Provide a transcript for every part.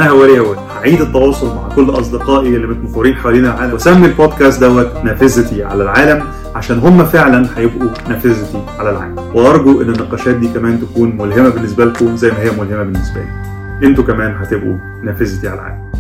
انا هو هعيد التواصل مع كل اصدقائي اللي متمحورين حوالين العالم واسمي البودكاست نافذتي على العالم، عشان هم فعلا هيبقوا نافذتي على العالم. وارجو ان النقاشات دي كمان تكون ملهمه بالنسبه لكم زي ما هي ملهمه بالنسبه لي. انتوا كمان هتبقوا نافذتي على العالم.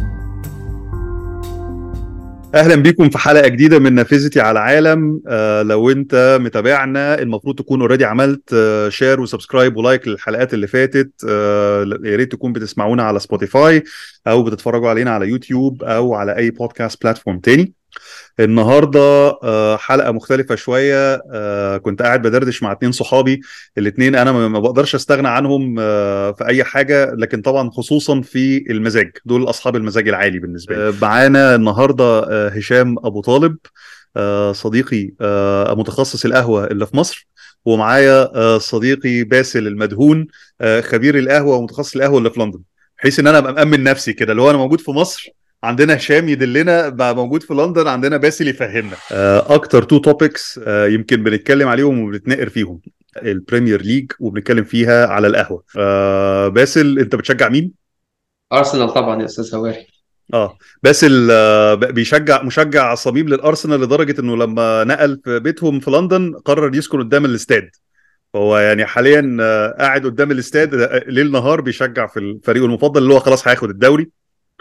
اهلا بيكم في حلقه جديده من نافذتي على العالم. لو انت متابعنا المفروض تكون اوريدي عملت شير وسبسكرايب ولايك للحلقات اللي فاتت. يا ريت تكون بتسمعونا على سبوتيفاي او بتتفرجوا علينا على يوتيوب او على اي بودكاست بلاتفورم تاني. النهارده حلقه مختلفه شويه. كنت قاعد بدردش مع 2 صحابي، الاثنين انا ما بقدرش استغنى عنهم في اي حاجه، لكن طبعا خصوصا في المزاج، دول اصحاب المزاج العالي بالنسبه لي. معانا النهارده هشام ابو طالب، صديقي متخصص القهوه اللي في مصر، ومعايا صديقي باسل المدهون، خبير القهوه ومتخصص القهوه اللي في لندن، بحيث ان انا ابقى مأمن نفسي كده، اللي هو انا موجود في مصر عندنا هشام يدلنا، بقى موجود في لندن عندنا باسل يفهمنا. اكتر 2 توبكس يمكن بنتكلم عليهم وبنتنقر فيهم: البريمير ليج، وبنتكلم فيها على القهوة. باسل، انت بتشجع مين؟ أرسنال طبعا يا أستاذ هواري. باسل مشجع صميم للأرسنال، لدرجة انه لما نقل في بيتهم في لندن قرر يسكن قدام الاستاد. هو يعني حاليا قاعد قدام الاستاد ليل نهار بيشجع في الفريق المفضل اللي هو خلاص هياخد الدوري.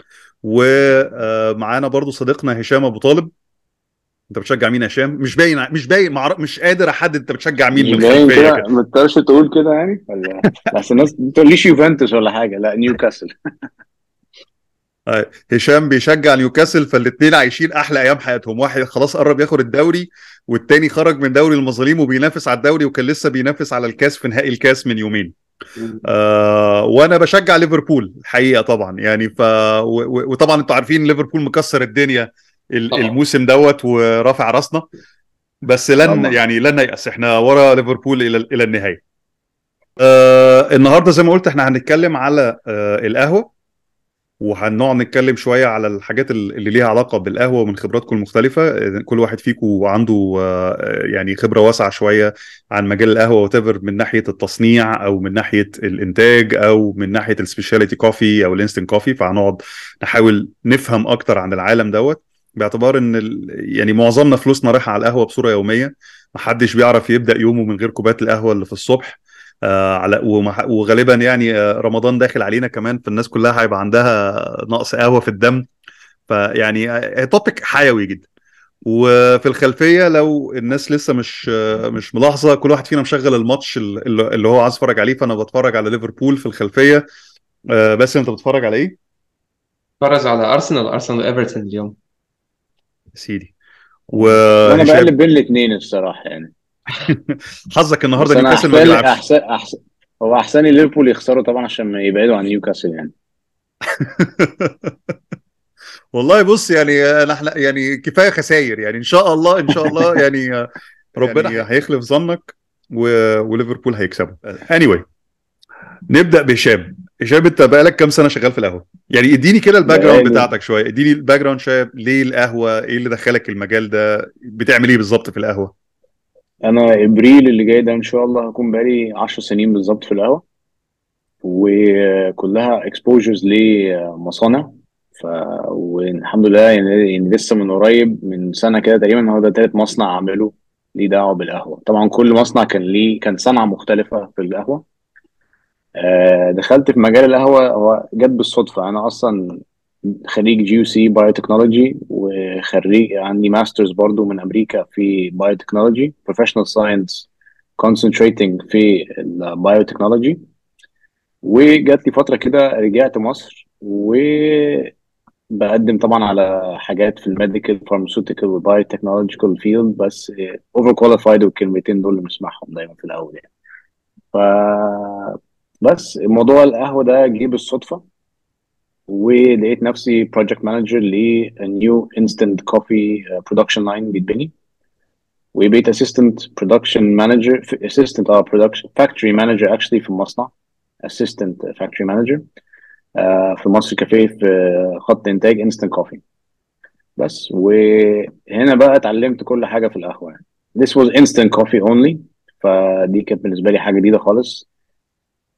ومعانا برضو صديقنا هشام ابو طالب. انت بتشجع مين يا هشام؟ مش باين مش قادر احدد انت بتشجع مين مش من باين الخلفيه كده، كده. ما تقدرش تقول كده يعني ولا؟ بس الناس ما تقوليش يوفنتوس ولا حاجه، لا نيوكاسل. هشام بيشجع نيوكاسل، فالاثنين عايشين احلى ايام حياتهم. واحد خلاص قرب ياخد الدوري، والتاني خرج من دوري المظالم وبينافس على الدوري، وكان لسه بينافس على الكاس في نهائي الكاس من يومين. وانا بشجع ليفربول الحقيقه طبعا، يعني وطبعا انتوا عارفين ليفربول مكسر الدنيا طبعا. الموسم دوت ورافع راسنا، بس طبعا. لن نيأس، احنا ورا ليفربول الى النهايه. النهارده زي ما قلت احنا هنتكلم على القهوه، وهنقعد نتكلم شويه على الحاجات اللي ليها علاقه بالقهوه ومن خبراتكم المختلفه. كل واحد فيكم عنده يعني خبره واسعه شويه عن مجال القهوه، وتفر من ناحيه التصنيع او من ناحيه الانتاج او من ناحيه السبيشاليتي كوفي او الانستنت كوفي. فهنقعد نحاول نفهم اكتر عن العالم دوت، باعتبار ان يعني معظمنا فلوسنا رايحه على القهوه بصوره يوميه. محدش بيعرف يبدا يومه من غير كوبايه القهوه اللي في الصبح. وغالبا يعني رمضان داخل علينا كمان، فالناس كلها هيبقى عندها نقص قهوة في الدم. فيعني توبيك حيوي جدا. وفي الخلفية لو الناس لسه مش ملاحظة، كل واحد فينا مشغل الماتش اللي هو عايز يتفرج عليه. فأنا بتفرج على ليفربول في الخلفية. بس أنت بتتفرج على إيه؟ فرز على أرسنال إيفرتون اليوم. سيدي. وانا وهشام. بقلب بين الاثنين الصراحه يعني. حظك النهارده بس انا نيوكاسل ما احسن بيلعبش. احسن احسن هو احسن لي ليفربول يخسروا طبعا عشان ما يبعدوا عن نيوكاسل يعني. والله بص، يعني احنا يعني كفايه خساير، يعني ان شاء الله ان شاء الله يعني ربنا يعني هيخلف ظنك وليفربول هيكسبوا. anyway، نبدا بهشام. هشام، انت بقالك كام سنه شغال في القهوه؟ يعني اديني كده الباك جراوند بقالي بتاعتك شويه، اديني الباك جراوند شويه. ليه القهوه؟ ايه اللي دخلك المجال ده؟ بتعمل ايه بالظبط في القهوه؟ انا ابريل اللي جاي ده ان شاء الله هكون بقالي 10 سنين بالظبط في القهوه، وكلها اكسبوجرز لمصانع. ف والحمد لله يعني لسه من قريب من سنه كده تقريبا هو ده تالت مصنع اعمله ليه دعوه بالقهوه. طبعا كل مصنع كان صنعه مختلفه في القهوه. دخلت في مجال القهوه هو جت بالصدفه. انا اصلا خريج جي يو سي بايو تكنولوجي، وخريج عندي ماسترز برضو من امريكا في بايو تكنولوجي بروفيشنال ساينس كونسنتريتنج في البايو تكنولوجي. وجات لي فترة كده رجعت مصر وبقدم طبعا على حاجات في الميديكال فارماسيوتيكال والبايو تكنولوجيكال فيلد، بس اوفر كواليفايد، والكلمتين دول اللي بنسمعهم دايما في الاول يعني. ف بس موضوع القهوة ده جه بالصدفة، ولقيت نفسي بروجكت مانجر لنيو انستنت كوفي برودكشن لاين بيتبني، وبقيت اسيستنت برودكشن مانجر اسيستنت برودكشن فاكتوري مانجر اكشلي في المصنع. اسيستنت فاكتوري مانجر في مصر كافيه في خط انتاج انستنت كوفي. بس وهنا بقى اتعلمت كل حاجه في القهوه يعني. This was instant coffee only، فدي كانت بالنسبه لي حاجه جديده خالص.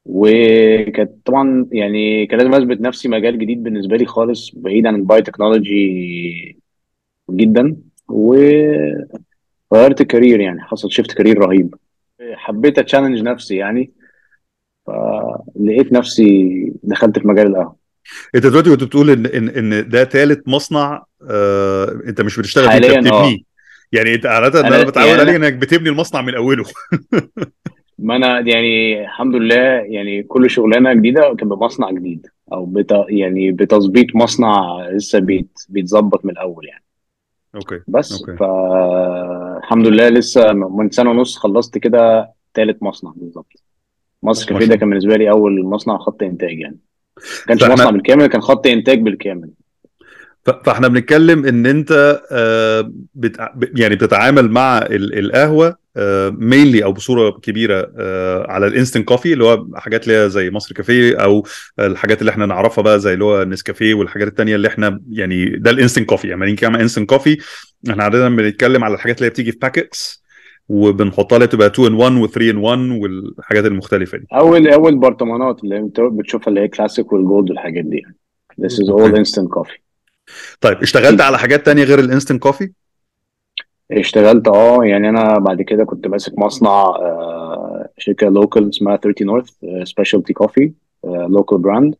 وكانت طبعا يعني كان لازم اثبت نفسي، مجال جديد بالنسبه لي خالص بعيد عن البايو تكنولوجي جدا. وغيرت الكارير، يعني حصل شيفت كارير رهيب. حبيت اتشالنج نفسي يعني، فلقيت نفسي دخلت في مجال القهوه. انت دلوقتي كنت بتقول ان ده ثالث مصنع انت مش بتشتغل فيه، انت حاليا بتبنيه. يعني انت عادة ان انا انا بتعود يعني عليه انا انك بتبني المصنع من اوله. ما انا يعني الحمد لله، يعني كل شغلانه جديده كان بمصنع جديد، او يعني بتظبيط مصنع لسه بيتظبط من الاول يعني. اوكي. بس اوكي. الحمد لله لسه من سنه ونص خلصت كده ثالث مصنع بالظبط. مصر ما كافيه ده شاء كان الله. بالنسبه لي اول مصنع خط انتاج يعني. ما كانش مصنع فاحنا بالكامل، كان خط انتاج بالكامل. فاحنا بنتكلم ان انت يعني بتتعامل مع القهوه مينلي او بصوره كبيره على الانستنت كوفي، اللي هو حاجات اللي هي زي مصر كافيه، او الحاجات اللي احنا نعرفها بقى زي اللي هو نسكافيه والحاجات التانيه اللي احنا يعني ده الانستنت كوفي. يعني نيجي نعمل انستنت كوفي احنا عاده بنتكلم على الحاجات اللي هي بتيجي في باكيتس وبنحطها اللي تبقى 2 ان 1 و 3 ان 1 والحاجات المختلفه دي. اول برطمانات اللي انت بتشوفها اللي هي كلاسيك والجولد والحاجات دي يعني. This is all اوكي. instant coffee. طيب اشتغلت اكيد. على حاجات تانية غير الانستنت كوفي؟ اشتغلت يعني انا بعد كده كنت ماسك مصنع شركه لوكال اسمها 30 نورث سبيشالتي كوفي، لوكال براند.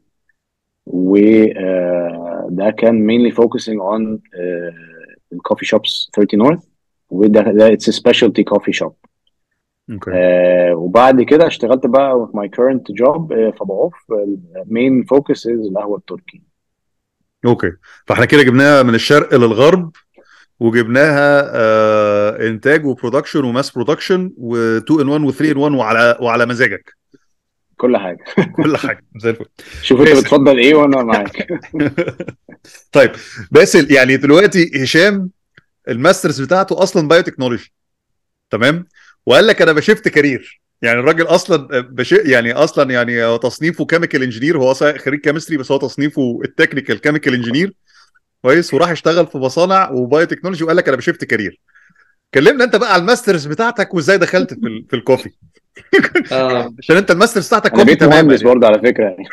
وده كان mainly focusing on الكوفي شوبس 30 نورث. وده it's a specialty coffee shop. اوكي. وبعد كده اشتغلت بقى with my current job في بعوف. main focus is القهوة التركي. اوكي. فاحنا كده جبناها من الشرق للغرب، وجبناها انتاج وبرودكشن وماس برودكشن و2 ان 1 و3 ان 1 وعلى مزاجك. كل حاجة. كل حاجه زي الفل. شوف انت باسل. بتفضل ايه وانا معاك. طيب باسل، يعني دلوقتي هشام الماسترز بتاعته اصلا بايو تكنولوجي، تمام، وقال لك انا بشفت كارير. يعني الراجل اصلا يعني اصلا يعني هو تصنيفه كيميكال انجينير، هو خريج كيمستري بس هو تصنيفه التكنيكال كيميكال انجينير، كويس، وراح اشتغل في مصانع وبايو تكنولوجي وقال لك انا بشفت كارير. كلمنا انت بقى على الماسترز بتاعتك وازاي دخلت في الكوفي. آه عشان انت الماسترز بتاعتك انا كوفي بقيت تماما مهندس يعني. برضه على فكرة يعني.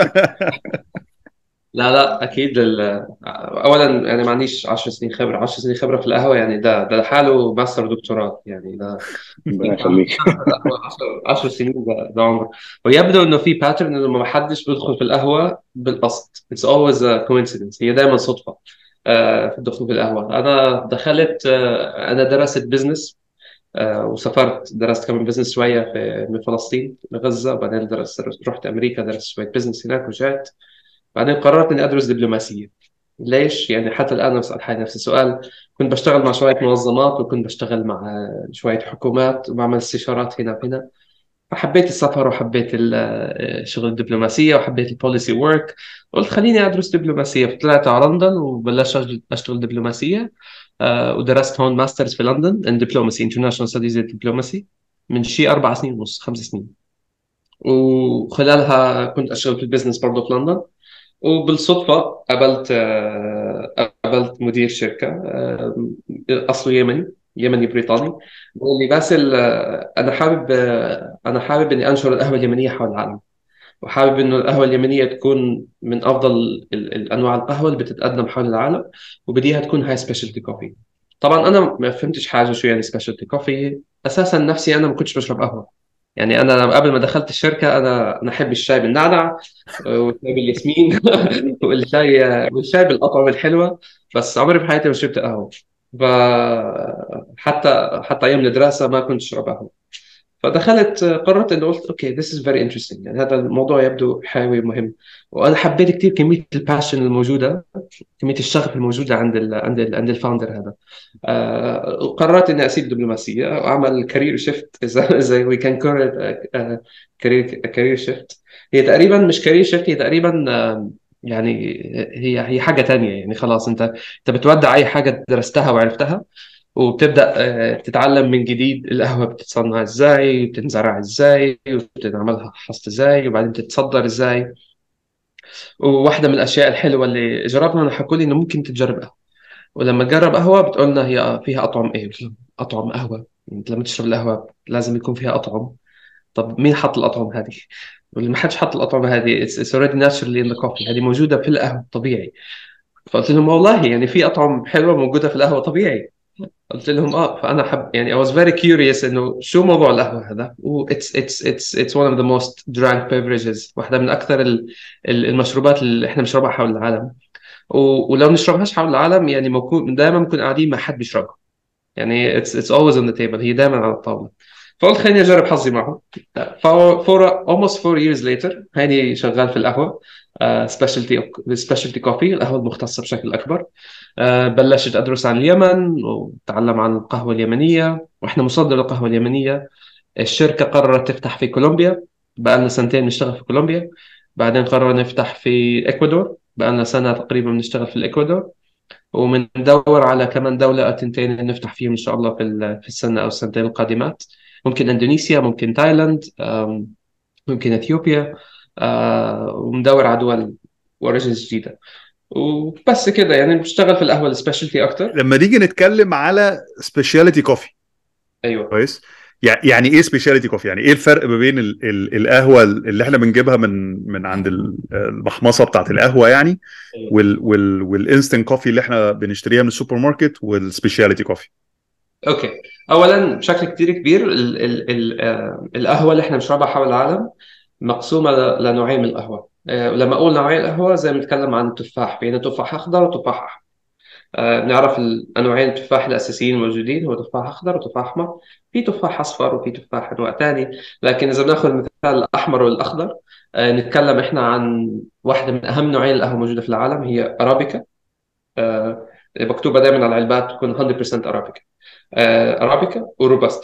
لا لا اكيد اولا انا ما عنديش 10 سنين خبره، 10 سنين خبره في القهوه يعني ده لحاله ماستر دكتوراه يعني ده. ربنا يخليك. 10 سنين ده عمر. ويبدو انه في باترن انه ما حدش بيدخل في القهوه بالقصد. It's always a coincidence. هي دايما صدفه في الدخول في القهوه. انا دخلت انا درست بزنس وسافرت درست كمان بزنس شويه من فلسطين لغزه، وبعدين رحت امريكا درست شويه بزنس هناك ورجعت. بعدين قررت اني ادرس دبلوماسيه. ليش؟ يعني حتى الان بسال حالي نفس السؤال. كنت بشتغل مع شويه منظمات وكنت بشتغل مع شويه حكومات وبعمل استشارات هنا وهنا. فحبيت السفر وحبيت شغل الدبلوماسيه وحبيت البوليسي ورك. قلت خليني ادرس دبلوماسيه، فطلعت على لندن وبلشت اشتغل دبلوماسيه. ودرست هون ماسترز في لندن ان دبلوماسي انترناشونال ستديز دبلوماسي من شي 4 سنين ونص 5 سنين. وخلالها كنت اشتغل في البزنس برضه في لندن. وبالصدفة قابلت مدير شركة أصله يمني بريطاني. بقول لي باسل أنا حابب إني أنشر القهوة اليمنية حول العالم، وحابب إنه القهوة اليمنية تكون من أفضل الأنواع القهوة اللي بتتقدم حول العالم، وبديها تكون هاي سبيشالتي كوفي. طبعا أنا ما فهمتش حاجة شو يعني سبيشالتي كوفي. أساسا نفسي أنا ما كنتش بشرب قهوة. يعني أنا قبل ما دخلت الشركة أنا أحب الشاي بالنعنع والشاي بالياسمين والشاي بالأطعمة الحلوة. بس عمري بحياتي ما شربت قهوة. حتى أيام الدراسة ما كنت أشرب قهوة. فدخلت قررت انه قلت اوكي this is very interesting. يعني هذا الموضوع يبدو حيوي ومهم. وانا حبيت كثير كميه الباشن الموجوده، كميه الشغف الموجوده عند الفاوندر هذا. قررت اني اسيب الدبلوماسيه واعمل كارير شيفت اذا وي كان كارير شيفت. هي تقريبا مش كارير شيفت، هي تقريبا يعني هي حاجه تانية. يعني خلاص انت بتودع اي حاجه درستها وعرفتها، وبتبدأ تتعلم من جديد القهوة بتتصنع ازاي، بتنزرع ازاي، وبتعملها حصد ازاي، وبعدين تتصدر ازاي. وواحدة من الأشياء الحلوة اللي جربنا إنه حكوا لي إنه ممكن تجرب قهوة. ولما تجرب قهوة بتقول لنا هي فيها أطعم إيه؟ قلت لهم أطعم قهوة؟ أنت لما تشرب القهوة لازم يكون فيها أطعم. طب مين حط الأطعم هذه؟ واللي ما حدش حط الأطعمة هذه it's already naturally in the coffee، هذه موجودة في القهوة طبيعي. فقلت لهم والله يعني في أطعم حلوة موجودة في القهوة طبيعي. قلت لهم فأنا حب يعني I was very curious إنه شو موضوع القهوة هذا. و it's one of the most drank beverages، واحدة من أكثر المشروبات اللي إحنا بنشربها حول العالم. ولو بنشربهاش حول العالم يعني دائما بنكون قاعدين مع حد بيشربها، يعني it's always on the table، هي دائما على الطاولة. فقلت خليني أجرب حظي معهم. for almost 4 years later هيني شغال في القهوة، specialty coffee، القهوة المختصة بشكل أكبر. بلشت أدرس عن اليمن وتعلم عن القهوة اليمنية، وإحنا مصدر القهوة اليمنية. الشركة قررت تفتح في كولومبيا، بقى لنا سنتين نشتغل في كولومبيا. بعدين قررنا نفتح في إكوادور، بقى لنا سنة تقريبا بنشتغل في الإكوادور. ومندور على كمان دولة أو تنتين نفتح فيهم إن شاء الله في السنة أو السنتين القادمات. ممكن إندونيسيا، ممكن تايلاند، ممكن إثيوبيا. ومدور على دول ورجز جديدة. وبس كده يعني بشتغل في القهوة السبيشالتي أكتر. لما نيجي نتكلم على سبيشاليتي كوفي، أيوه كويس، يعني ايه سبيشاليتي كوفي؟ يعني ايه الفرق ما بين القهوه اللي احنا بنجيبها من عند المحمصه بتاعت القهوه يعني، أيوه. والانستنت كوفي اللي احنا بنشتريها من السوبر ماركت، والسبيشاليتي كوفي؟ اوكي، اولا بشكل كتير كبير القهوه اللي احنا بنشربها حول العالم مقسومه لنوعين من القهوه. ولما اقول نوعين القهوه زي ما نتكلم عن التفاح، بين تفاح اخضر وتفاح احمر. بنعرف الانواعين التفاح الاساسيين الموجودين هو تفاح اخضر وتفاح احمر. في تفاح اصفر وفي تفاح انواع ثاني، لكن اذا بناخذ مثال الاحمر والاخضر، نتكلم احنا عن واحده من اهم نوعين القهوه موجوده في العالم، هي ارابيكا. مكتوبه دائما على العلبات تكون 100% ارابيكا. ارابيكا وروباستا.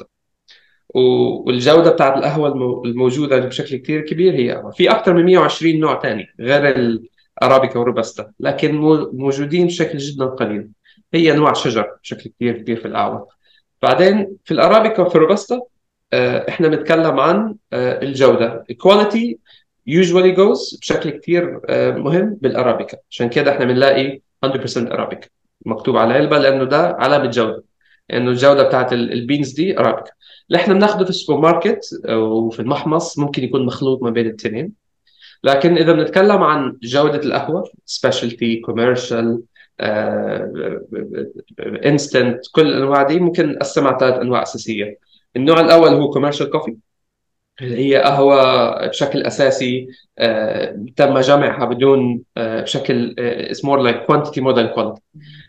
والجوده بتاعت القهوه الموجوده بشكل كتير كبير هي في اكثر من 120 نوع ثاني غير الارابيكا والروباستا، لكن موجودين بشكل جدا قليل. هي انواع شجر بشكل كتير كبير في القهوه. بعدين في الارابيكا وفي الروباستا احنا بنتكلم عن الجوده. الكواليتي usually goes بشكل كتير مهم بالارابيكا، عشان كده احنا بنلاقي 100% ارابيكا مكتوب على العلبه، لانه ده علامه جوده، انه الجوده بتاعت البينز دي ارابيكا. اللي احنا بناخده في السوبر ماركت وفي المحمص ممكن يكون مخلوط ما بين الاثنين. لكن اذا بنتكلم عن جوده القهوه سبيشالتي كوميرشال انستنت، كل الانواع دي ممكن نقسمها على 3 انواع اساسيه. النوع الاول هو كوميرشال كوفي، اللي هي قهوة بشكل أساسي تم جمعها بدون بشكل it's more like quantity more than quality.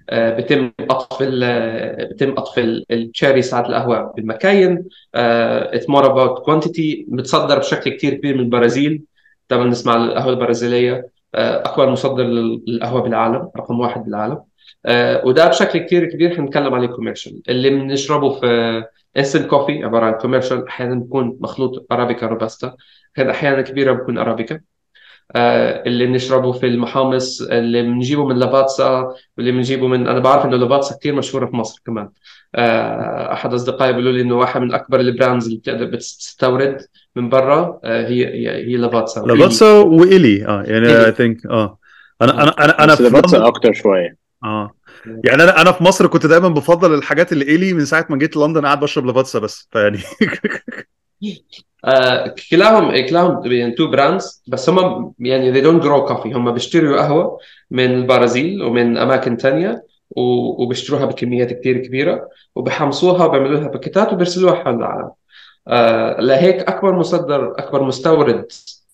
بيتم قطف التشيري ساعة القهوة بالمكاين. it's more about quantity. متصدر بشكل كتير كبير من البرازيل. طبعا نسمع القهوة البرازيلية أكبر مصدر للقهوة بالعالم، رقم 1 بالعالم. وده بشكل كتير كبير حنتكلم عليه كوميرشال. اللي بنشربه في انستنت كوفي عباره عن كوميرشال، احيانا بيكون مخلوط ارابيكا روباستا، احيانا كبيره بيكون ارابيكا. اللي بنشربه في المحامص اللي بنجيبه من لافاتسا، واللي بنجيبه من، انا بعرف انه لافاتسا كثير مشهوره في مصر كمان. احد اصدقائي بيقولوا لي انه واحد من اكبر البراندز اللي بتقدر بتستورد من برا هي لافاتسا. لافاتسا وإيلي يعني اي ثينك انا بس في لافاتسا لندن. اكتر شويه. يعني انا في مصر كنت دايما بفضل الحاجات اللي إيلي، من ساعه ما جيت لندن قاعد بشرب لافاتسا بس، فيعني كلاهم يعني تو براندز، بس هم يعني they don't grow coffee. هم بيشتروا قهوة من البرازيل ومن أماكن تانية وبيشتروها بكميات كتير كبيرة وبحمصوها وبيعملوا لها باكيتات وبيرسلوها حول العالم. لهيك أكبر مستورد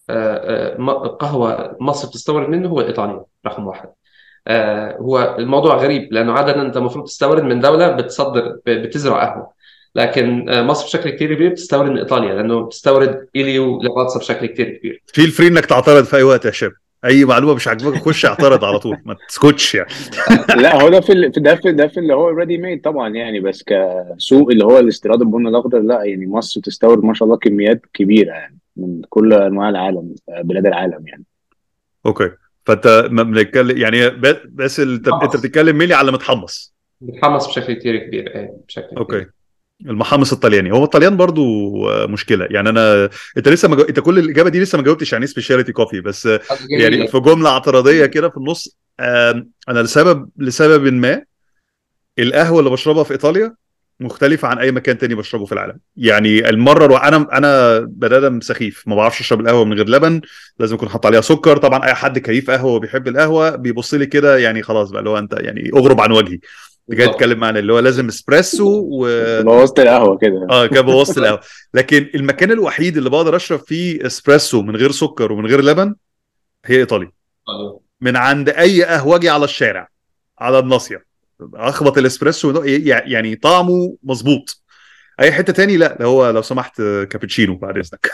قهوة مصر تستورد منه هو إيطاليا رقم 1. هو الموضوع غريب لأنه عادة أنت المفروض تستورد من دولة بتزرع قهوة، لكن مصر بشكل كتير كبير بتستورد من إيطاليا، لأنه بتستورد إيلي ولافاتسا بشكل كتير كبير. فيل فري انك تعترض في اي وقت يا شباب، اي معلومه مش عاجباك خش اعترض على طول، ما تسكتش يعني. لا هو ده في اللي هو ريدي ميد طبعا يعني، بس كسوق اللي هو الاستيراد البن الاخضر لا، يعني مصر تستورد ما شاء الله كميات كبيره يعني من كل انواع العالم، بلاد العالم يعني. اوكي، فانت ما بنتكلم يعني بس انت بتتكلم ميلي على متحمص. بتحمص بشكل كتير كبير بشكل كبير. اوكي، المحمص الطلياني، هو الطليان برضو مشكله يعني. انت لسه انت كل الاجابه دي لسه ما جاوبتش يعني ايه سبيشاليتي كوفي، بس يعني في جمله اعتراضيه كده في النص. انا لسبب ما القهوه اللي بشربها في ايطاليا مختلفة عن أي مكان تاني بشربه في العالم. يعني أنا بني آدم سخيف، ما بعرفش أشرب القهوة من غير لبن، لازم يكون حاط عليها سكر. طبعا أي حد كيف قهوة وبيحب القهوة بيبص لي كده، يعني خلاص بقى اللي هو أنت يعني أغرب عن وجهي. أنت جاي بالظبط. تتكلم معانا اللي هو لازم اسبريسو بوظت القهوه كده. اه كده بوظت القهوة. لكن المكان الوحيد اللي بقدر أشرب فيه اسبريسو من غير سكر ومن غير لبن هي إيطاليا. من عند أي قهوجي على الشارع، على الناصية، اخبط الاسبريسو يعني طعمه مظبوط. اي حته تاني لا، هو لو سمحت كابتشينو بعد اذنك.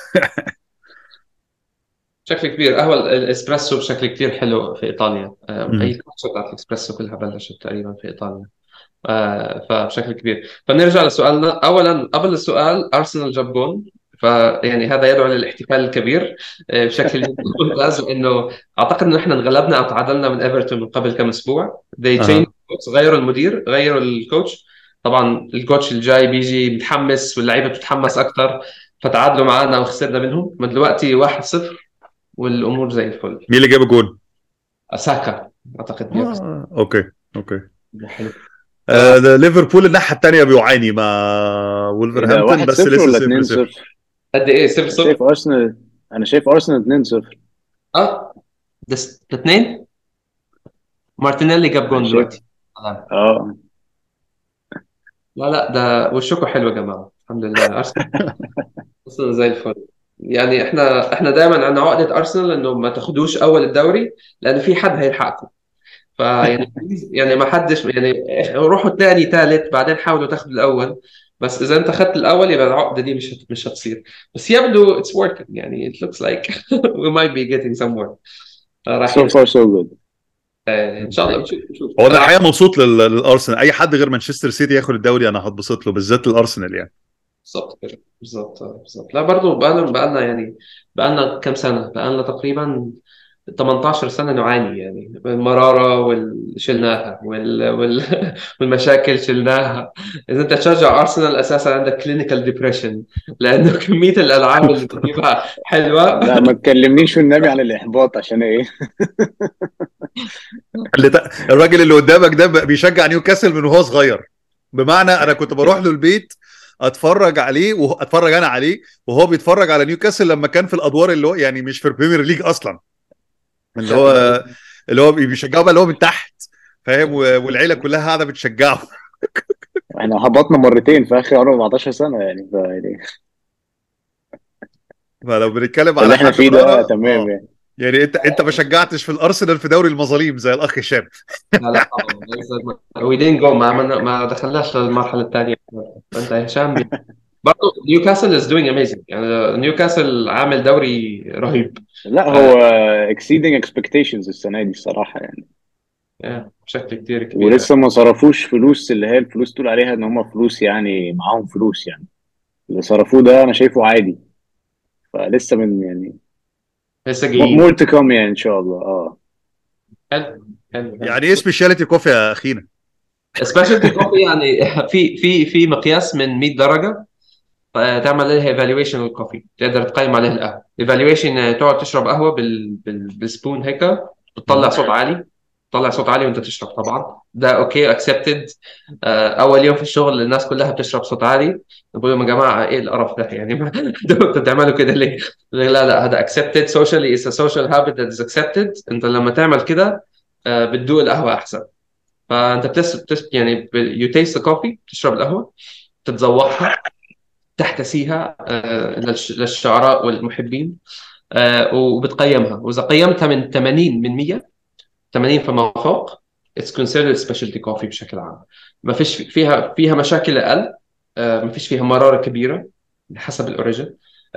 بشكل كبير قهوة الإسبريسو بشكل كتير حلو في إيطاليا. أي مم. الكورسات بتاعت الإسبريسو كلها بلشت تقريبا في إيطاليا. فبشكل كبير فنرجع لسؤالنا أولا قبل السؤال. أرسنال جاب جون، فيعني هذا يدعو للاحتفال الكبير بشكل ممتاز. لأنه أعتقد إنه إحنا انغلبنا أو تعادلنا من إيفرتون من قبل كم أسبوع. they changed اها. غيروا المدير، غيروا الكوتش. طبعا الكوتش الجاي بيجي متحمس واللعيبة بتتحمس أكثر، فتعادلوا معنا وخسرنا منهم. من دلوقتي 1-0 والامور زي الفل. مين اللي جاب الجول؟ ساكا اعتقد بيرس. اوكي اوكي. حلو. ف ده ليفربول الناحيه الثانيه بيعاني مع ايه ده، وولفرهامبتون، بس 1-0 لسه ولا 0 0. 2-0؟ قد ايه 0 انا 0 شايف ارسنال انا شايف ارسنال 2-0. اه ده 2. مارتينيلي جاب انا جون شايف. دلوقتي. سلام. اه. لا لا ده وشكوا حلو يا جماعه، الحمد لله. ارسنال زي الفل. يعني احنا دايما عندنا عقده ارسنال انه ما تاخدوش اول الدوري لان في حد هيلحقكم. فيعني يعني ما حدش يعني روحوا الثاني ثالث بعدين حاولوا تاخذوا الاول. بس اذا انت اخذت الاول يبقى العقده دي مش هتصير. بس يبدو it's working يعني it looks like we might be getting somewhere. So رايحين. far so good. ان شاء الله بنشوف هو انا الحقيقه مبسوط للارسنال. اي حد غير مانشستر سيتي ياخد الدوري انا هتبسط له، بالذات الارسنال يعني. بالظبط كده بالظبط بالظبط. لا برضه بقى لنا يعني بقى لنا كام سنه، بقى لنا تقريبا 18 سنة نعاني يعني المرارة شلناها والمشاكل شلناها. إذا أنت تشجع أرسنال أساسا عندك كلينيكال ديبريشن لأنه كمية الألعاب اللي بتجيبها حلوة. لا ما تكلمنيش في النبي عن الاحباط، عشان ايه؟ الراجل اللي قدامك ده بيشجع نيوكاسل من وهو صغير. بمعنى انا كنت بروح له البيت اتفرج عليه واتفرج انا عليه وهو بيتفرج على نيوكاسل لما كان في الادوار اللي هو يعني مش في البريمير ليج اصلا، اللي هو بيشجعه بقى اللي هو من تحت، فاهم؟ والعيله كلها قاعده بتشجعه. احنا هبطنا مرتين في اخر 14 سنه يعني فلو بنتكلم فاللي على احنا حد فيه ده مرارة تمام يعني. يعني انت ما شجعتش في الارسنال في دوري المظالم زي الاخ هشام. لا لا طبعا وي دينت جو ما دخلناش للمرحلة الثانية. فأنت يا هشام برضه نيوكاسل از دوينج اميزنج يعني. نيوكاسل عامل دوري رهيب. لا آه، هو exceeding expectations السنه دي الصراحه يعني. بشكل كتير كبير. ولسه ما صرفوش فلوس، اللي هي الفلوس تقول عليها ان هم فلوس يعني معاهم فلوس يعني. اللي صرفوه ده انا شايفه عادي. فلسه من يعني لسه جايين. more to come يعني ان شاء الله. اه. حلو حلو يعني ايه حلو. سبيشاليتي كوفي يا اخينا؟ سبيشالتي كوفي يعني في مقياس من 100 درجه. تعمل عليه ايفالويشن للكوفي، تقدر تقيم عليه القهوه. ايفالويشن تقعد تشرب قهوه بالسبون هيك، بتطلع صوت عالي. تطلع صوت عالي وانت تشرب طبعا، ده اوكي اكسبتد. اول يوم في الشغل الناس كلها بتشرب صوت عالي، بقول لهم يا جماعه ايه القرف ده يعني انتوا بتعملوا كده ليه؟ لا لا هذا accepted socially is a social habit that is accepted. انت لما تعمل كده بتدوق القهوه احسن. فانت يعني you taste the coffee، تشرب القهوه، تتذوقها، تحتسيها للشعراء والمحبين، وبتقيمها. واذا قيمتها من 80 من 100، 80 فما فوق، it's considered specialty coffee بشكل عام. ما فيش فيها مشاكل اقل، ما فيش فيها مراره كبيره حسب الاوريجن.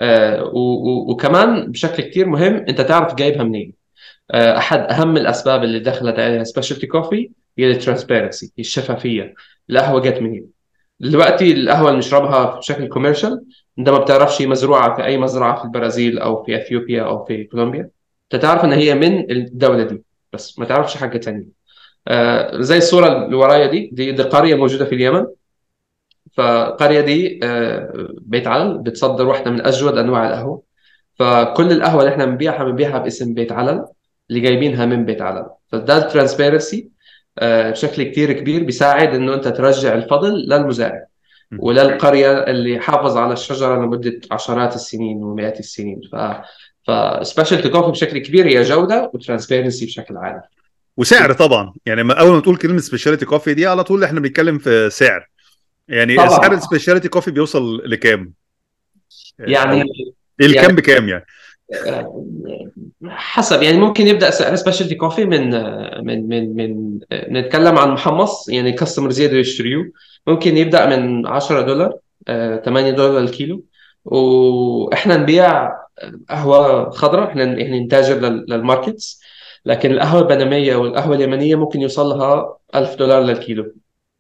وكمان بشكل كتير مهم انت تعرف جايبها منين. احد اهم الاسباب اللي دخلت عليها سبيشالتي كوفي هي الترانسبيرنسي، هي الشفافيه. القهوه جت منين؟ دلوقتي القهوه اللي بنشربها بشكل كوميرشال انت ما بتعرفش هي مزروعه في اي مزرعه في البرازيل او في اثيوبيا او في كولومبيا. انت تعرف ان هي من الدوله دي بس ما تعرفش حاجه تانية. زي الصوره اللي ورايا دي قريه موجوده في اليمن. فالقريه دي بيت علل بتصدر واحده من اجود انواع القهوه. فكل القهوه اللي احنا بنبيعها باسم بيت علل، اللي جايبينها من بيت علل. فده الترانسبيرنسي بشكل كتير كبير بيساعد انه انت ترجع الفضل للمزارع. وللقرية اللي حافظ على الشجرة لمدة عشرات السنين ومئات السنين. فسبيشالتي كوفي بشكل كبير هي جودة وترانسبيرنسي بشكل عام. وسعر طبعا، يعني اول ما تقول كلمه سبيشاليتي كوفي دي على طول احنا بنتكلم في سعر. يعني سعر طبعا السبيشاليتي كوفي بيوصل لكام؟ يعني او ايه الكام بكام يعني؟ حسب، يعني ممكن يبدا سعر سبيشالتي كوفي من نتكلم عن محمص، يعني كاستمرز يقدروا يشتريوه. ممكن يبدا من $10، $8 الكيلو. واحنا نبيع قهوه خضراء، احنا نتاجر للماركتس. لكن القهوه البنميه والقهوه اليمنيه ممكن يوصل لها $1000 للكيلو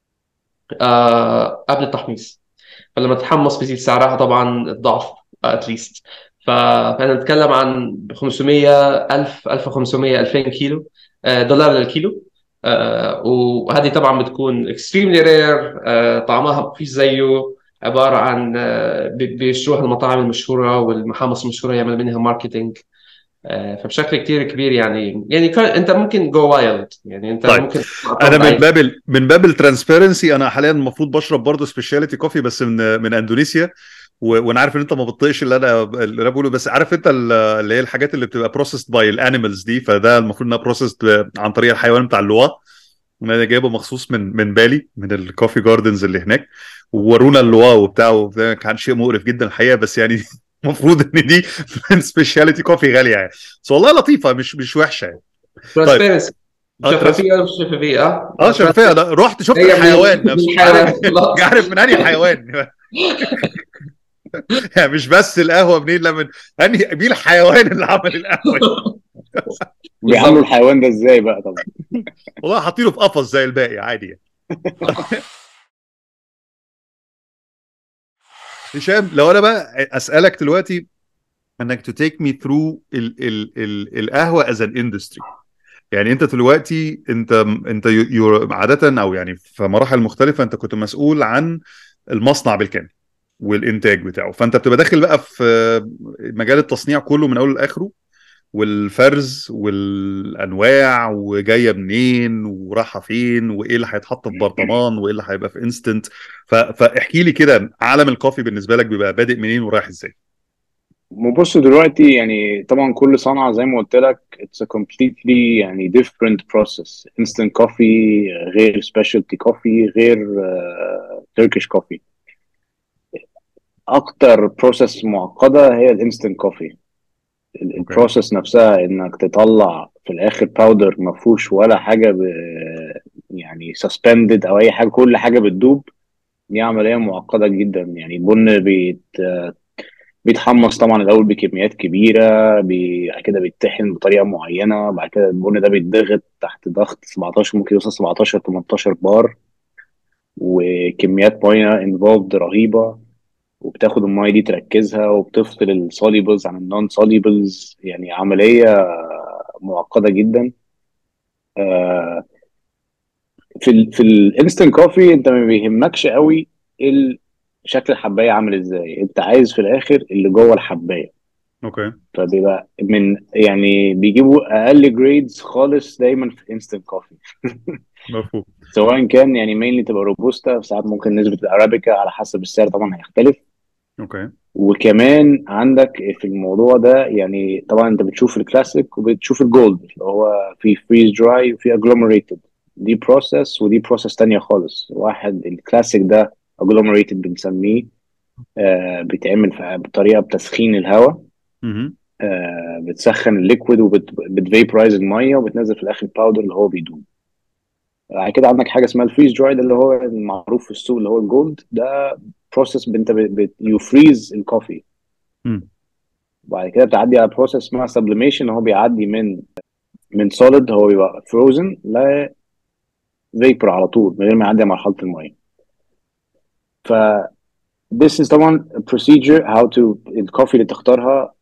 قبل التحميص. فلما تتحمص بيزيد سعرها طبعا الضعف اتليست. فانا نتكلم عن 500 1000 1500 2000 كيلو دولار للكيلو. وهذه طبعا بتكون اكستريملي رير، طعمها ما فيش زيه. عباره عن بيشتروها المطاعم المشهوره والمحامص المشهوره يعمل منها ماركتينج. فبشكل كتير كبير، يعني انت ممكن جو وايلد، يعني انت طيب ممكن انا من باب الترانسبيرنسي، انا حاليا المفروض بشرب برضه سبيشاليتي كوفي بس من اندونيسيا. وانا عارف ان انت ما بتطيقش اللي انا بقوله، بس عارف انت اللي هي الحاجات اللي بتبقى بروسيسد باي الانيمالز دي، فده المفروض انها بروسيسد عن طريق الحيوان بتاع اللواء. انا جايبه مخصوص من بالي، من الكوفي جاردنز اللي هناك، وورونا اللواء وبتاع، وده كان شيء مقرف جدا الحقيقه، بس يعني المفروض ان دي من سبيشاليتي كوفي غاليه يعني، بس والله لطيفه، مش وحشه يعني. طيب ترانسبيرنسي، شفافيه ولا مش شفافيه؟ شفافيه. انا رحت شفت هي الحيوان من نفسه، عارف الحيوان خلاص. عارف من انهي حيوان. يعني مش بس القهوه منين، لا من انهي مين الحيوان اللي عمل القهوه دي. بيعاملوا بالضبط. الحيوان ده ازاي بقى طبعا. والله حاطينه في قفص زي الباقي عادي يعني. هشام، لو انا بقى اسالك دلوقتي انك to take me through القهوه as an industry. يعني انت دلوقتي انت عاده، او يعني في مراحل مختلفه انت كنت مسؤول عن المصنع بالكامل والانتاج بتاعه، فانت بتبقى داخل بقى في مجال التصنيع كله من اوله لاخره، والفرز والانواع وجايه منين ورايحه فين، وايه اللي هيتحط في برطمان وايه اللي هيبقى في انستنت. فاحكي لي كده، عالم الكوفي بالنسبه لك بيبقى بادئ منين ورايح ازاي؟ بص دلوقتي يعني طبعا كل صنعة زي ما قلت لك it's a completely يعني different process. instant coffee غير specialty coffee غير Turkish coffee. اكتر process معقدة هي الانستنت كوفي. اوكي. البروسيس نفسها انك تطلع في الاخر باودر ما فيهوش ولا حاجة يعني suspended او اي حاجة، كل حاجة بتدوب. دي عملية معقدة جدا. يعني البن بيتحمص طبعا الاول بكميات كبيره، بعد كده بيتطحن بطريقه معينه، بعد كده البن ده بيتضغط تحت ضغط 17، ممكن يوصل 17 18 بار، وكميات ميه انفولد رهيبه. وبتاخد الميه دي تركزها وبتفصل السوليبلز عن النون سوليبلز. يعني عمليه معقده جدا. آه، في الانستنت كوفي انت ما بيهمكش قوي شكل الحبايه عامل ازاي، انت عايز في الاخر اللي جوه الحبايه. اوكي. فبيبقى يعني بيجيبوا اقل جريدز خالص دايما في انستنت كوفي. مفهوم. سواء كان يعني مينلي تبقى روبوستا، ساعات ممكن نسبه الارابيكا على حسب السعر طبعا هيختلف. اوكي. وكمان عندك في الموضوع ده يعني طبعا انت بتشوف الكلاسيك وبتشوف الجولد اللي هو في فريز دراي وفي اجلوميريتد. دي بروسيس ودي بروسيس تانية خالص. واحد الكلاسيك ده اجلوميريتد بنسميه، بيتعمل بطريقه بتسخين الهواء. مهم. بتسخن الليكويد وبتفيبرايز الميه وبتنزل في الاخر باودر اللي هو بيدوب. بعد كده عندك حاجه اسمها الفريز دراي، ده اللي هو المعروف في السوق اللي هو الجولد ده. بروسيس انت يفريز الكوفي. مم. وبعد كده بتعدي على بروسيس اسمها سبليميشن، هو بيعدي من سوليد، هو بيبقى فروزن، ل فيبر على طول من غير ما يعدي على مرحله الميه. ف this is طبعا procedure how to الكوفي اللي تختارها.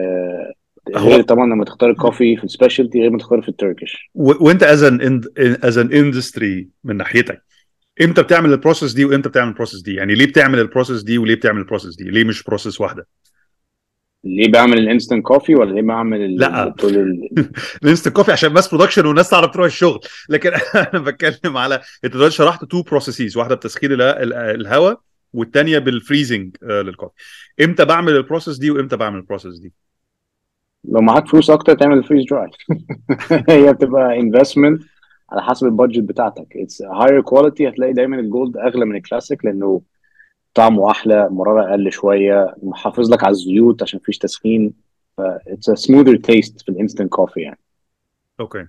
غير هو طبعا لما تختار الكوفي في السبيشالتي غير ما تختار في التركيش. وانت از ان اندستري من ناحيتك، امتى بتعمل البروسيس دي وامتى بتعمل البروسيس دي؟ يعني ليه بتعمل البروسيس دي وليه بتعمل البروسيس دي؟ ليه مش بروسيس واحده؟ ليه بعمل الانستنت كوفي ولا ليه بعمل لا، بتقول الانستنت كوفي عشان ماس برودكشن والناس تعرف تروح الشغل، لكن انا بتكلم على انت دلوقتي شرحت تو بروسيسز، واحده بتسخين الهواء والتانيه بالفريزنج للكوفي. امتى بعمل البروسيس دي وامتى بعمل البروسيس دي؟ لو معاك فلوس اكتر تعمل الفريز دراي. هي بتبقى انفستمنت على حسب البادجت بتاعتك. اتس هاير كواليتي، هتلاقي دايما الجولد اغلى من الكلاسيك لانه طعمه احلى، مراره اقل شويه، محافظ لك على الزيوت عشان مفيش تسخين. ف اتس ا سموذر تيست في الانستنت كوفي يعني. اوكي.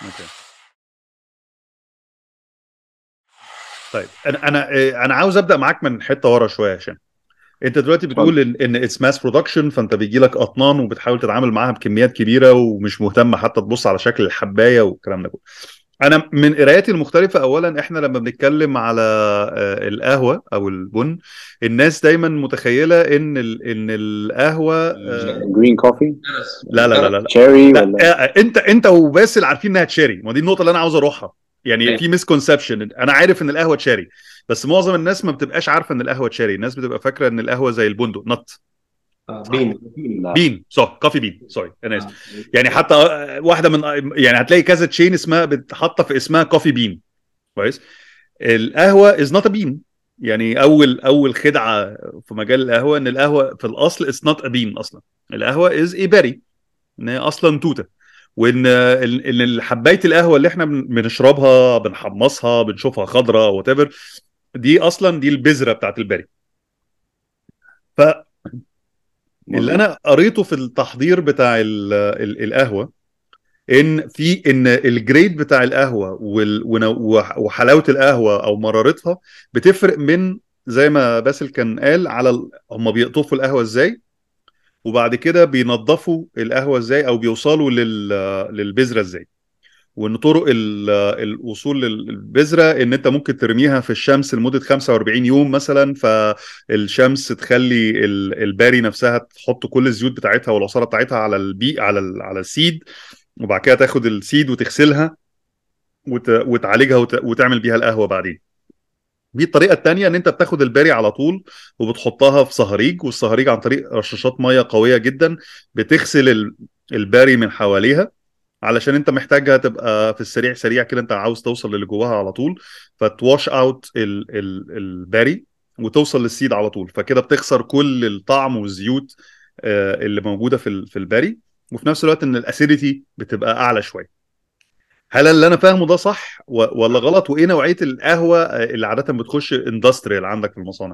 طيب انا عاوز ابدا معاك من حته ورا شويه، عشان انت دلوقتي اتفضل. بتقول ان اتس ماس برودكشن، فانت بيجي لك اطنان وبتحاول تتعامل معاها بكميات كبيره ومش مهتم حتى تبص على شكل الحبايه والكلام ده كله. انا من قراياتي المختلفه، اولا احنا لما بنتكلم على القهوه او البن، الناس دايما متخيله ان القهوه جرين كوفي، لا لا لا لا لا, تشيري لا. ولا؟ انت وباسل عارفين انها تشيري، ما دي النقطه اللي انا عاوز اروحها. يعني في مسكونسبشن، انا عارف ان القهوه تشيري، بس معظم الناس ما بتبقاش عارفه ان القهوه تشيري. الناس بتبقى فاكره ان القهوه زي البندق نط. صح؟ بين. لا. بين، صح، كافي بين، سوري انا اسف. يعني حتى واحده من، يعني هتلاقي كذا تشين اسمها بتحط في اسمها كوفي بين. كويس. القهوه از نوت ا بين. يعني اول خدعه في مجال القهوه ان القهوه في الاصل از نوت ا بين اصلا. القهوه از اي بيري، ان هي اصلا توته. وان حبايه القهوه اللي احنا بنشربها بنحمصها بنشوفها خضراء وات ايفر، دي اصلا دي البذره بتاعت البري. فاللي مظبوط. انا قريته في التحضير بتاع القهوه، ان الجريد بتاع القهوه وحلاوه القهوه او مرارتها بتفرق من، زي ما باسل كان قال، على هم بيقطفوا القهوه ازاي، وبعد كده بينظفوا القهوه ازاي، او بيوصلوا للبذره ازاي. وان طرق الوصول للبذره ان انت ممكن ترميها في الشمس لمده 45 يوم مثلا، فالشمس تخلي الباري نفسها تحط كل الزيوت بتاعتها والعصاره بتاعتها على البيئه، على السيد، وبعد كده تاخد السيد وتغسلها وتعالجها وتعمل بيها القهوه بعدين. دي الطريقه التانيه، ان انت بتاخد الباري على طول وبتحطها في صهاريج، والصهاريج عن طريق رشاشات ميه قويه جدا بتغسل الباري من حواليها، علشان انت محتاجها تبقى في السريع سريع كده، انت عاوز توصل للي جواها على طول، فتواش اوت الباري وتوصل للسيد على طول، فكده بتخسر كل الطعم والزيوت اللي موجوده في الباري، وفي نفس الوقت ان الاسيديتي بتبقى اعلى شويه. هل اللي انا فاهمه ده صح ولا غلط؟ وايه نوعيه القهوه اللي عاده بتخش اندستريال عندك في المصانع؟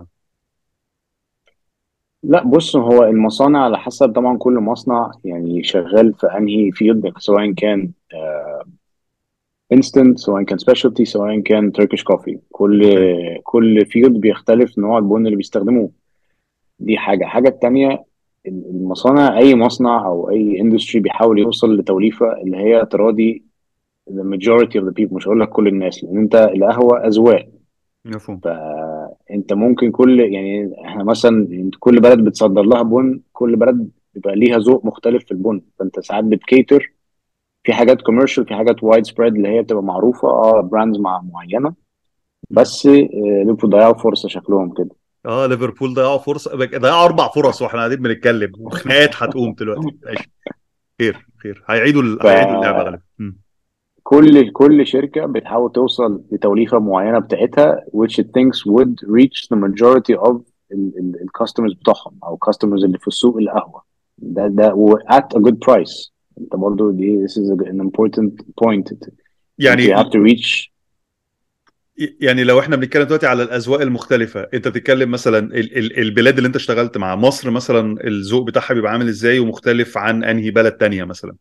لا بص، هو المصانع على حسب طبعا، كل مصنع يعني شغال في انهي فيلد، سواء كان انستنت، سواء كان سبيشالتي، سواء كان تركيش كوفي. كل اوكي. كل فيلد بيختلف نوع البن اللي بيستخدموه. دي حاجة التانية، المصانع، أي مصنع أو أي اندستري بيحاول يوصل لتوليفة اللي هي تراضي the majority of the people. مش هقول لك كل الناس، لأن أنت القهوة أذواق. مفهوم. فأنت ممكن كل، يعني إحنا مثلا كل بلد بتصدر لها بن، كل بلد بيبقى ليها ذوق مختلف في البن، فأنت ساعات بتكيتر في حاجات كوميرشال، في حاجات وايد سبريد اللي هي بتبقى معروفة براندز معينة، بس بيبقوا ضيعوا فرصة شكلهم كده. ليفربول ضيعوا فرصه، ضيعوا 4 فرص واحنا قاعدين بنتكلم، وخناقات هتقوم دلوقتي. ماشي. خير خير، هيعيدوا اللعبه غالبا. فكل شركة بتحاول توصل لتوليفة معينة بتاعتها which it thinks would reach the majority of الكاستمرز بتوعهم او customers اللي في السوق القهوة. ده at a good price. انت برضو دي this is an important point. انت يعني you have to reach. يعني لو احنا بنتكلم دلوقتي على الاذواق المختلفه، انت بتتكلم مثلا البلاد اللي انت اشتغلت مع مصر مثلا، الذوق بتاعها بيبقى عامل ازاي ومختلف عن انهي بلد تانية مثلا؟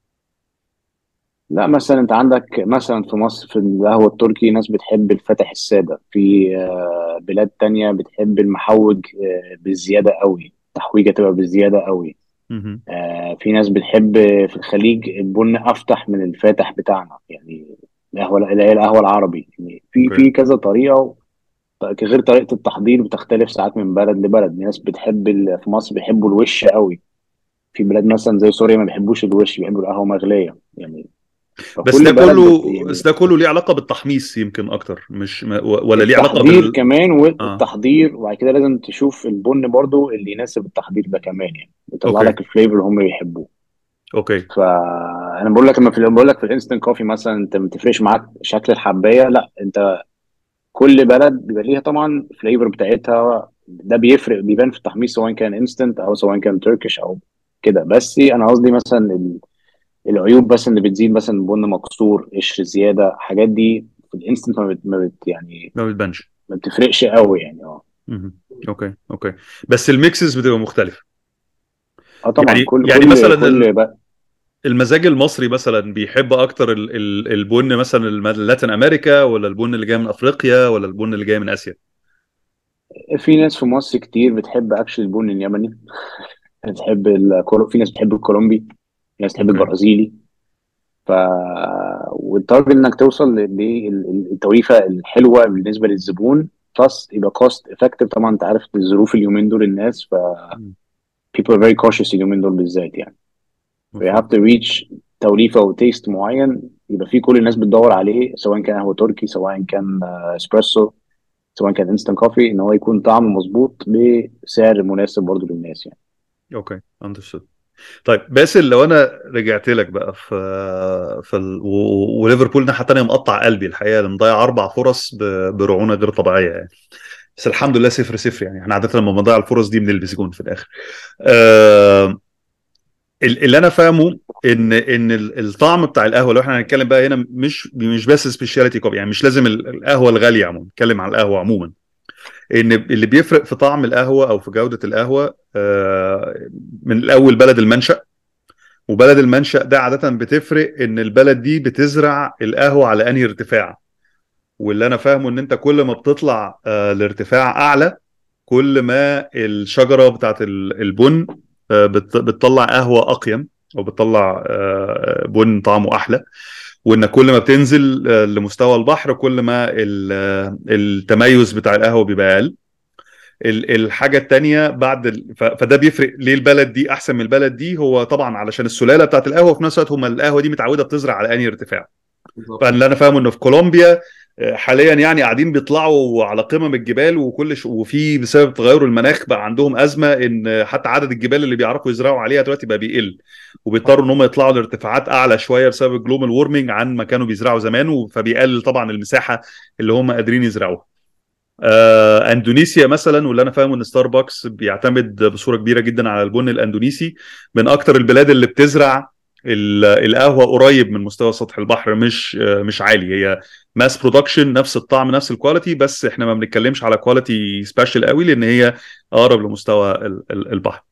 لا مثلا انت عندك مثلا في مصر في القهوة التركي ناس بتحب الفاتح السادة، في بلاد تانية بتحب المحوج بالزيادة قوي، تحويجة تبقى بالزيادة قوي. مهم. في ناس بتحب في الخليج البن افتح من الفاتح بتاعنا، يعني القهوه اللي هي القهوه العربي. يعني اوكي. في كذا طريقه، غير طريقه التحضير بتختلف ساعات من بلد لبلد. ناس بتحب في مصر بيحبوا الوش قوي، في بلاد مثلا زي سوريا ما بيحبوش الوش، بيحبوا القهوه مغليه يعني. بس ده فكل بلد كله بس يعني ده كله ليه علاقه بالتحميص يمكن اكتر، مش ولا ليه علاقه التحضير كمان، اه. والتحضير وبعد كده لازم تشوف البن برضو اللي يناسب التحضير ده كمان، يعني يطلع اوكي. لك الفليفر اللي هم بيحبوه. اوكي. فانا بقول لك، بقول لك في الانستنت كوفي مثلا انت ما تفرقش معاك شكل الحبايه، لا انت كل بلد بيبقى ليها طبعا فليفر بتاعتها، ده بيفرق، بيبان في التحميص سواء كان انستنت او سواء كان تركيش او كده. بس انا قصدي مثلا العيوب بس اللي بتزيد مثلا بن مكسور، قشر زياده، حاجات دي في الانستنت يعني ما بتبانش. ما بتفرقش قوي يعني. مهم. اوكي اوكي. بس الميكسز بتبقى مختلفه. اه طبعا يعني كل يعني كل مثلا كل بقى. المزاج المصري مثلا بيحب اكتر البن مثلا اللاتين امريكا، ولا البن اللي جاي من افريقيا، ولا البن اللي جاي من اسيا؟ في ناس في مصر كتير بتحب اكشلي البن اليمني، في ناس بتحب الكولومبي، في ناس بتحب اوكي. البرازيلي. ف والتارجت انك توصل للتوليفه الحلوه بالنسبه للزبون، بلس يبقى كوست افكتيف. طبعا انت عارف الظروف اليومين دول الناس، مم. people are very cautious اليومين دول بالذات يعني. you have مفهوم. to reach توليفه وتيست معين يبقى فيه كل الناس بتدور عليه، سواء كان قهوه تركي، سواء كان اسبريسو، سواء كان انستنت كوفي، ان هو يكون طعمه مظبوط بسعر مناسب برضو للناس يعني. اوكي understood. طيب باسل، لو انا رجعت لك بقى وليفربول ناحيه تانيه مقطع قلبي الحقيقه، اللي مضيع 4 فرص برعونه غير طبيعيه يعني. بس الحمد لله 0-0. يعني احنا عاده لما بنضيع الفرص دي بنلبس جون في الاخر. آه اللي انا فاهمه ان الطعم بتاع القهوه، لو احنا هنتكلم بقى هنا، مش بس سبيشاليتي كوفي، يعني مش لازم القهوه الغاليه عموما، نتكلم على القهوه عموما. ان اللي بيفرق في طعم القهوه او في جوده القهوه من الاول بلد المنشأ. وبلد المنشأ ده عادة بتفرق ان البلد دي بتزرع القهوة على انهي ارتفاع. واللي انا فاهمه ان انت كل ما بتطلع لارتفاع اعلى، كل ما الشجرة بتاعت البن بتطلع قهوة اقيم، او بتطلع بن طعمه احلى. وان كل ما بتنزل لمستوى البحر، كل ما التميز بتاع القهوة بيبقى اقل. الحاجة التانية بعد فده بيفرق ليه البلد دي أحسن من البلد دي. هو طبعا علشان السلالة بتاعت القهوة، وفي نفس الوقت هم القهوة دي متعودة بتزرع على أنهي ارتفاع. بالظبط. فاللي أنا فاهمه إنه في كولومبيا حاليا يعني قاعدين بيطلعوا على قمم الجبال، وفي بسبب تغير المناخ بقى عندهم أزمة إن حتى عدد الجبال اللي بيعرفوا يزرعوا عليها دلوقتي بقى بيقل، وبيضطروا إن هم يطلعوا لارتفاعات أعلى شوية بسبب الجلوبال وورمنج عن ما كانوا بيزرعوا زمان، فبيقلل طبعا المساحة اللي هم قادرين يزرعوها. اندونيسيا مثلا، واللي انا فاهمه ان ستاربكس بيعتمد بصوره كبيره جدا على البن الاندونيسي، من اكتر البلاد اللي بتزرع القهوه قريب من مستوى سطح البحر، مش عالي. هي ماس برودكشن، نفس الطعم نفس الكواليتي، بس احنا ما بنتكلمش على كواليتي سبيشال قوي، لان هي اقرب لمستوى البحر.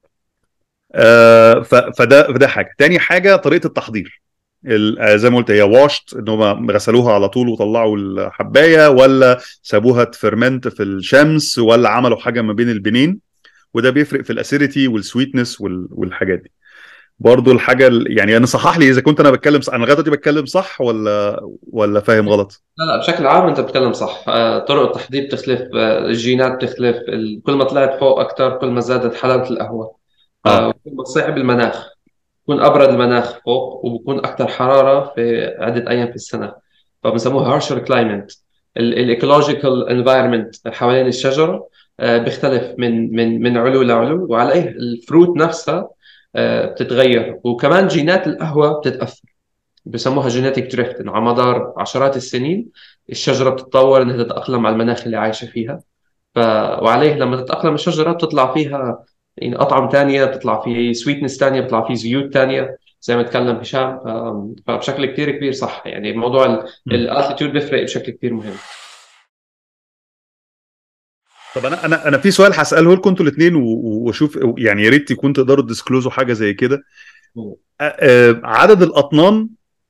فده حاجه. تاني حاجه طريقه التحضير. زي ما قلت، هي واشت ان هم غسلوها على طول وطلعوا الحبايه، ولا سابوها تفرمنت في الشمس، ولا عملوا حاجه ما بين البنين. وده بيفرق في الاسيديتي والسويتنس والحاجات دي. برضو الحاجه يعني انا صحح لي اذا كنت انا بتكلم صح، انا لغايه دلوقتي بتكلم صح ولا فاهم غلط. لا لا، بشكل عام انت بتتكلم صح. طرق التحضير بتختلف، الجينات بتختلف، كل ما طلعت فوق اكثر كل ما زادت حلاوه القهوه. اه. وكل ما صعب المناخ، بكون ابرد المناخ فوق وبكون اكثر حراره في عده ايام في السنه، فبنسموه هارشر كلايمت. الايكولوجيكال انفايرمنت حوالين الشجره بيختلف من علو لعلو، وعليه الفروت نفسها بتتغير، وكمان جينات القهوه بتتاثر. بسموها جينيتك دريفت، انه على مدار عشرات السنين الشجره بتتطور انها تتاقلم على المناخ اللي عايشه فيها. ف... وعليه لما تتاقلم الشجره بتطلع فيها يعني اطعم ثانيه، بتطلع فيه سويتنس ثانيه، بتطلع فيه زيوت ثانيه، زي ما تكلم هشام. فبشكل كثير كبير صح، يعني موضوع مم. الالتيتيود بيفرق بشكل كثير مهم. طب انا في سؤال هساله لكم انتوا الاثنين، واشوف يعني، يا ريت يكون تقدروا تديسكلوزوا حاجه زي كده. عدد الاطنان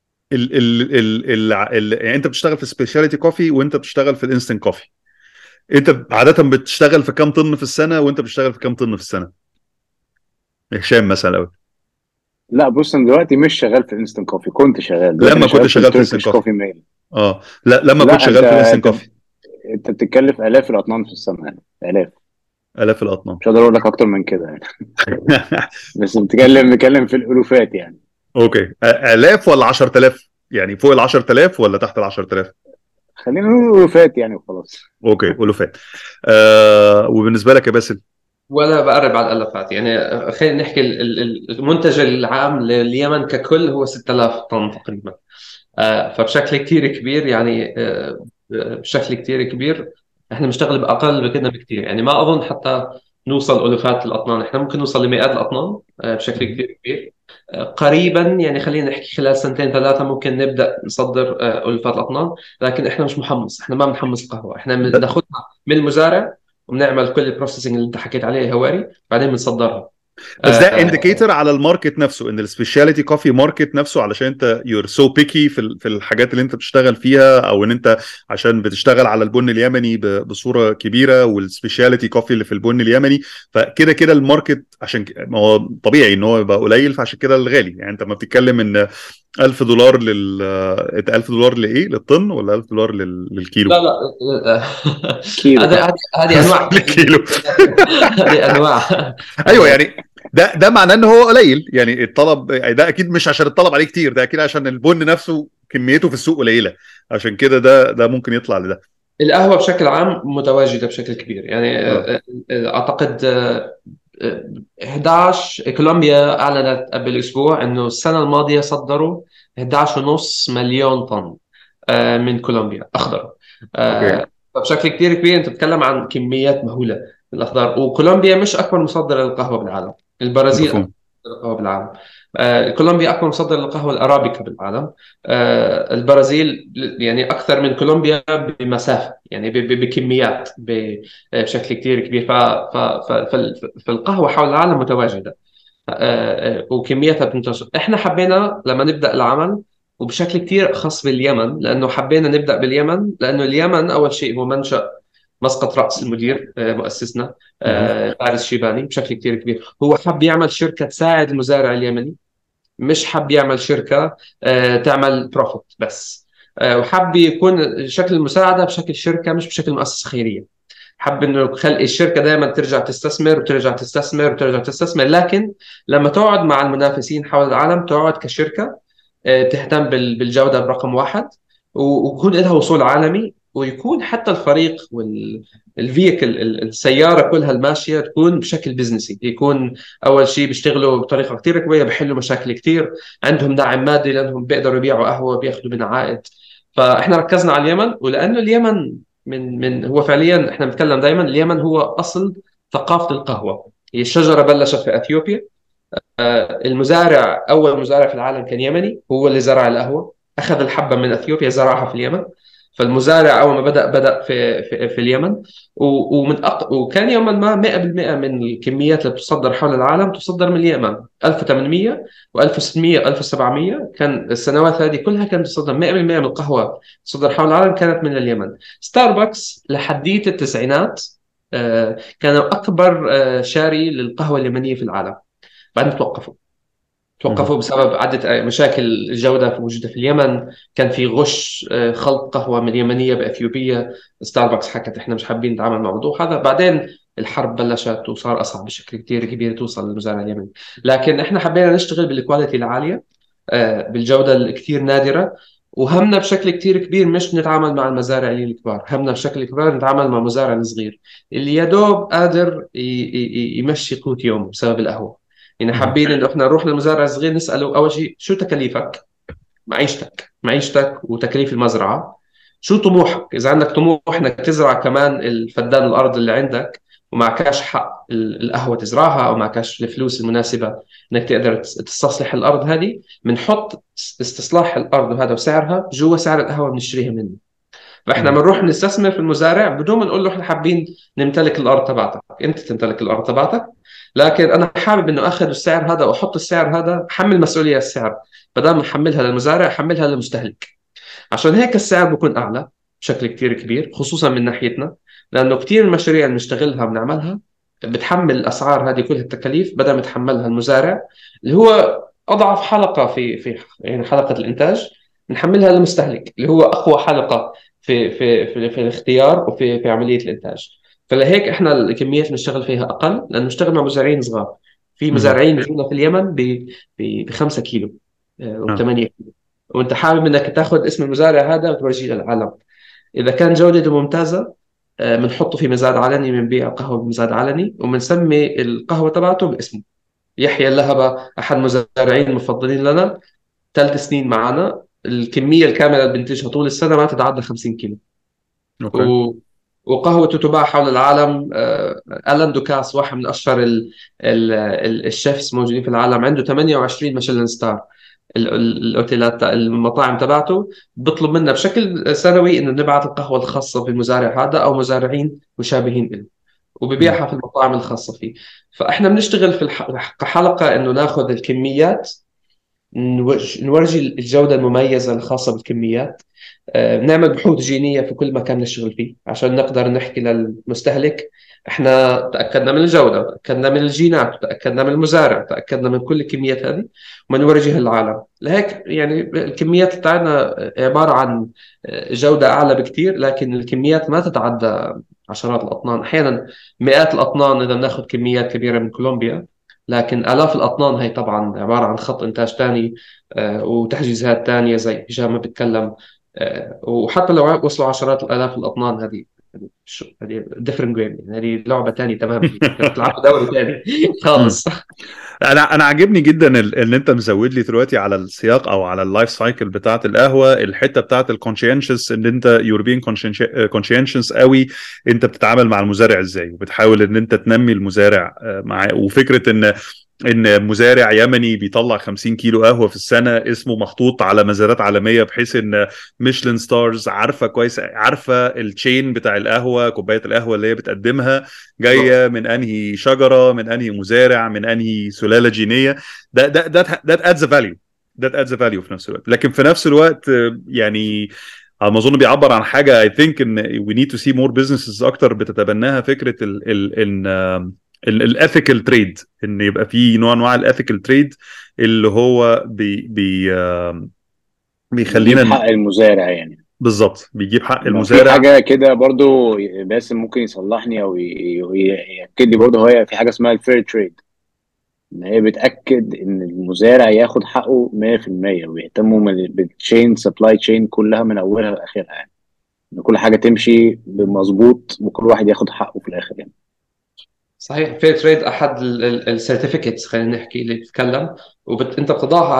يعني انت بتشتغل في سبيشاليتي كوفي وانت بتشتغل في الانستنت كوفي، انت عاده بتشتغل في كام طن في السنه، وانت بتشتغل في كام طن في السنه؟ هشام مثلا الاول. لا بص، انا دلوقتي مش شغال في الانستنت كوفي، كنت شغال، دلوقتي لما انا كنت شغال في شغال في الانستنت التركيش كوفي. كوفي ميل. اه لا، لما كنت لا شغال في الانستنت انت كوفي. انت بتتكلف الاف الاطنان في السنه يعني، الاف. الاف الاطنان. مش هقدر اقول لك اكتر من كده يعني. بس بنتكلم في الالوفات يعني. اوكي، الاف ولا 10,000؟ يعني فوق ال 10,000 ولا تحت ال 10,000؟ خلينا نقول الالوفات يعني وخلاص. اوكي الوفات. وبالنسبه لك يا باسل؟ ولا بقرب على الالافات يعني. خلينا نحكي المنتج العام لليمن ككل هو 6000 طن تقريبا. فبشكل كثير كبير يعني. بشكل كتير كبير. احنا بنشتغل باقل بكده بكتير، يعني ما اظن حتى نوصل الوفات الاطنان، احنا ممكن نوصل لمئات الاطنان بشكل كتير كبير. قريبا يعني خلينا نحكي خلال سنتين ثلاثه ممكن نبدا نصدر الوفات الاطنان. لكن احنا مش محمص، احنا ما بنحمص القهوه، احنا ده بناخدها من المزارع وبنعمل كل البروسيسنج اللي انت حكيت عليه هواري، بعدين بنصدرها. بس ده آه، انديكيتور على الماركت نفسه، ان السبيشاليتي كوفي ماركت نفسه، علشان انت يور سو بيكي في الحاجات اللي انت بتشتغل فيها، او ان انت عشان بتشتغل على البن اليمني بصوره كبيره، والسبيشاليتي كوفي اللي في البن اليمني، فكده كده الماركت عشان ما هو طبيعي ان هو يبقى قليل، فعشان كده الغالي. يعني انت ما بتتكلم ان $1000 $1000 لايه، للطن، ولا $1000 للكيلو؟ لا لا. كيلو. هذه انواع تحديدا. للكيلو. هذه انواع. ايوه يعني ده معناه ان هو قليل، يعني الطلب، يعني ده اكيد مش عشان الطلب عليه كتير، ده اكيد عشان البن نفسه كميته في السوق قليله، عشان كده ده ممكن يطلع لده. القهوة بشكل عام متواجدة بشكل كبير، يعني اه. أعتقد 11 كولومبيا أعلنت قبل أسبوع إنه السنة الماضية صدروا 11.5 مليون طن من كولومبيا أخضر. اوكي. فبشكل كتير كبير أنت بتتكلم عن كميات مهولة من الأخضر. وكولومبيا مش أكبر مصدر للقهوة بالعالم، البرازيل أكبر مفهوم. مصدر للقهوة بالعالم. كولومبيا أكبر مصدر للقهوة الأرابيكا بالعالم. البرازيل يعني أكثر من كولومبيا بمسافة، يعني بكميات بشكل كتير كبير. فالقهوة حول العالم متواجدة وكمياتها بتنتشر. احنا حبينا لما نبدأ العمل وبشكل كتير خاص باليمن، لأنه حبينا نبدأ باليمن لأنه اليمن أول شيء هو منشأ مسقط رأس المدير مؤسسنا مهم. فارس شيباني بشكل كتير كبير. هو حب يعمل شركة تساعد المزارع اليمني، مش حب يعمل شركة تعمل بروفيت بس. وحب يكون شكل المساعدة بشكل شركة مش بشكل مؤسسة خيرية. حب انه يخلي الشركه دائما ترجع تستثمر وترجع تستثمر وترجع تستثمر، لكن لما تقعد مع المنافسين حول العالم تقعد كشركه تهتم بالجوده برقم واحد، ويكون لها وصول عالمي، ويكون حتى الفريق والفيكل السياره كلها الماشيه تكون بشكل بزنسي. يكون اول شيء بيشتغلوا بطريقه كثير قويه، بيحلوا مشاكل كثير، عندهم دعم مادي لانهم بيقدروا يبيعوا قهوه وبياخذوا منها عائد. فاحنا ركزنا على اليمن، ولانه اليمن من هو فعليا احنا بنتكلم دائما اليمن هو اصل ثقافه القهوه. هي الشجره بلشت في اثيوبيا. المزارع اول مزارع في العالم كان يمني، هو اللي زرع القهوه، اخذ الحبه من اثيوبيا زرعها في اليمن. فالمزارع اول ما بدا في اليمن. وكان يوما ما 100% من الكميات اللي بتصدر حول العالم تصدر من اليمن. 1800 و1600 1700 كان السنوات هذه كلها كانت تصدر 100% من القهوه تصدر حول العالم كانت من اليمن. ستاربكس لحديت التسعينات كانوا اكبر شاري للقهوه اليمنيه في العالم. بعدين توقفوا مهم. بسبب عدة مشاكل الجودة موجودة في اليمن. كان في غش خلط قهوة من اليمنية بأثيوبية. ستاربكس حكت إحنا مش حابين نتعامل مع الموضوع هذا. بعدين الحرب بلشت وصار أصعب بشكل كتير كبير توصل للمزارع اليمني. لكن إحنا حبينا نشتغل بالكواليتي العالية بالجودة الكتير نادرة. وهمنا بشكل كتير كبير مش نتعامل مع المزارع الكبار، همنا بشكل كبير نتعامل مع المزارع الصغير اللي يا دوب قادر يمشي قوت يومه بسبب القهوة. يعني مهم. حابين انه احنا نروح للمزارع الصغير نساله اول شيء شو تكاليفك، معيشتك وتكاليف المزرعه. شو طموحك، اذا عندك طموح انك تزرع كمان الفدان الارض اللي عندك ومعكاش حق القهوه تزرعها او معكاش الفلوس المناسبه انك تقدر تستصلح الارض هذه، بنحط استصلاح الارض وهذا وسعرها جوا سعر القهوه بنشتريها منه. فاحنا مهم. بنروح نستثمر في المزارع بدون ما نقول له احنا حابين نمتلك الارض تبعتك، انت تمتلك الارض تبعتك، لكن انا حابب انه اخذ السعر هذا واحط السعر هذا، حمل مسؤوليه السعر، بدل ما احملها للمزارع حملها للمستهلك. عشان هيك السعر بيكون اعلى بشكل كتير كبير خصوصا من ناحيتنا، لانه كتير المشاريع اللي بنشتغلها بنعملها بتحمل الاسعار هذه كلها التكاليف بدل ما يتحملها المزارع اللي هو اضعف حلقه في يعني حلقه الانتاج، نحملها للمستهلك اللي هو اقوى حلقه في الاختيار في عمليه الانتاج. فلهيك احنا الكميات اللي نشتغل فيها اقل، لانه نشتغل مع مزارعين صغار. في مهم. مزارعين بيجونا في اليمن ب 5 كيلو آه. و8 كيلو، وانت حابب انك تاخذ اسم المزارع هذا وتورجيه للعالم. اذا كان جودته ممتازه بنحطه في مزاد علني، بنبيع قهوه بمزاد علني وبنسمي القهوه تبعته باسمه. يحيى اللهبة احد المزارعين المفضلين لنا، 3 سنين معنا، الكميه الكامله اللي بنتجها طول السنه ما تتعدى 50 كيلو. اوكي. وقهوته تباع حول العالم. ألان دوكاس واحد من أشهر الشيفs موجودين في العالم، عنده 28 ميشلان ستار. الأوتيلات المطاعم تبعته بيطلب منا بشكل سنوي إنه نبعث القهوة الخاصة بالمزارع هذا أو مزارعين مشابهين له، وببيعها في المطاعم الخاصة فيه. فإحنا بنشتغل في كحلقة إنه ناخذ الكميات، نورجي الجودة المميزة الخاصة بالكميات، بنعمل بحوث جينية في كل مكان نشتغل فيه عشان نقدر نحكي للمستهلك احنا تأكدنا من الجودة، تأكدنا من الجينات، تأكدنا من المزارع، تأكدنا من كل الكميات هذه وما نورجيها للعالم. لهيك يعني الكميات بتاعنا عبارة عن جودة أعلى بكتير، لكن الكميات ما تتعدى عشرات الأطنان، أحيانا مئات الأطنان إذا ناخذ كميات كبيرة من كولومبيا. لكن آلاف الأطنان هي طبعا عبارة عن خط إنتاج تاني وتحجيزات تانية زي هشام ما بيتكلم. وحتى لو وصلوا عشرات الآلاف الأطنان، هذه different game، يعني هذه لعبة تانية تماما، بتلعب دوري تاني خالص. انا عاجبني جدا ان انت مزود لي دلوقتي على السياق او على اللايف سايكل بتاعت القهوه، الحته بتاعت الكونشينشس، ان انت يوروبيان كونشينشس قوي. انت بتتعامل مع المزارع ازاي، وبتحاول ان انت تنمي المزارع معاه. وفكره ان مزارع يمني بيطلع 50 كيلو قهوه في السنه، اسمه محطوط على مزارات عالميه، بحيث ان ميشلان ستارز عارفه كويس، عارفه التشين بتاع القهوه، كوبايه القهوه اللي هي بتقدمها جايه من انهي شجره، من انهي مزارع، من انهي سلاله جينيه. ده ادز فاليو، ده ادز فاليو في نفس الوقت. لكن في نفس الوقت يعني على ما اظن بيعبر عن حاجه I think ان we need to see more businesses اكتر بتتبناها، فكره الاثيكال تريد، ان يبقى في نوع انواع الاثيكال تريد اللي هو بيجيب بيخلينا حق المزارع يعني. بالظبط، بيجيب حق ما في المزارع. حاجة كده برضو باسم ممكن يصلحني أو يأكد لي برضو، هي في حاجة اسمها الفير تريد، إن هي بتأكد إن المزارع ياخد حقه 100%، ويهتموا بالتشين سبلاي تشين كلها من أولها لآخرها، يعني إن كل حاجة تمشي بمظبوط وكل واحد ياخد حقه في الآخر يعني. صحيح، فير تريد احد السيرتيفيكتس خلينا نحكي اللي بتتكلم، انت بتضعها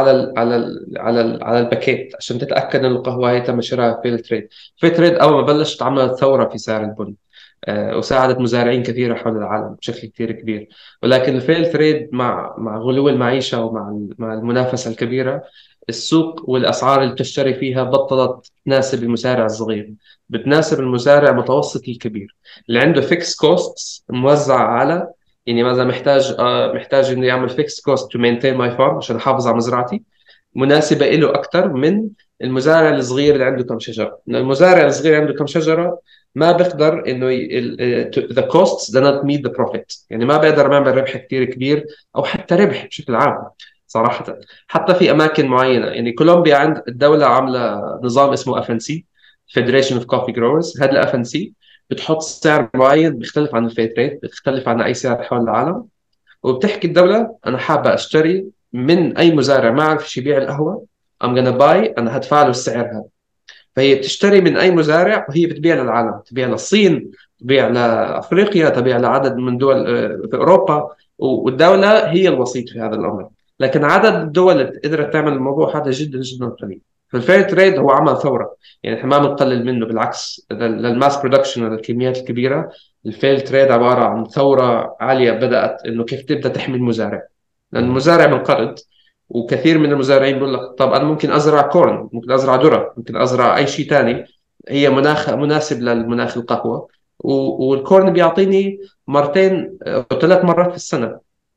على الباكيت عشان تتاكد ان القهوه هي تم شرائها فير تريد. فير تريد اول ما بلشت عملت ثوره في سعر البن، وساعدت مزارعين كثيره حول العالم بشكل كثير كبير. ولكن الفير تريد مع غلو المعيشه مع المنافسه الكبيره، السوق والاسعار اللي بتشتري فيها بطلت تناسب المزارع الصغير، بتناسب المزارع المتوسط الكبير اللي عنده فيكس كوست موزعة على، يعني مثلا محتاج انه يعمل فيكس كوست تو مينتين ماي فارم عشان احافظ على مزرعتي، مناسبة له أكثر من المزارع الصغير اللي عنده كم شجرة. المزارع الصغير عنده كم شجرة ما بيقدر إنه the costs do not meet the profit، يعني ما بيقدر يعمل ربح كتير كبير أو حتى ربح بشكل عام صراحة. حتى في أماكن معينة، يعني كولومبيا عند الدولة عاملة نظام اسمه FNC Federation of Coffee Growers. هذا ال FNC بتحط سعر معين بيختلف عن الفيت ريت، بيختلف عن أي سعر حول العالم، وبتحكي الدولة أنا حابة أشتري من أي مزارع ما أعرف شو يبيع القهوة، I'm gonna buy، أنا هدفع له السعر هذا. فهي بتشتري من أي مزارع وهي بتبيع للعالم، تبيع للصين، تبيع لأفريقيا، تبيع لعدد من دول في أوروبا، والدولة هي الوسيط في هذا الأمر. لكن عدد الدول اللي قدرت تعمل الموضوع هذا جدا جدا قليل. فالفير تريد هو عمل ثورة، يعني احنا ما بنقلل منه، بالعكس للماس برودكشن للكميات الكبيرة. الفير تريد عبارة عن ثورة عالية بدأت إنه كيف تبدأ تحمي المزارع، لأن المزارع منقرض. وكثير من المزارعين بيقول لك طب أنا ممكن أزرع كورن، ممكن أزرع ذرة، ممكن أزرع أي شيء تاني هي مناسب للمناخ القهوة، والكورن بيعطيني مرتين أو 3 مرات في السنة.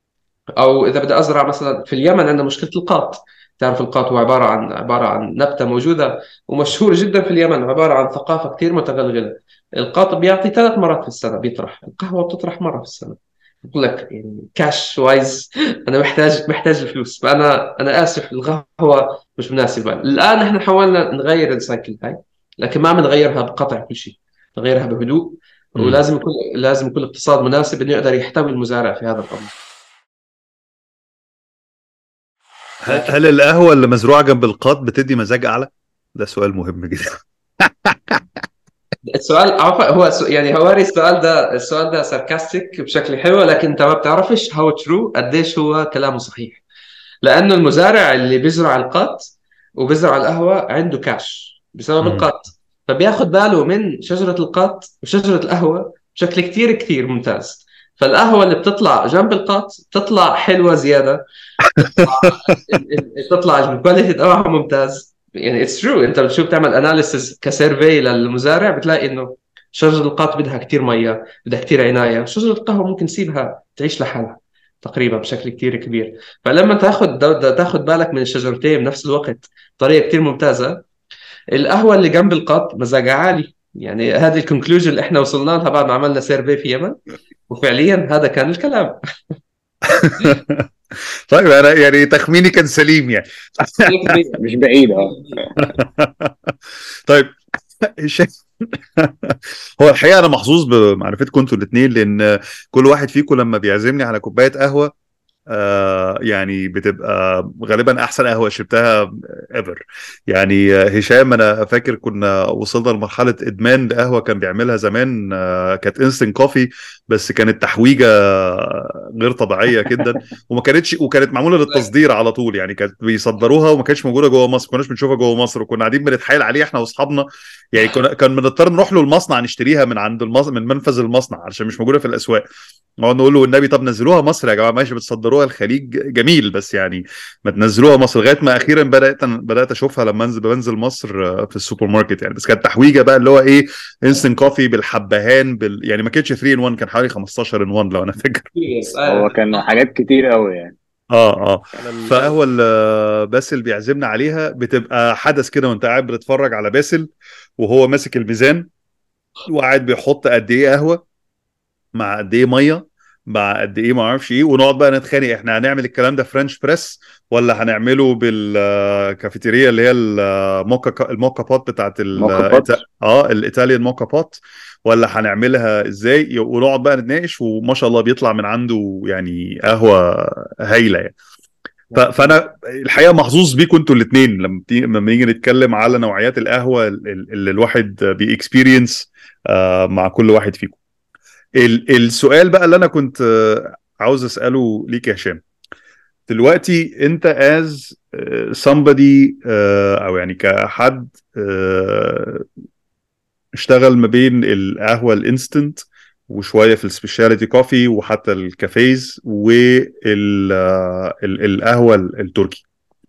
او اذا بدي ازرع مثلا في اليمن عندنا مشكله القاط. تعرف القاط هو عباره عن نبته موجوده ومشهوره جدا في اليمن، عباره عن ثقافه كثير متغلغله. القاط بيعطي 3 مرات في السنه بيطرح، القهوه بتطرح مره في السنه. بقول لك يعني كاش وايز انا محتاج الفلوس، فانا اسف القهوه مش مناسبه. الان احنا حاولنا نغير السايكل هاي، لكن ما بنغيرها بقطع كل شيء، نغيرها بهدوء. لازم يكون اقتصاد مناسب انه يقدر يحتوي المزارع في هذا الامر. هل القهوة اللي مزروعة جنب القاط بتدي مزاج أعلى؟ ده سؤال مهم جدا. السؤال عفوا هو يعني هواري السؤال ده ساركاستيك بشكل حلو، لكن انت ما بتعرفش هاو ترو قديش هو كلامه صحيح. لانه المزارع اللي بيزرع القط وبيزرع القهوه عنده كاش بسبب القط، فبياخد باله من شجرة القط وشجرة القهوة بشكل كتير كتير ممتاز. فالقهوة اللي بتطلع جنب القط بتطلع حلوة زيادة، تطلع الكواليتي تبعها ممتاز. يعني اتس ترو، انت بتشوف تعمل اناليسيس كسيرفي للمزارع بتلاقي انه شجره القات بدها كتير ميه، بدها كتير عنايه. شجره القهوه ممكن تسيبها تعيش لحالها تقريبا بشكل كتير كبير. فلما تاخد بالك من الشجرتين بنفس الوقت طريقه كتير ممتازه. القهوه اللي جنب القط مزاجها عالي. يعني هذه الكونكلوجن اللي احنا وصلنا لها بعد ما عملنا سيرفي في يمن، وفعليا هذا كان الكلام. طيب انا يعني تخميني كان سليم يعني. 100%. مش بعيد اه. طيب هشام، هو الحقيقه انا محظوظ بمعرفتكم انتوا الاثنين، لان كل واحد فيكم لما بيعزمني على كوبايه قهوه يعني بتبقى غالبا احسن قهوه شربتها ايفر. يعني هشام انا فاكر كنا وصلنا لمرحله ادمان لقهوه كان بيعملها زمان، كانت انستنت كوفي، بس كانت تحويجه غير طبيعيه جدا، وكانت معموله للتصدير على طول. يعني كانت بيصدروها وما كانتش موجوده جوه مصر، ما كناش بنشوفها جوه مصر، وكنا قاعدين بنتحايل عليه احنا واصحابنا. يعني كان بنضطر نروح له المصنع نشتريها من عند من منفذ المصنع علشان مش موجوده في الاسواق. نقعد نقول له والنبي طب نزلوها مصر يا جماعه، ماشي بتصدروها الخليج جميل بس يعني ما تنزلوها مصر. لغايه ما اخيرا بدات اشوفها لما بنزل مصر في السوبر ماركت يعني. بس كانت تحويجه بقى اللي هو ايه، انستنت كوفي بالحبهان يعني ما كانتش 3 ان 1، كان حوالي 15 ان 1 لو انا فاكر. هو كان حاجات كتير قوي يعني. اه انا فهو باسل بيعزمنا عليها بتبقى حدث كده، وانت قاعد بتتفرج على باسل وهو ماسك الميزان وقاعد بيحط قد ايه قهوه مع قد ايه ميه مع قد ايه ما اعرفش ايه، ونقعد بقى نتخانق احنا هنعمل الكلام ده فرنش بريس ولا هنعمله بالكافيتيريا اللي هي الموكا بوت بتاعت موكا بوت. الايطاليان موكا بوت، ولا هنعملها ازاي. ونقعد بقى نتناقش، وما شاء الله بيطلع من عنده يعني قهوة هايلة يعني. فانا الحقيقه محظوظ بيكم انتوا الاثنين لما نيجي نتكلم على نوعيات القهوه اللي الواحد بيكسبيرينس مع كل واحد فيكم. السؤال بقى اللي انا كنت عاوز اساله ليك يا هشام، دلوقتي انت as somebody او يعني كحد اشتغل ما بين القهوه الانستنت وشويه في السبيشاليتي كوفي وحتى الكافيز والقهوه التركي.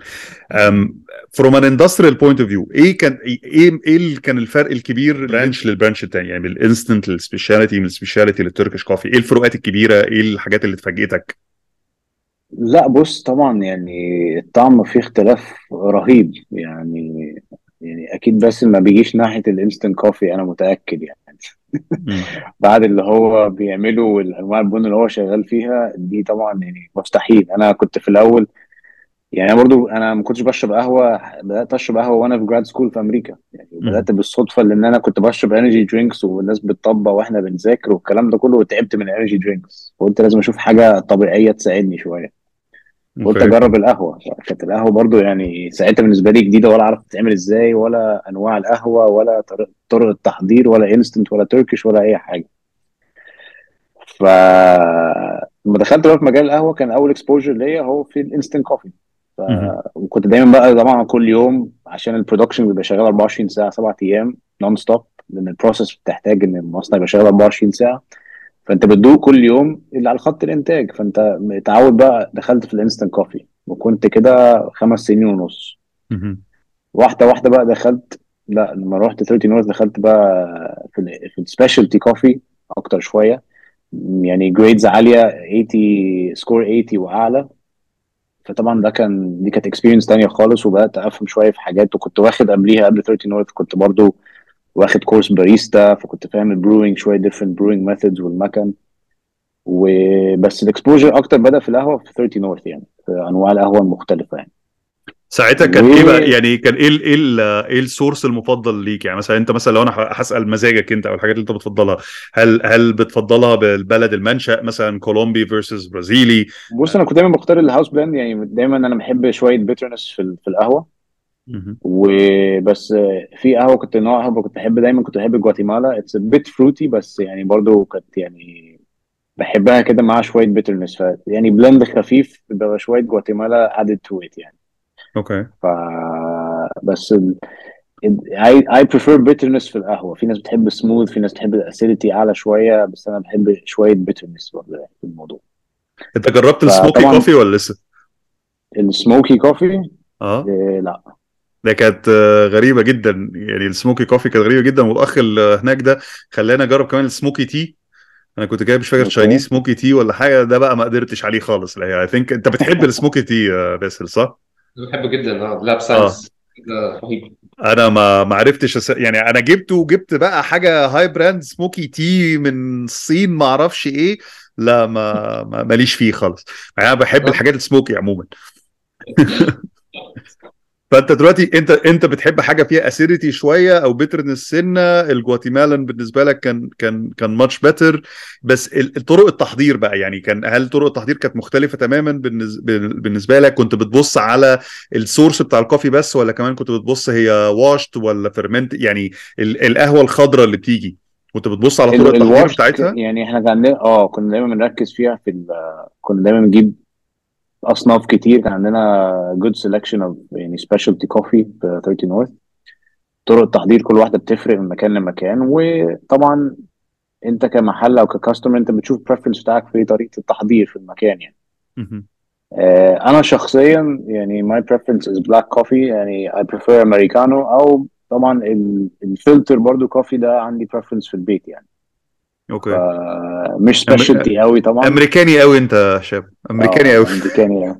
from an industrial point of view، ايه كان كان الفرق الكبير برانش للبرانش التاني، يعني من الانستنت للسبيشاليتي، من السبيشاليتي للتركيش كوفي؟ ايه الفروقات الكبيره، ايه الحاجات اللي اتفاجئتك؟ لا بص طبعا يعني الطعم فيه اختلاف رهيب يعني. يعني اكيد بس ما بيجيش ناحيه الانستنت كوفي انا متاكد يعني. مم. بعد اللي هو بيعمله والانواع البن اللي هو شغال فيها دي طبعا يعني مستحيل. انا كنت في الاول يعني أنا برضو انا ما كنتش بشرب قهوه. بدات اشرب قهوه وانا في جراد سكول في امريكا يعني. مم. بدات بالصدفه لان انا كنت بشرب انرجي درينكس والناس بتطبق واحنا بنذاكر والكلام ده كله، وتعبت من الانرجي درينكس وقلت لازم اشوف حاجه طبيعيه تساعدني شويه. قلت اوكي. اجرب القهوه. كانت القهوه برضو يعني ساعتها بالنسبه لي جديده، ولا اعرف تتعمل ازاي ولا انواع القهوه ولا طرق التحضير ولا انستنت ولا تركيش ولا اي حاجه. ف لما دخلت بقى في مجال القهوه كان اول اكسبوجر ليا هو في الانستنت كوفي. مم. وكنت دايما بقى طبعا كل يوم عشان البرودكشن بيبقى شغال 24 ساعه 7 ايام نون ستوب، لان البروسيس بتحتاج ان المصنع يبقى شغال 24 ساعه. فانت بتدوق كل يوم اللي على خط الانتاج، فانت متعود بقى. دخلت في الانستنت كوفي وكنت كده 5 سنين ونص. مم. واحده واحده بقى دخلت. لا لما رحت 30 نورث دخلت بقى في السبيشالتي كوفي اكتر شويه. يعني جريدز عاليه 80 سكور 80 واعلى. فطبعا دي كانت اكسبيرينس تانية خالص، وبدات افهم شويه في حاجات. وكنت واخد قبليها قبل 30 نورث كنت برضو واخد كورس باريستا، فكنت فاهم البروينج شويه ديفرنت بروينج ميثودز والمكن. وبس الاكسبوجر اكتر بدا في القهوه في 30 نورث يعني في انواع القهوه المختلفه يعني. ساعتها كان ايه بقى يعني، كان ايه السورس المفضل ليك؟ يعني مثلا انت مثلا لو انا هسأل مزاجك انت او الحاجات اللي انت بتفضلها، هل بتفضلها بالبلد المنشأ مثلا كولومبي فيرسس برازيلي؟ بص انا كنت دايما بختار الهاوس بلاند يعني. دايما انا بحب شويه بيترنس في القهوه. مهم. وبس في قهوه كنت نوع قهوه كنت بحب دايما كنت بحب جواتيمالا. اتس بيت فروتي بس يعني برضو كانت يعني بحبها كده مع شويه بيترنس. يعني بلند خفيف بيبقى شويه جواتيمالا added to it يعني. اوكي. ف بس I prefer bitterness في القهوة. في ناس بتحب smooth، في ناس بتحب الاسيديتي اعلى شوية، بس انا بحب شوية bitterness برضه يعني في الموضوع. انت جربت السموكي فطبعا كوفي ولا لسه؟ السموكي كوفي اه، لا. ده كانت غريبة جدا يعني. السموكي كوفي كانت غريبة جدا، والاخ اللي هناك ده خلاني اجرب كمان السموكي تي. انا كنت جايب مش فاكر اوكي. تشاينيز سموكي تي ولا حاجة، ده بقى ما قدرتش عليه خالص. لا اي ثينك انت بتحب السموكي تي يا باسل، صح؟ بحبه جدا، لاب اه، ساينس رهيب. انا ما عرفتش يعني انا جبت بقى حاجة هاي براند سموكي تي من الصين ما اعرفش ايه. لا ماليش فيه خالص. يعني انا بحب الحاجات السموكي عموما. فانت دلوقتي انت بتحب حاجه فيها اسيديتي شويه او بيترنس سنه. الجواتيمالان بالنسبه لك كان ماتش بيتر. بس طرق التحضير بقى يعني، هل طرق التحضير كانت مختلفه تماما بالنسبه لك؟ كنت بتبص على السورس بتاع الكوفي بس، ولا كمان كنت بتبص هي واشت ولا فيرمنت يعني؟ القهوه الخضراء اللي بتيجي كنت بتبص على طرق التحضير الواشت بتاعتها؟ يعني احنا كان عندنا كنا دايما بنركز فيها في كنا دايما بنجيب اصناف كتير. كان عندنا good selection of يعني specialty coffee في 30 نورث. طرق التحضير كل واحده بتفرق من مكان لمكان، وطبعا انت كمحل او ككاستمر انت بتشوف preference بتاعك في طريقه التحضير في المكان يعني. مهم. انا شخصيا يعني my preference is black coffee، يعني I prefer americano، او طبعا الفلتر برضو كوفي ده عندي preference في البيت يعني. اوكي. فمش أم... specialty قوي طبعا. امريكاني قوي انت يا شاب، امريكاني اه قوي. امريكاني يعني.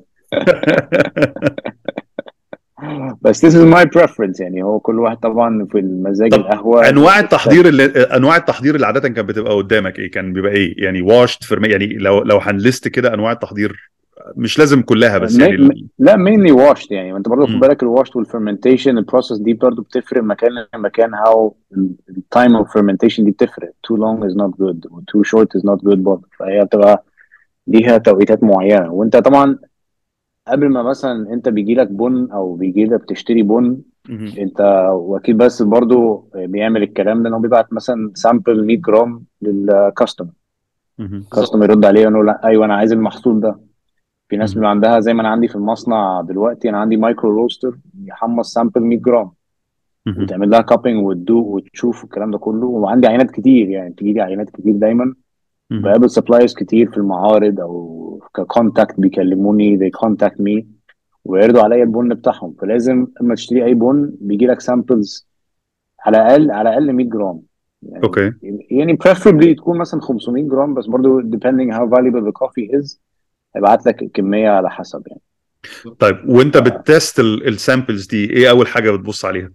بس this is my preference يعني. هو كل واحد طبعا في المزاج طب القهوة انواع التحضير بتختلف. اللي عاده كانت بتبقى قدامك ايه؟ كان بيبقى ايه يعني؟ واشت يعني لو هنلست كده انواع التحضير، مش لازم كلها بس يعني لا mainly washed يعني. ما انت برضه خد مم. بالك الواشت والفرمنتيشن البروسيس دي برضه بتفرق مكان لمكان. how التايم اوف fermentation دي بتفرق. too long is not good و too short is not good برضه. فهي بتبقى ليها توقيتات معينة. وانت طبعا قبل ما مثلا انت بيجي لك بن او بيجي لك بتشتري بن، مم. انت واكيد بس برضو بيعمل الكلام ده انه بيبعت مثلا سامبل 100 جرام للكاستمر. مم. بالظبط. الكاستمر يرد عليه يقول له لا ايوه انا عايز المحصول ده. في ناس مم. بيبقى عندها زي ما انا عندي في المصنع دلوقتي، انا عندي مايكرو روستر يحمص سامبل 100 جرام مم. وتعمل لها كابينج وتدوق وتشوف الكلام ده كله. وعندي عينات كتير يعني، بتجي لي عينات كتير دايما. مم. بقابل سبلايرز كتير في المعارض او ككونتاكت بيكلموني they contact me ويعرضوا عليا البن بتاعهم. فلازم اما تشتري اي بن بيجي لك سامبلز على الاقل 100 جرام يعني. اوكي. يعني preferably تكون مثلا 500 جرام، بس برضو depending how valuable the coffee is هيبعت لك الكميه على حسب يعني. طيب وانت بتست السامبلز دي، ايه اول حاجه بتبص عليها؟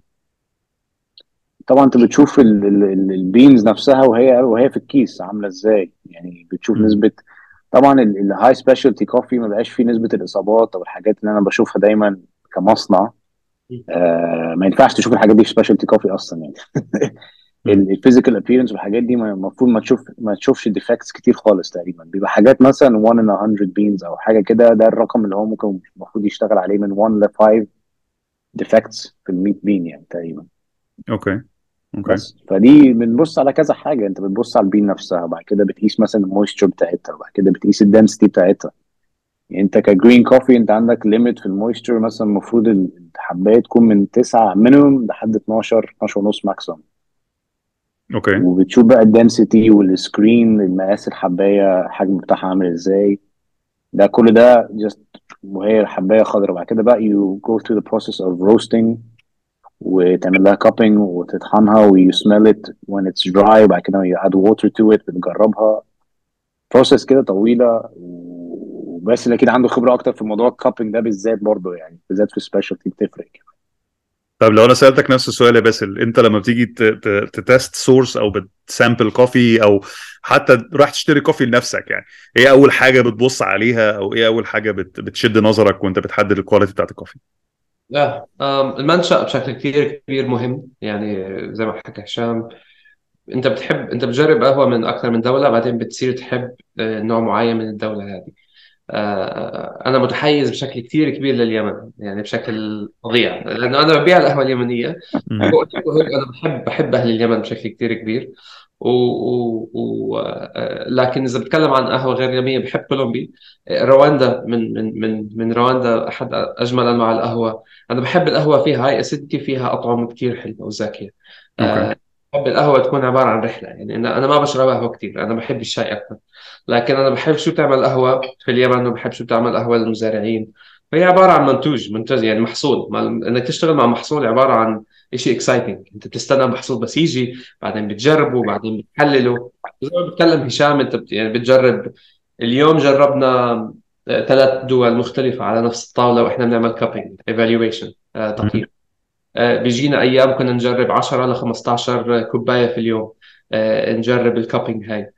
طبعا انت بتشوف البينز نفسها وهي في الكيس عامله ازاي يعني. بتشوف مم. نسبه. طبعا الهاي سبيشالتي كوفي ما بقاش فيه نسبه الاصابات او الحاجات اللي انا بشوفها دايما كمصنع. ما ينفعش تشوف الحاجات دي في سبيشالتي كوفي اصلا يعني. مم. الفيزيكال ابييرنس والحاجات دي المفروض ما تشوفش ديفكتس كتير خالص. تقريبا بيبقى حاجات مثلا 1 in 100 بينز او حاجه كده. ده الرقم اللي هو ممكن المفروض يشتغل عليه من 1 ل 5 ديفكتس في ال 100 بين يعني تقريبا. اوكي. اوكي. بس فدي بنبص على كذا حاجه. انت بتبص على البين نفسها، وبعد كده بتقيس مثلا المويستشر بتاعتها، وبعد كده بتقيس الدنسيتي بتاعتها. يعني انت كجرين كوفي انت عندك ليميت في المويستشر. مثلا المفروض الحبايه تكون من 9 مينيمم لحد 12 12 ونص ماكسيمم. اوكي. وبتشوف بقى الدنسيتي والسكرين المقاس الحبايه الحجم بتاعها عامل ازاي. ده كل ده just وهي الحبايه خضراء. بعد كده بقى you go through the process of roasting وتعمل لها cupping وتطحنها و you smell it when it's dry. وبعد كده you add water to it بتجربها. process كده طويله. وبس اللي كده عنده خبره اكتر في موضوع الكابينج ده بالذات برضه يعني، بالذات في السبيشالتي بتفرق. طب لو انا سالتك نفس السؤال يا باسل، انت لما بتيجي تتست سورس او بتسامبل كوفي، او حتى راح تشتري كوفي لنفسك يعني، ايه اول حاجه بتبص عليها، او ايه اول حاجه بتشد نظرك وانت بتحدد الكواليتي بتاعت الكوفي؟ لا، المنشأ بشكل كتير كبير مهم يعني. زي ما حكى هشام، انت بتجرب قهوة من اكثر من دولة، بعدين بتصير تحب نوع معين من الدولة هذه. انا متحيز بشكل كتير كبير لليمن يعني، بشكل فظيع، لانه انا ببيع القهوة اليمنية. مهم. وقلت له هيك، انا بحب اهل اليمن بشكل كتير كبير. لكن اذا بتكلم عن قهوه غير يابانيه بحب كولومبي. رواندا من رواندا احد اجمل انواع القهوه. انا بحب القهوه فيها هاي اسيدتي، فيها اطعمه كتير حلوه وزاكيه. اوكي. بحب القهوه تكون عباره عن رحله، يعني انا ما بشرب قهوه كتير، انا بحب الشاي اكثر. لكن انا بحب شو بتعمل قهوه في اليمن، وبحب شو بتعمل قهوه للمزارعين. فهي عباره عن منتج يعني محصول. انك تشتغل مع محصول عباره عن شيء اكسايتنج. انت بتستنى محصول بس يجي، بعدين بتجربه، وبعدين بتحلله. زي ما بتكلم هشام، انت يعني بتجرب. اليوم جربنا 3 دول مختلفة على نفس الطاولة، واحنا بنعمل كابينج ايفالويشن، مهم. تقييم. بيجينا ايام كنا نجرب 10 ل 15 كوبايه في اليوم، نجرب الكابينج هاي.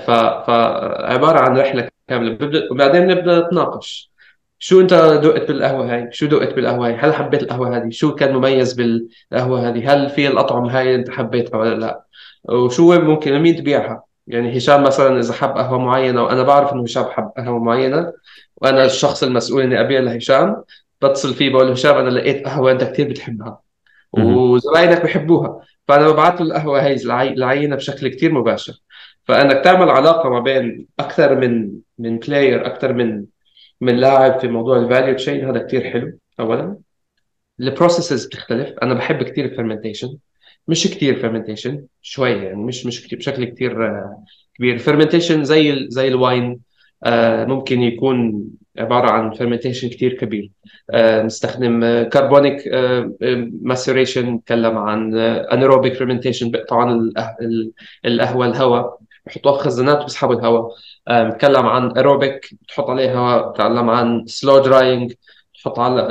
فعباره عن رحله كامله. وبعدين نبدا نتناقش. شو انت دقت بالقهوه هاي؟ شو دقت بالقهوه هاي؟ هل حبيت القهوه هذه؟ شو كان مميز بالقهوه هذه؟ هل في الاطعمه هاي انت حبيتها ولا لا؟ وشو ممكن لمين تبيعها؟ يعني هشام مثلا اذا حب قهوه معينه، وانا بعرف انه هشام حب قهوه معينه، وانا الشخص المسؤول اني ابيع لهشام، بتصل فيه بقول له هشام انا لقيت قهوه انت كثير بتحبها مهم. وزباينك بيحبوها، فانا ببعث له القهوه هي العينه بشكل كتير مباشر. فانك تعمل علاقه ما بين اكثر من بلاير، اكثر من لاعب في موضوع الفاليو تشين، هذا كتير حلو. اولا البروسيسز بتختلف. انا بحب كتير الفرمنتيشن، مش كتير فرمنتيشن، شويه يعني، مش كتير، بشكل كتير كبير. الفرمنتيشن زي الواين، ممكن يكون عباره عن فرمنتيشن كتير كبير. نستخدم كربونيك ماسيريشن، نتكلم عن انيروبيك فرمنتيشن، بيقطعوا عن القهوه الهواء، بحطوها في خزانات وبيسحبوا الهواء. نتكلم عن ايروبيك، بتحط عليها هواء. نتكلم عن سلو دراينج، تحط على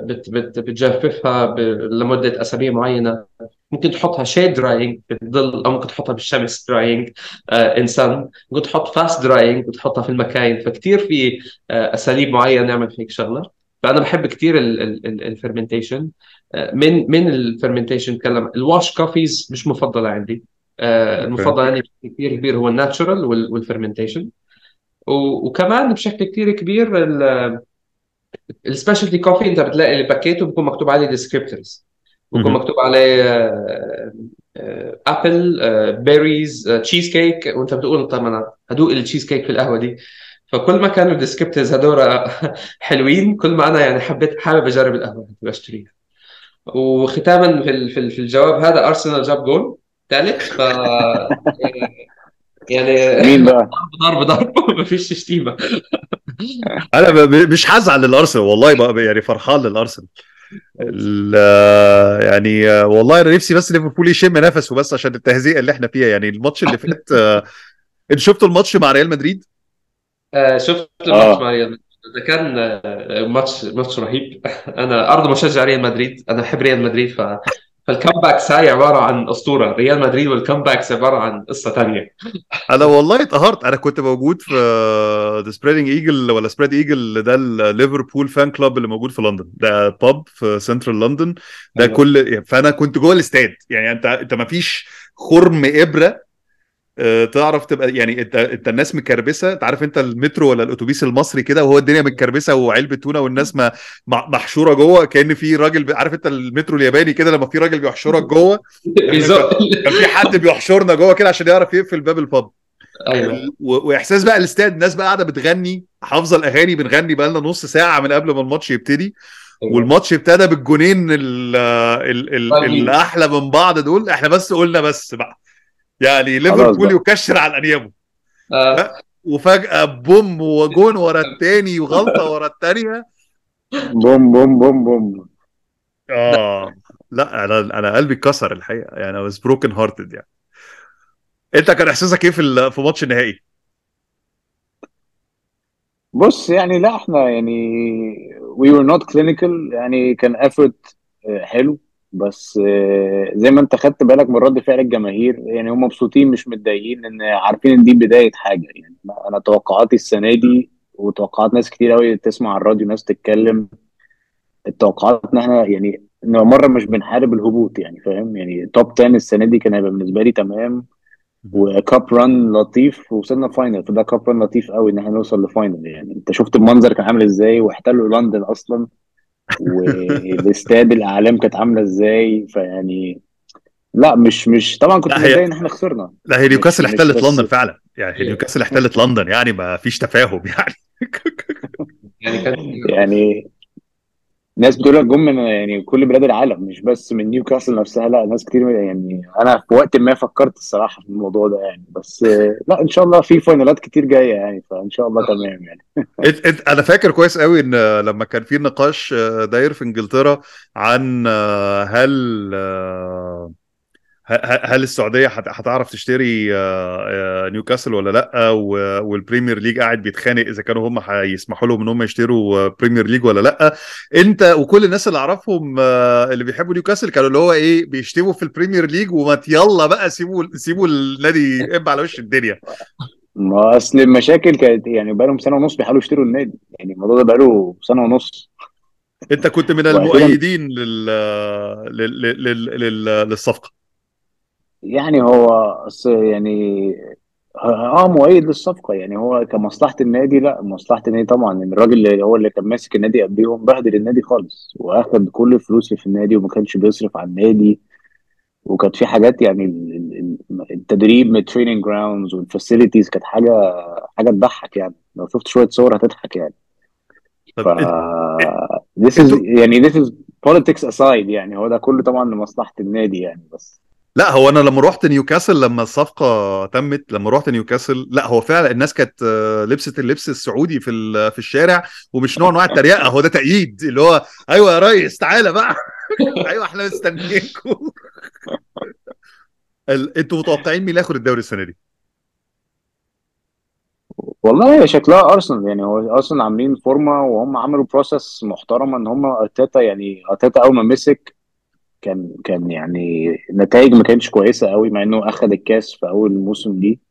بتجففها لمدة أسابيع معينة. ممكن تحطها شيد دراينج في الظل، أو ممكن تحطها بالشمس دراينج إنسان. ممكن تحط فاست دراينج وتحطها في المكاين. فكتير في أساليب معينة نعمل هيك شغلة. فأنا بحب كتير الفرمنتيشن. من الفرمنتيشن نتكلم. الواش كوفيز مش مفضلة عندي. اوكي. المفضل عندي بشكل كتير كبير هو الناتشورال والفرمنتيشن. وكمان بشكل كتير كبير السبيشالتي كوفي. انت بتلاقي الباكيت وبيكون مكتوب عليه ديسكريبتورز، بيكون مهم. مكتوب عليه ابل، بيريز، تشيز كيك. وانت بتقول طب انا هدوق التشيز كيك في القهوه دي. فكل ما كانوا الديسكريبتورز هدول حلوين، كل ما انا يعني حابب اجرب القهوه اللي بشتريها. وختاما في الجواب هذا، ارسنال جاب جول ثالث. يعني مين بقى؟ ضرب مفيش شتيمه. انا مش هزعل للارسنال والله بقى، يعني فرحان للارسنال. يعني والله انا نفسي بس ليفربول يشم نفسه بس عشان التهزيئه اللي احنا فيها. يعني الماتش اللي فات انت شفتوا الماتش مع ريال مدريد؟ شفت الماتش مع اه. ريال مدريد. ده كان ماتش رهيب. انا ارض مشجع ريال مدريد، انا بحب ريال مدريد. فالكامباكس هاي عباره عن اسطوره ريال مدريد، والكامباكس عباره عن قصه ثانيه. انا والله اتقهرت. انا كنت موجود في ذا سبريدنج ايجل ولا سبريد ايجل، ده الليفربول فان كلاب اللي موجود في لندن، ده باب في سنترال لندن. ده ايوه. كل فانا كنت جوه الاستاد. يعني انت ما فيش خرم ابره تعرف تبقى. يعني انت الناس مكربسه. انت عارف انت المترو ولا الاتوبيس المصري كده، وهو الدنيا متكربسه وعلبه تونه والناس ما محشوره جوه، كأن في راجل عارف انت المترو الياباني كده لما في راجل بيحشرك جوه. احنا بيزق. كان في حد بيحشرنا جوه كده عشان يعرف يقفل باب الباب. ايوه. واحساس بقى الاستاد، الناس بقى قاعده بتغني، حافظه الاغاني، بنغني بقى لنا نص ساعه من قبل ما الماتش يبتدي. ايوه. والماتش ابتدى بالجونين راجل. الاحلى من بعض دول. احنا بس قلنا بس بقى يعني خلاص ليفربول بقى. يكشر على انيابه. آه. لا، وفجأة بوم وجون ورا التاني وغلطة ورا التانية. بوم بوم بوم بوم. اه لا، انا قلبي اتكسر الحقيقة. يعني I was broken hearted يعني. انت كان احساسك ايه في ماتش النهائي؟ بص يعني، لا احنا يعني we were not clinical. يعني كان effort حلو. بس زي ما انت خدت بالك من رد فعل الجماهير، يعني هم مبسوطين مش متضايقين، لان عارفين ان دي بداية حاجة. يعني انا توقعاتي السنة دي وتوقعات ناس كتير قوي تسمع الراديو، ناس تتكلم، التوقعات ان احنا يعني ان مرة مش بنحارب الهبوط. يعني فاهم، يعني توب 10 السنة دي كان هيبقى بالنسبة لي تمام، وكاب ران لطيف، ووصلنا فاينل. فده كاب ران لطيف قوي ان احنا نوصل لفاينل. يعني انت شفت المنظر كان عامل ازاي، واحتلوا لندن اصلا، والاستاد الاعلام كانت عامله ازاي. فيعني لا مش طبعا كنت لا متضايق هي ان احنا خسرنا. لا هي نيوكاسل مش احتلت بس لندن فعلا، يعني هي هي نيوكاسل احتلت لندن، يعني ما فيش تفاهم يعني. يعني كان يعني ناس بتقول لك جم من يعني كل بلاد العالم، مش بس من نيوكاسل نفسها، لا ناس كتير يعني. انا في وقت ما فكرت الصراحه في الموضوع ده يعني، بس لا ان شاء الله في فاينالات كتير جايه يعني، فان شاء الله تمام يعني. انا فاكر كويس قوي ان لما كان في نقاش داير في انجلترا عن هل السعوديه هتعرف تشتري نيوكاسل ولا لا، والبريمير ليج قاعد بيتخانق اذا كانوا هم هيسمحوا لهم ان هم يشتروا بريمير ليج ولا لا. انت وكل الناس اللي اعرفهم اللي بيحبوا نيوكاسل كانوا اللي هو ايه بيشتموا في البريمير ليج، وما يلا بقى سيبوا النادي يبقى على وش الدنيا. ما اصل المشاكل كانت يعني بقالهم سنه ونص بيحاولوا يشتروا النادي، يعني الموضوع ده بقاله سنه ونص. انت كنت من واخيرا المؤيدين للصفقه. يعني هو يعني مؤيد للصفقه يعني. هو كمصلحه النادي، لا مصلحه النادي طبعا، ان الراجل اللي هو اللي كان ماسك النادي قبليهم بهدل النادي خالص، واخد كل الفلوس اللي في النادي وما كانش بيصرف على النادي. وكانت في حاجات يعني التدريب من التريننج جراوندز والفاسيلتيز كانت حاجه تضحك يعني، لو شفت شويه صور هتضحك يعني. ف طب انتوا this is politics aside يعني، هو ده كله طبعا لمصلحه النادي يعني بس. لا هو انا لما رحت نيوكاسل لما الصفقه تمت، لما رحت نيوكاسل لا هو فعلا الناس كانت لبست اللبس السعودي في الشارع، ومش نوع انواع التريقه، هو ده تأييد اللي هو ايوه يا ريس تعالى بقى. ايوه احنا مستنيينكم. انتوا متوقعين مين اللي ياخد الدوري السنه دي؟ والله هي شكلها ارسنال يعني. هو ارسنال عاملين فورمه، وهم عملوا بروسس محترمه ان هم ارتيتا يعني. ارتيتا اول ما مسك كان يعني النتائج ما كانتش كويسه قوي، مع انه اخذ الكاس في اول موسم دي.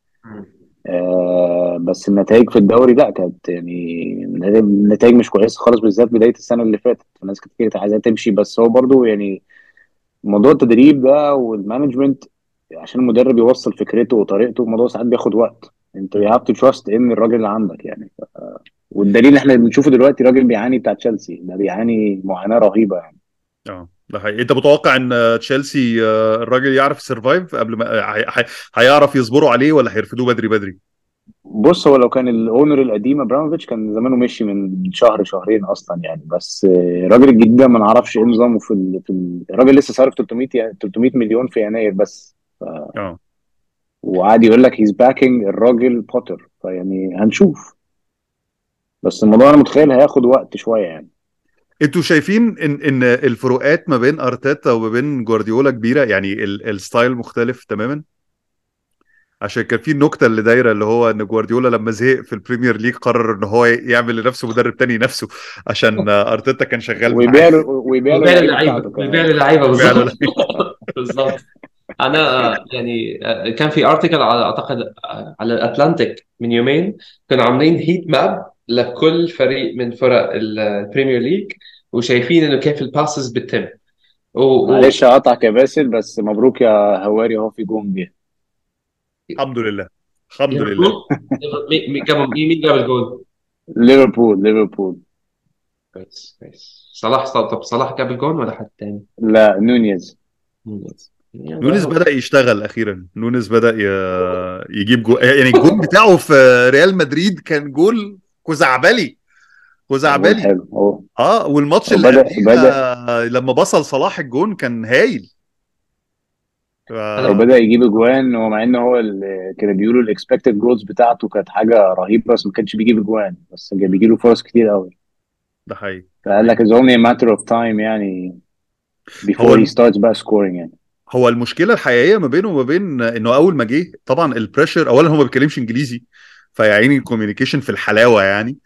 بس النتائج في الدوري لا كانت يعني النتائج مش كويسه خالص، بالذات بدايه السنه اللي فاتت. الناس كتير كانت عايزاها تمشي، بس هو برضو يعني موضوع التدريب ده والمانجمنت، عشان المدرب يوصل فكرته وطريقته، الموضوع ساعات بياخد وقت. انت you have to trust ان الراجل اللي عندك يعني. والدليل اللي احنا بنشوفه دلوقتي، راجل بيعاني بتاع تشيلسي ده، بيعاني معاناه رهيبه يعني. اه ده حقيقي. انت متوقع ان تشيلسي الراجل يعرف سيرفايف قبل ما هيعرف يصبروا عليه، ولا هيرفدوه بدري بدري؟ بص، هو لو كان الاونر القديم ابراموفيتش كان زمانه مشي من شهر شهرين اصلا يعني. بس الراجل الجديد ده ما نعرفش ايه نظامه الراجل لسه صارف 300 مليون في يناير بس. اه وقعد يقول لك هيز باكينج الراجل بوتر، فيعني هنشوف. بس الموضوع انا متخيل هياخد وقت شويه يعني. انتوا شايفين ان الفروقات ما بين ارتيتا وما بين جوارديولا كبيره، يعني الستايل مختلف تماما؟ عشان كان في النكته اللي دايره اللي هو ان جوارديولا لما زهق في البريمير ليج قرر ان هو يعمل لنفسه مدرب تاني نفسه، عشان ارتيتا كان شغال معاه. ويبيع له وبيع اللعيبه اللعيبه بتاعته وبيع كمان. اللعيبه فعلا. بالظبط. بالظبط. انا يعني كان في ارتكل على اعتقد على الاتلانتيك من يومين، كانوا عاملين هيت ماب لكل فريق من فرق البريمير ليج، وشايفين انه كيف الباسز بتتم. و... معلش هقطعك يا باسل، بس مبروك يا هواري، اهو في جون جه. الحمد لله. الحمد لله. ليفربول. مين جاب الجول؟ ليفربول. كويس كويس. صلاح. طب صلاح جاب الجول ولا حد تاني؟ لا نونيز. ممتاز. نونيز بدأ يشتغل أخيرا، نونيز بدأ يجيب جول، يعني الجول بتاعه في ريال مدريد كان جول خزعبلي كان جول خزعبلي. حلو. اه والماتش هو اللي قبليه بدأ لما بصل صلاح الجون كان هايل. هو انا ف- بدأ يجيب اجوان، هو مع ان هو كانوا بيقولوا الاكسبكتد جولز بتاعته كانت حاجه رهيبه، بس ما كانش بيجيب اجوان، بس كان بيجي له فرص كتير قوي. ده حقيقي ده فقال لك حقيقي. it's only a matter of time يعني هو before he starts بقى scoring يعني. هو المشكله الحقيقيه ما بينه وما بين انه اول ما جه طبعا البريشر، اولا هو ما بيتكلمش انجليزي، فيعني الكوميونيكيشن في الحلاوه يعني.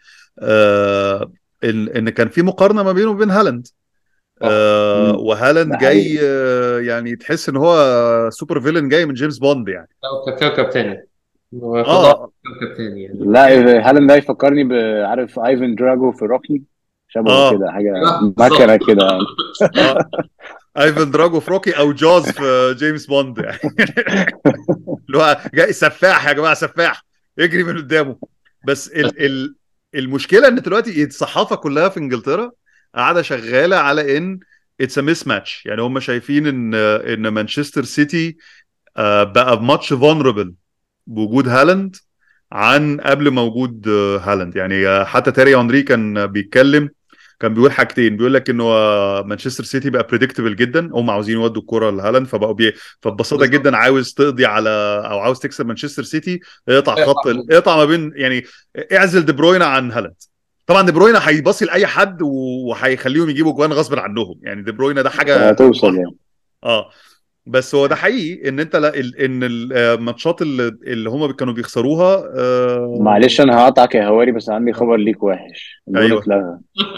ان كان في مقارنه ما بينه وبين هالاند. صح. وهالاند ده جاي حقيقي. يعني تحس ان هو سوبر فيلن جاي من جيمس بوند يعني. كوكب تاني، وفضاء. اه كوكب تاني يعني. لا هالاند ده يفكرني بعارف ايفن دراجو في روكي، شبهه اه كده، حاجه ايوه بالظبط. مكنه كده يعني. اه ايفن دراجو في روكي او جوز في جيمس بوند يعني. اللي هو جاي سفاح يا جماعه، سفاح يجري من قدامه. بس المشكله ان دلوقتي الصحافه كلها في انجلترا قاعده شغاله على ان اتس ا ميس ماتش. يعني هم شايفين ان مانشستر سيتي بقى بماتش فولنربل بوجود هالاند عن قبل ما وجود هالاند. يعني حتى تيري اونري كان بيتكلم، كان بيقول حاجتين. بيقول لك انه مانشستر سيتي بقى بريدكتبل جدا، هم عاوزين يودوا الكرة لهالاند، فبقوا فببساطه بالظبط. جدا عاوز تقضي على، او عاوز تكسب مانشستر سيتي، اقطع ما بين، يعني اعزل دي بروينا عن هالاند. طبعا دي بروينا هيباصي لاي حد وهيخليهم يجيبوا جوان غصب عنهم، يعني دي بروينا ده حاجه. هتوصل يعني. اه بس هو ده حقيقي ان انت لا ان الماتشات اللي هم كانوا بيخسروها معلش انا هقطعك يا هواري، بس عندي خبر ليك وحش، الجون ايوه. اتلغى.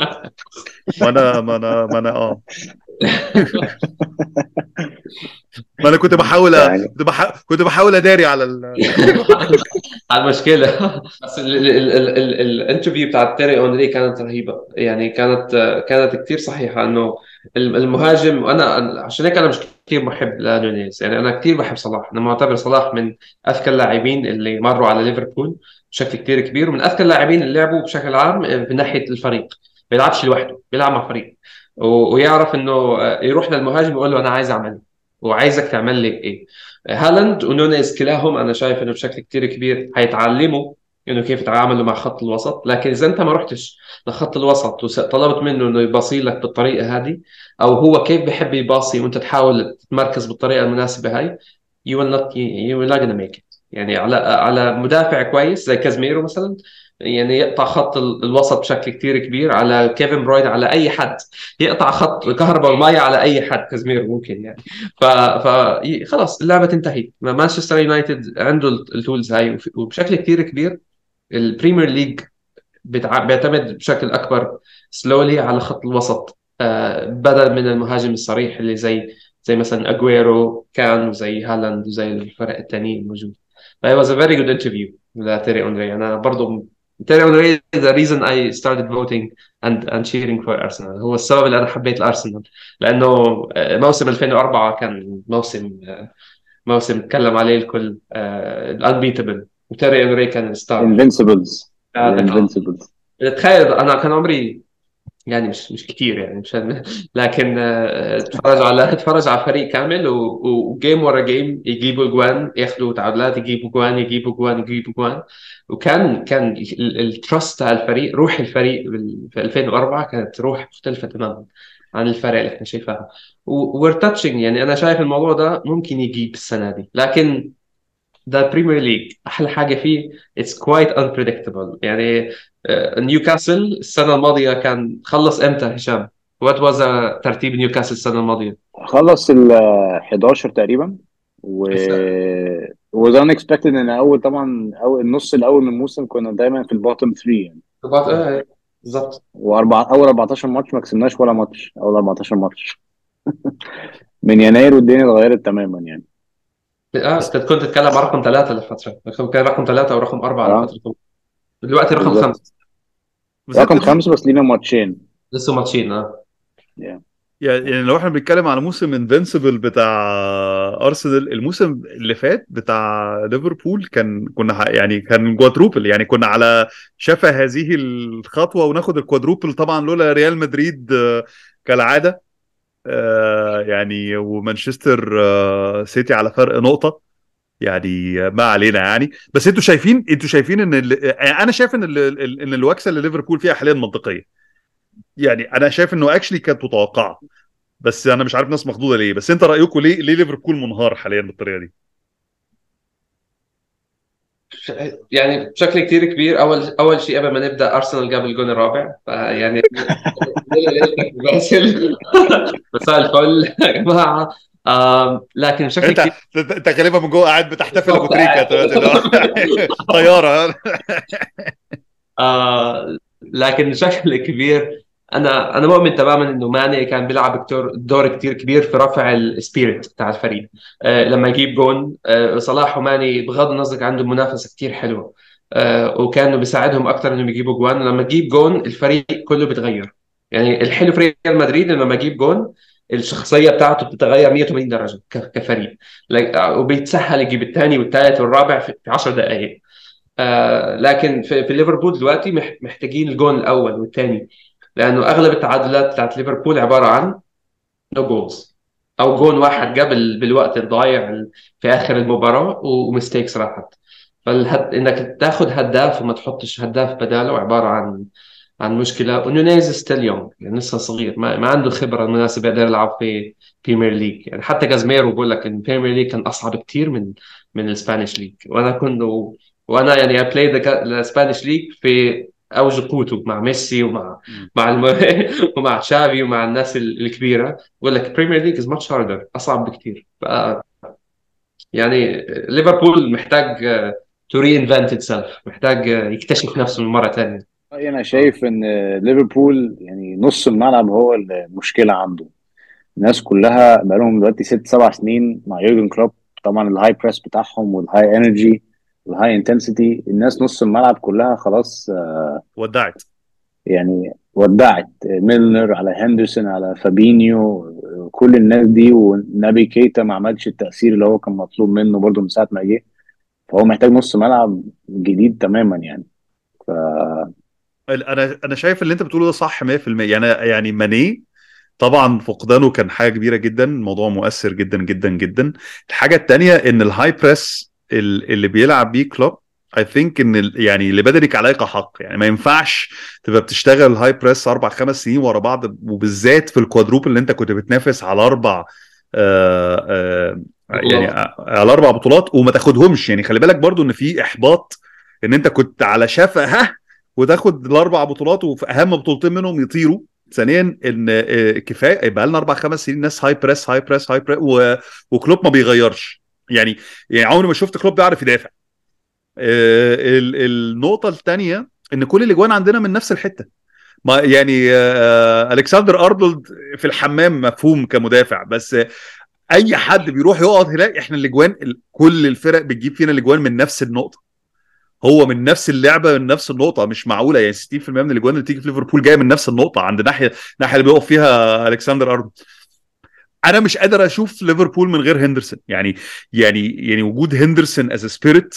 ما انا ما انا يعني كنت بحاول اداري على على المشكلة. بس الانترفيو بتاع تيري اونري كانت رهيبة، يعني كانت كتير صحيحة. انه المهاجم، وانا عشان هيك انا مش كتير محب لنونيز. يعني انا كتير بحب صلاح، انا معتبر صلاح من اذكى اللاعبين اللي مروا على ليفربول بشكل كتير كبير، ومن اذكى اللاعبين اللي لعبوا بشكل عام من ناحية الفريق. بيلعبش لوحده، بيلعب مع فريق، ويعرف انه يروح للمهاجم ويقول له انا عايز اعمل، وعايزك تعمل لي ايه. هالاند ونونيز كلاهم انا شايف انه بشكل كتير كبير هيتعلموا انه كيف يتعاملوا مع خط الوسط. لكن اذا انت ما رحتش لخط الوسط وطلبت منه انه يباصي لك بالطريقه هذه، او هو كيف بيحب يباصي وانت تحاول تتمركز بالطريقه المناسبه هاي، you will not gonna make it. يعني على مدافع كويس زي كازميرو مثلا، يعني يقطع خط الوسط بشكل كتير كبير. على كيفن بروين، على اي حد يقطع خط الكهرباء والمية، على اي حد كازميرو ممكن يعني. خلاص اللعبه انتهت. مانشستر يونايتد عنده التولز هاي، وبشكل كتير كبير البريمير ليج بيعتمد بشكل اكبر سلولي على خط الوسط، بدل من المهاجم الصريح اللي زي مثلا اجويرو كان، وزي هالاند، وزي الفرق التانيين الموجود. It was a very good interview لتيري اونري. انا برضو تيري اونري the reason I started voting and cheering for Arsenal. هو السبب اللي انا حبيت الارسنال، لانه موسم 2004 كان موسم اتكلم عليه الكل، الانبيتبل، وتيري اونري كان الستار. انفنسبلز، لكن الانفنسبلز. تخيل انا كان عمري، يعني مش كتير يعني، مش لكن اتفرج على فريق كامل، وجيم ورا جيم يجيبوا جوان، ياخدوا تعادلات، يجيبوا جوان، يجيبوا جوان، يجيبوا جوان. وكان التراست على الفريق، روح الفريق في 2004 كانت روح مختلفة تماما عن الفرق اللي احنا شايفاها. وير تاتشنج. يعني انا شايف الموضوع ده ممكن يجيب السنة دي، لكن ده البريمير ليج احلى حاجه فيه اتس كوايت unpredictable. يعني نيوكاسل السنه الماضيه كان خلص امتى هشام؟ وات واز ترتيب نيوكاسل السنه الماضيه؟ خلص ال 11 تقريبا، و was unexpected ان اول، طبعا اول النص الاول من الموسم كنا دايما في البوتtom 3 يعني. بالظبط. اول 14 ماتش ما كسبناش ولا ماتش، اول 14 ماتش من يناير والدنيا اتغيرت تماما يعني. انت كنت تتكلم عن رقم ثلاثه لفتره، كان رقم ثلاثه ورقم اربعه اه لفتره طويلة. دلوقتي رقم بالظبط، خمسه. بس رقم خمسة بس لينا ماتشين لسه ماتشين yeah. يعني لو احنا بنتكلم على موسم انفنسبل بتاع ارسنال، الموسم اللي فات بتاع ليفربول يعني كان كوادروبل، يعني كنا على شفا هذه الخطوة وناخد الكوادروبل طبعا لولا ريال مدريد كالعادة. يعني ومانشستر سيتي على فرق نقطة، يعني ما علينا يعني. بس انتوا شايفين ان يعني انا شايف ان الوكسه اللي ليفربول فيها حاليا منطقيه. يعني انا شايف انه اكشلي كانت متوقعه، بس انا مش عارف ناس مخضوضه ليه. بس انت رايكم ليه ليفربول منهار حاليا بالطريقه دي؟ يعني بشكل كتير كبير. اول شيء قبل ما نبدا، ارسنال جاب الجون الرابع، يعني باسل. مساء الفل يا جماعه. لكن بشكل انت كتير انت كلمه من جوه قاعد بتحتفل ابو بالضبط تريكه قاعد. دلوقتي اللي هو طياره. لكن بشكل كبير انا مؤمن تماما انه ماني كان بيلعب دور كتير كبير في رفع السبيريت بتاع الفريق. لما يجيب جون، صلاح وماني بغض النظر عندهم منافسه كتير حلوه، وكانوا بيساعدهم اكثر انهم يجيبوا جوان. لما تجيب جون الفريق كله بيتغير. يعني الحلو في ريال مدريد إنه لما يجيب جون الشخصيه بتاعته بتتغير 180 درجه كفريق. وبيتسهل يجيب الثاني والثالث والرابع في 10 دقائق. لكن في ليفربول دلوقتي محتاجين الجون الاول والثاني، لانه اغلب التعادلات بتاعت ليفربول عباره عن نو جولز، او جول واحد قبل بالوقت الضايع في اخر المباراه ومستيكس راحت. انك تاخذ هداف وما تحطش هداف بداله عباره عن مشكله. ونونيز ستيل يونغ، يعني لسه صغير، ما عنده الخبره المناسبه يقدر يلعب في بريمير ليج. يعني حتى كازميرو بقول لك ان البريمير ليج كان اصعب كتير من الاسبانيش ليج. وانا يعني I played الاسبانيش ليج في اوج قوته مع ميسي مع ومع تشافي ومع الناس الكبيره. بقول لك بريمير ليج از ماتش هاردر، اصعب بكتير. يعني ليفربول محتاج تو ري انفنت اتسيلف، محتاج يكتشف نفسه من مره ثانيه. انا شايف ان ليفربول يعني نص الملعب هو المشكله عنده. الناس كلها بقالهم دلوقتي 6 7 سنين مع يورجن كلوب. طبعا الهاي بريس بتاعهم والهاي انرجي والهاي انتنسيتي، الناس نص الملعب كلها خلاص ودعت. يعني ودعت. ميلنر على هندرسون على فابينيو، كل الناس دي. ونبي كيتا ما عملش التأثير اللي هو كان مطلوب منه برضه من ساعة ما جه. فهو محتاج نص ملعب جديد تماما يعني. ف انا شايف اللي انت بتقوله ده صح 100%. يعني ماني طبعا فقدانه كان حاجه كبيره جدا، الموضوع مؤثر جدا جدا جدا. الحاجه التانيه ان الهاي بريس اللي بيلعب بيه كلوب، اي ثينك ان يعني اللي بدنك عليك حق. يعني ما ينفعش تبقى بتشتغل الهاي بريس 4 5 سنين ورا بعض، وبالذات في الكوادروبل اللي انت كنت بتنافس على اربع آه آه يعني بطولات. على 4 بطولات وما تاخدهمش. يعني خلي بالك برضو ان في احباط، ان انت كنت على شفا وتاخد ال4 بطولات وفي اهم بطولتين منهم يطيروا. ثانيا ان كفايه بقى لنا 4 5 سنين ناس هاي بريس هاي بريس هاي بريس وكلوب ما بيغيرش. يعني عمري ما شفت كلوب بيعرف يدافع. النقطه الثانيه ان كل الاجوان عندنا من نفس الحته. ما يعني الكسندر ارنولد في الحمام مفهوم كمدافع، بس اي حد بيروح يقعد هناك احنا الاجوان كل الفرق بتجيب فينا الاجوان من نفس النقطه. هو من نفس اللعبه من نفس النقطه، مش معقوله يعني 60% من الاجوان اللي تيجي في ليفربول جايه من نفس النقطه عند الناحيه اللي بيقف فيها الكسندر ارنولد. انا مش قادر اشوف ليفربول من غير هندرسون. يعني وجود هندرسون از سبيريت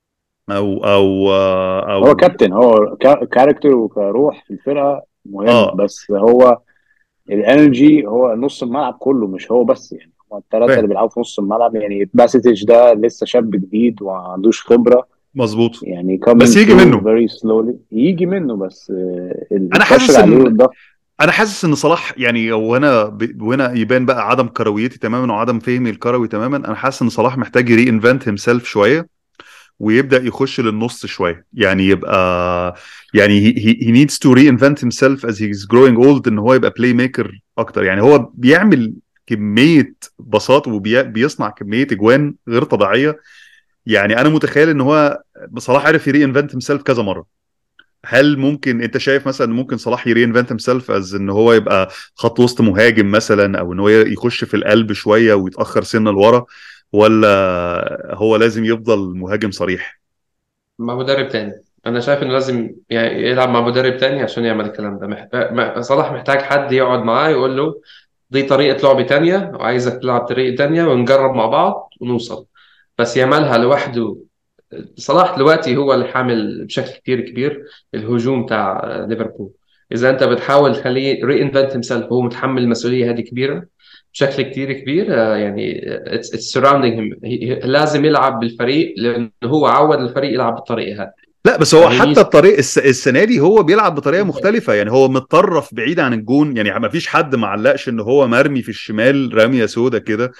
هو او كابتن، هو كاركتر وكروح في الفرقة مهم. اه بس هو الانرجي هو نص الملعب كله، مش هو بس يعني. هو الثلاثة اللي فاهم. بيلعبوا في نص الملعب يعني. باسيتيج ده لسه شاب جديد وما عندوش خبرة مظبوط. يعني. بس coming يجي through منه. very slowly يجي منه. بس انا البريشر حاسس عليه ان والضغط. انا حاسس ان صلاح يعني، وهنا يبان بقى عدم كرويتي تماما وعدم فهمي الكروي تماما. انا حاسس ان صلاح محتاج يري انفنت هيم سيلف شويه، ويبدا يخش للنص شويه. يعني يبقى يعني he needs to reinvent himself as he's growing old، ان هو يبقى بلاي ميكر اكتر. يعني هو بيعمل كميه بساط وبيصنع كميه اجوان غير طبيعيه. يعني انا متخيل ان هو بصراحه عرف يري انفنت himself كذا مره. هل ممكن انت شايف مثلا ان ممكن صلاح يري انفنت himself از ان هو يبقى خط وسط مهاجم مثلا، او ان هو يخش في القلب شويه ويتاخر سنه لورا، ولا هو لازم يفضل مهاجم صريح؟ مع مدرب تاني. انا شايف انه لازم يعني يلعب مع مدرب تاني عشان يعمل الكلام ده. صلاح محتاج حد يقعد معاه يقول له دي طريقة لعب تانية وعايزك تلعب طريقة تانية ونجرب مع بعض ونوصل. بس يعملها لوحده. صلاح دلوقتي هو اللي حامل بشكل كتير كبير الهجوم بتاع ليفربول. إذا أنت بتحاول تخليه ري انفنت هيم سيلف، هو متحمل المسؤولية هذه كبيرة بشكل كتير كبير. يعني it's surrounding him. لازم يلعب بالفريق لأنه هو عود الفريق يلعب بالطريقة هذه. لا بس هو فهي حتى نيز. الطريق السنه دي هو بيلعب بطريقه مختلفه. يعني هو متطرف بعيد عن الجون. يعني ما فيش حد معلقش ان هو مرمي في الشمال رميه سودا كده،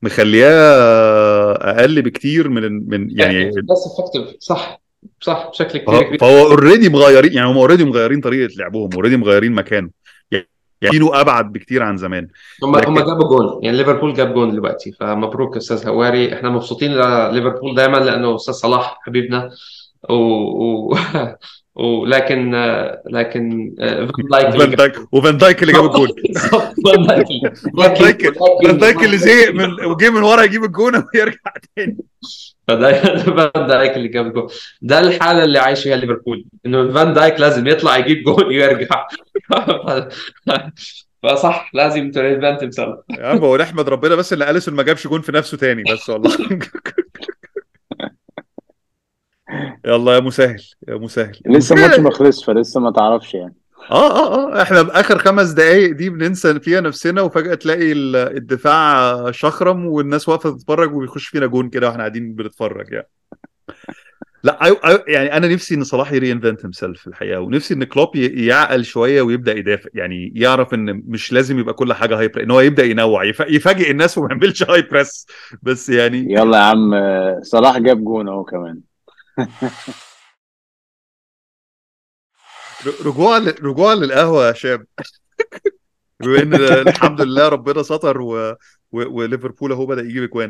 مخلياه اقل بكتير من يعني. بس افكتيف، صح. صح بشكل كتير كبير. فهو اوريدي مغيرين. يعني هم اوريدي مغيرين طريقه لعبهم، اوريدي مغيرين مكانه. يعني كانوا ابعد بكتير عن زمان. هم لكن جابوا جول، يعني ليفربول جاب جول دلوقتي، فمبروك استاذ هواري. احنا مبسوطين لليفربول دايما لانه استاذ صلاح حبيبنا. و... و... لكن فان دايك اللي جاب جول. وفان دايك اللي جاب الجول. بالظبط فان دايك فان دايك اللي زهق لكن وجه من ورا يجيب الجون ويرجع تاني. فان دايك اللي جاب جول. ده الحاله اللي عايش فيها ليفربول، انه فان دايك لازم يطلع يجيب جول ويرجع. فصح لازم تريفنت himself. يا عم هو نحمد ربنا بس اللي اليسون ما جابش جون في نفسه تاني بس والله. يلا يا مسهل يا مسهل لسه الماتش ما المشكله. خلص، فلسه ما تعرفش يعني. احنا باخر 5 دقايق دي بننسى فيها نفسنا، وفجأة تلاقي الدفاع شخرم والناس واقفة تتفرج وبيخش فينا جون كده واحنا قاعدين بنتفرج يعني. لا يعني انا نفسي ان صلاح يري انفنت هيم سيلف في الحقيقه، ونفسي ان كلوب يعقل شويه ويبدا يدافع، يعني يعرف ان مش لازم يبقى كل حاجه هاي ان هو يبدا ينوع، يفاجئ الناس وما يعملش هاي بريس بس يعني. يلا يا عم، صلاح جاب جون اهو كمان. رجوعا للقهوه يا شاب، بما ان الحمد لله ربنا ستر وليفربول اهو بدا يجيب اجوان.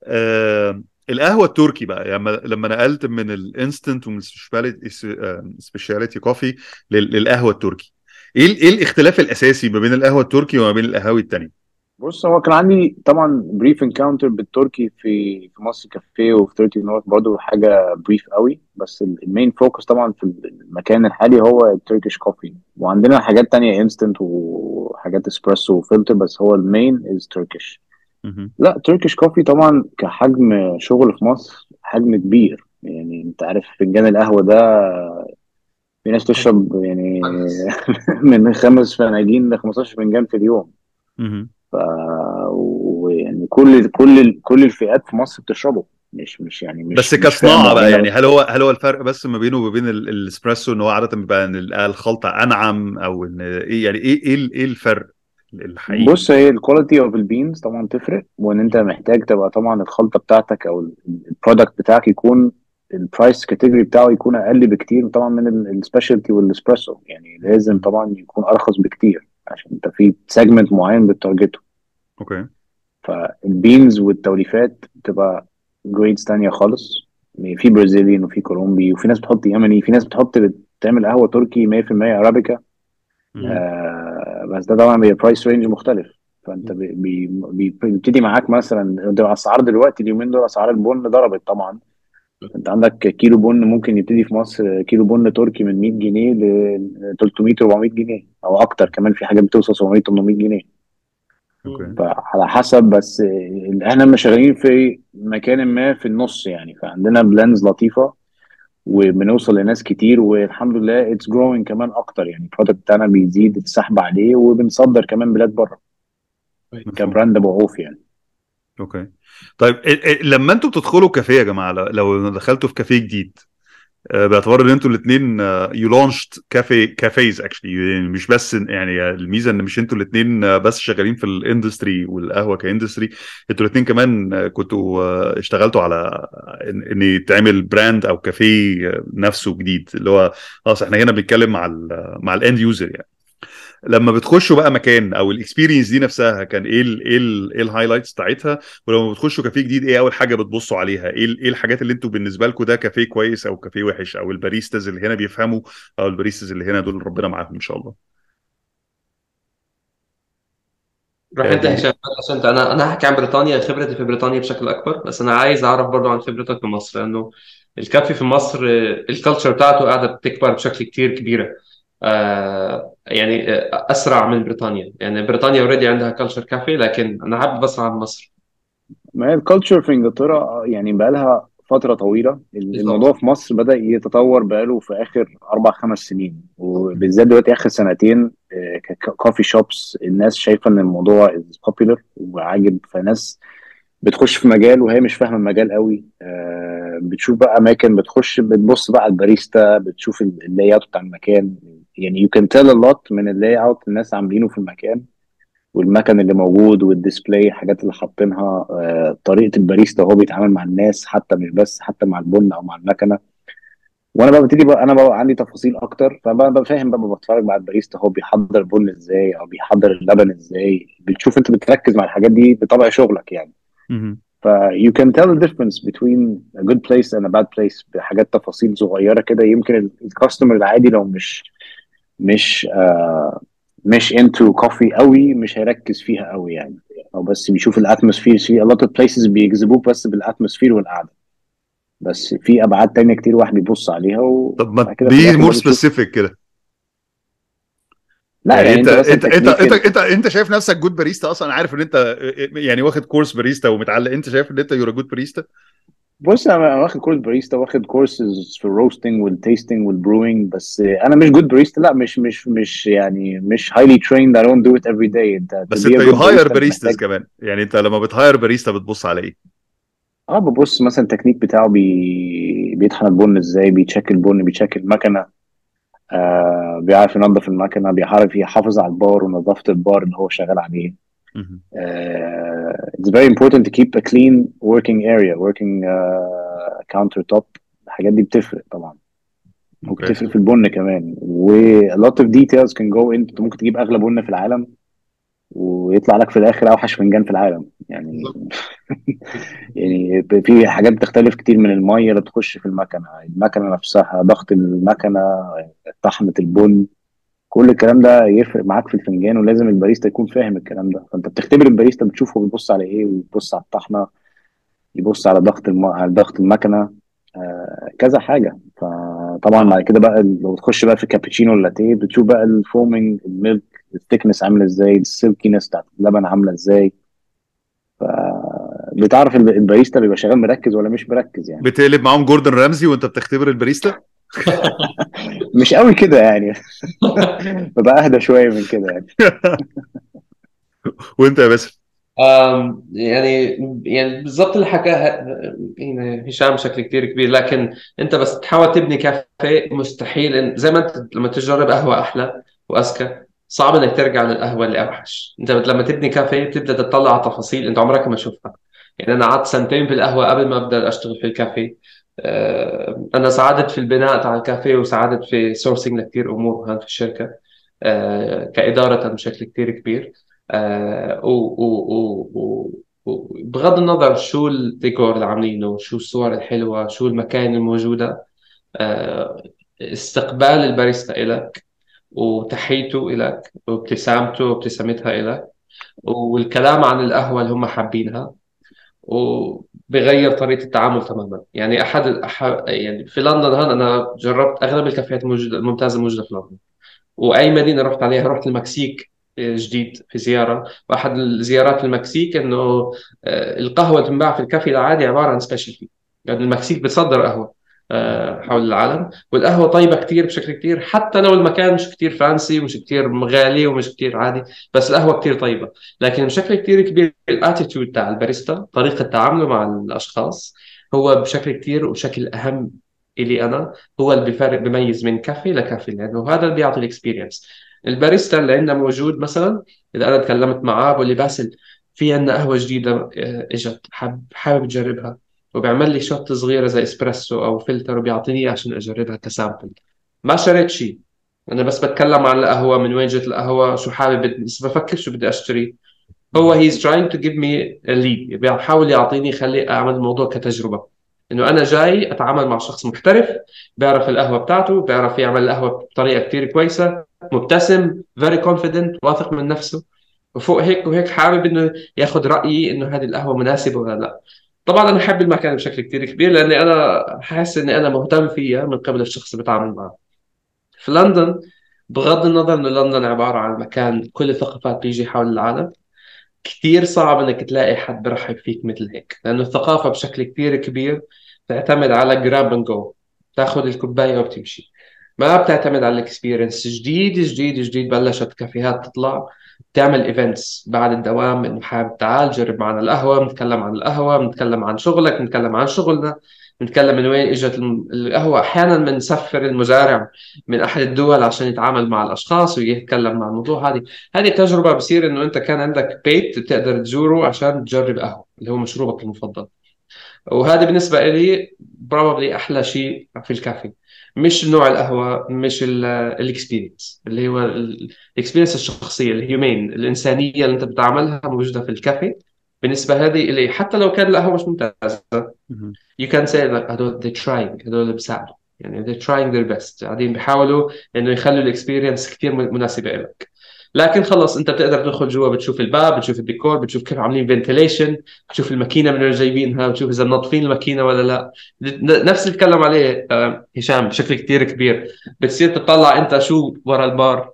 القهوه التركي بقى، يعني لما نقلت من الانستنت ومن السبيشاليتي كوفي للقهوه التركي، ايه الاختلاف الاساسي ما بين القهوه التركي وما بين القهاوي التانية؟ بص، هو كان عندي طبعا بريف انكاونتر بالتركي في مصر كافيه وفي تركي نورث، برضه حاجه بريف قوي، بس المين فوكس طبعا في المكان الحالي هو التركيش كوفي، وعندنا حاجات تانية انستنت وحاجات اسبريسو وفلتر، بس هو المين از تركيش. مهم. لا، تركيش كوفي طبعا كحجم شغل في مصر حجم كبير، يعني انت عارف فنجان القهوه ده في ناس تشرب يعني حدث. من 5 فناجين ل 15 فنجان في اليوم. مهم. ف ويعني كل الفئات في مصر بتشربه، مش يعني بس مش فئة كصناعه بقى، معينة يعني بس. هل هو الفرق بس ما بينه وما بين الاسبريسو ان هو عاده بيبقى ان الخلطه انعم، او ان ايه يعني ايه الفرق الحقيقي؟ بص، هي الكواليتي اوف البينز طبعا تفرق، وان انت محتاج تبقى طبعا الخلطة بتاعتك او البرودكت بتاعك يكون البرايس كاتيجوري بتاعه يكون اقل بكتير طبعا من السبيشالتي والاسبريسو، يعني لازم مهم. طبعا يكون ارخص بكتير عشان انت في سيجمنت معين بتارجته. اوكي. فالبينز والتوليفات بتبقى جريدز تانية خالص، في برازيليين وفي كولومبي وفي ناس بتحط يمني، في ناس بتعمل قهوة تركي 100% ارابيكا. مهم. بس ده طبعا بيبقى برايس رينج مختلف. فانت بيبتدي معاك مثلا، ده اسعار دلوقتي اليومين دول اسعار البن ضربت طبعا. انت عندك كيلو بن ممكن يبتدي في مصر، كيلو بن تركي من 100 جنيه ل 300 400 جنيه، او اكتر كمان، في حاجات بتوصل 700 800 جنيه. اوكي. فعلى حسب، بس احنا مش شغالين في مكان ما في النص يعني، فعندنا بلانز لطيفة وبنوصل لناس كتير، والحمد لله اتس جروينج كمان اكتر، يعني البرودكت بتاعنا بيزيد السحب عليه، وبنصدر كمان بلاد بره مفهوم. كبراند معروف يعني. اوكي. طيب لما انتوا بتدخلوا كافيه يا جماعه، لو دخلتوا في كافيه جديد، باعتبار ان انتوا الاثنين يو لانشد كافيز اكشلي، يعني مش بس يعني الميزه ان مش انتوا الاثنين بس شغالين في الاندستري والقهوه كاندستري، انتوا الاثنين كمان كنتوا اشتغلتوا على ان يتعمل براند او كافيه نفسه جديد، اللي هو خلاص احنا هنا بنتكلم مع الاند يوزر يعني. لما بتخشوا بقى مكان، او الاكسبيرينس دي نفسها كان ايه الهايلايتس بتاعتها؟ ولما بتخشوا كافيه جديد ايه اول حاجه بتبصوا عليها؟ ايه الحاجات اللي انتوا بالنسبه لكم ده كافيه كويس او كافيه وحش، او الباريستاز اللي هنا بيفهموا، او الباريستاز اللي هنا دول ربنا معاهم ان شاء الله. روح انت دي هشام، عشان انا هحكي عن بريطانيا، خبرتي في بريطانيا بشكل اكبر، بس انا عايز اعرف برضو عن خبرتك في مصر، لانه الكافي في مصر الكالتشر بتاعته قاعده بتكبر بشكل كتير كبيره. يعني اسرع من بريطانيا، يعني بريطانيا اوريدي عندها كالتشر كافي، لكن انا حابب اسمع عن مصر. ما هي الكالتشر في انجلترا يعني بقى لها فترة طويلة، الموضوع بالضبط. في مصر بدأ يتطور بقاله في آخر 4 5 سنين، وبالذات دلوقتي آخر سنتين. كافي شوبس الناس شايفة إن الموضوع از popular وعاجب، فناس بتخش في مجال وهي مش فاهمه المجال قوي. بتشوف بقى اماكن، بتخش بتبص بقى على الباريستا، بتشوف اللاي اوت بتاع المكان، يعني يو كان تيل ا لوت من اللاي اوت الناس عاملينه في المكان، والمكان اللي موجود والديسبلاي، الحاجات اللي حاطينها، طريقه الباريستا وهو بيتعامل مع الناس، حتى مش بس حتى مع البن او مع المكنه. وانا بقى ببتدي بقى، انا بقى عندي تفاصيل اكتر، فبقى فاهم بقى، بتفرج مع الباريستا هو بيحضر البن ازاي او بيحضر اللبن ازاي، بتشوف انت بتركز مع الحاجات دي بطبع شغلك يعني. مهم. ف you can tell the difference between a good place and a bad place بحاجات تفاصيل صغيرة كده، يمكن الكاستمر العادي لو مش into coffee قوي مش هيركز فيها قوي يعني، او بس بيشوف الاتموسفير. في a lot of places بيجذبوك بس بالاتموسفير والقعدة، بس في ابعاد تانية كتير واحد بيبص عليها، طب ما وبعد كده في بي الاخر مور بقى بيشوف. سبيسيفيك كده. لا يعني يعني انت انت مثلا انت انت تكنيك انت انت انت شايف نفسك جود باريستا اصلا؟ عارف ان انت يعني واخد كورس باريستا ومتعلق، انت شايف ان انت يور جود باريستا؟ بص انا واخد كورس باريستا، واخد كورسز في الروستنج والتيستنج والبروينج، بس انا مش جود باريستا، لا مش يعني مش highly trained. I don't do it every day. انت to بس be انت a يو good هاير barista انت باريستاز محتاج. كمان، يعني انت لما بتهاير باريستا بتبص على ايه؟ اه ببص مثلا التكنيك بتاعه، بيطحن البن ازاي، بيتشكل البن، بيتشكل المكنه، بيعرف ينظف المكنه، بيعرف يحافظ على البار ونظافه البار اللي هو شغال عليه. مهم. It's very important to keep a clean working area, working countertop. الحاجات دي بتفرق طبعا، اوكي. وبتفرق في البن كمان. و a lot of details can go in. انت ممكن تجيب اغلى بن في العالم ويطلع لك في الاخر اوحش فنجان في العالم يعني. بالظبط. يعني في حاجات بتختلف كتير من الميه اللي بتخش في المكنه، المكنه نفسها، ضغط المكنه، طحنه البن، كل الكلام ده يفرق معاك في الفنجان، ولازم الباريستا يكون فاهم الكلام ده. فانت بتختبر الباريستا، بتشوفه بيبص على ايه، ويبص على الطحنه، يبص على على ضغط المكنه، كذا حاجه. فطبعا اه. بعد كده بقى لو تخش بقى في كابتشينو اللاتيه، بتشوف بقى الفومينج، الميلك، الثيكنس عامله ازاي، السيلكينس بتاعت اللبن عامله ازاي. بتعرف الباريستا بيبقى شغال مركز ولا مش مركز يعني. بتقلب معاهم جوردن رامزي وانت بتختبر الباريستا؟ مش قوي كده يعني. ببقى اهدى شويه من كده يعني. وانت يا باسم؟ يعني بالضبط اللي حكاها يعني هشام بشكل كتير كبير. لكن انت بس تحاول تبني كافيه، مستحيل زي ما انت لما تجرب قهوه احلى واذكى، صعب انك ترجع للقهوه اللي اوحش. انت لما تبني كافيه بتبدا تطلع على تفاصيل انت عمرك ما شفتها. يعني انا قعدت سنتين في القهوه قبل ما ابدا اشتغل في الكافيه. انا ساعدت في البناء تاع الكافيه، وساعدت في سورسينج لكثير امور هون في الشركه، كاداره بشكل كتير كبير. وبغض النظر شو الديكور اللي عاملينه، شو الصور الحلوة، شو المكان الموجودة، استقبال الباريستا إلك، وتحيته إلك، وابتسامته وابتسامتها إلك، والكلام عن القهوة اللي هم حابينها، وبغير طريقة التعامل تماما. يعني يعني في لندن هون أنا جربت أغلب الكافيهات الممتازة الموجودة في لندن. واي مدينه رحت عليها، رحت المكسيك جديد في زياره، واحد الزيارات المكسيك انه القهوه اللي تنباع في الكافي العادي عباره عن سبيشالتي، لان يعني المكسيك بتصدر قهوه حول العالم، والقهوه طيبه كتير بشكل كتير، حتى لو المكان مش كتير فانسي ومش كتير غالي ومش كتير عادي، بس القهوه كتير طيبه. لكن بشكل كتير كبير الاتيتيود تاع الباريستا، طريقه تعامله مع الاشخاص، هو بشكل كتير وبشكل اهم إلي أنا، هو اللي بيفرق بيميز من كافي لكافي، لأنه هذا اللي بيعطي الإكسبيرينس. الباريستا اللي عندنا موجود مثلا، إذا أنا تكلمت معاه بقول لي باسل في عندنا قهوة جديدة إجت، حابب تجربها، وبيعمل لي شوت صغيرة زي إسبريسو أو فلتر وبيعطيني إياه عشان أجربها كسامبل. ما شريت شيء، أنا بس بتكلم عن القهوة، من وين جت القهوة، شو حابب، بس بفكر شو بدي أشتري. هو he's trying to give me a lead، بيحاول يعطيني، يخلي اعمل الموضوع كتجربه، انه انا جاي اتعامل مع شخص محترف، بيعرف القهوه بتاعته، بيعرف يعمل القهوه بطريقه كتير كويسه، مبتسم very confident، واثق من نفسه، وفوق هيك وهيك حابب انه ياخذ رايي انه هذه القهوه مناسبه ولا لا. طبعا انا احب المكان بشكل كتير كبير، لاني انا حاسس اني انا مهتم فيها من قبل الشخص اللي بتعامل معه. في لندن، بغض النظر انه لندن عباره عن مكان كل الثقافات بيجي حول العالم، كتير صعب انك تلاقي حد برحب فيك مثل هيك، لانه الثقافه بشكل كتير كبير تعتمد على جراب اند جو، تاخذ الكوبايه وبتمشي، ما بتعتمد على الاكسبيرينس. جديد جديد جديد بلشت كافيهات تطلع تعمل ايفنتس بعد الدوام، انه حابب تعال جرب معنا القهوه، بنتكلم عن القهوه، بنتكلم عن شغلك، بنتكلم عن شغلنا، بنتكلم من وين اجت القهوه. احيانا بنسفر المزارع من احد الدول عشان يتعامل مع الاشخاص ويتكلم مع الموضوع. هذه تجربة بصير إنه أنت كان عندك بيت بتقدر تزوره عشان تجرب قهوة اللي هو مشروبك المفضل. وهذا بالنسبة لي probably أحلى شيء في الكافي، مش نوع القهوة، مش الاكسبيرينس اللي هو الاكسبيرينس الشخصية، الهيومين، الإنسانية اللي أنت بتعملها موجودة في الكافي. بالنسبة هذه إلي، حتى لو كان القهوة مش ممتازة، مهم. you can say like هدول they trying، هدول بيساعدوا، يعني they trying their best، قاعدين بيحاولوا إنه يخلوا الاكسبيرينس كثير مناسبة لك. لكن خلص انت بتقدر تدخل جوا، بتشوف الباب، بتشوف الديكور، بتشوف كيف عاملين فنتيليشن، بتشوف الماكينه من وين جايبينها، بتشوف اذا منظفين الماكينه ولا لا. نفس اللي بتكلم عليه هشام بشكل كتير كبير. بتصير تطلع انت شو ورا البار،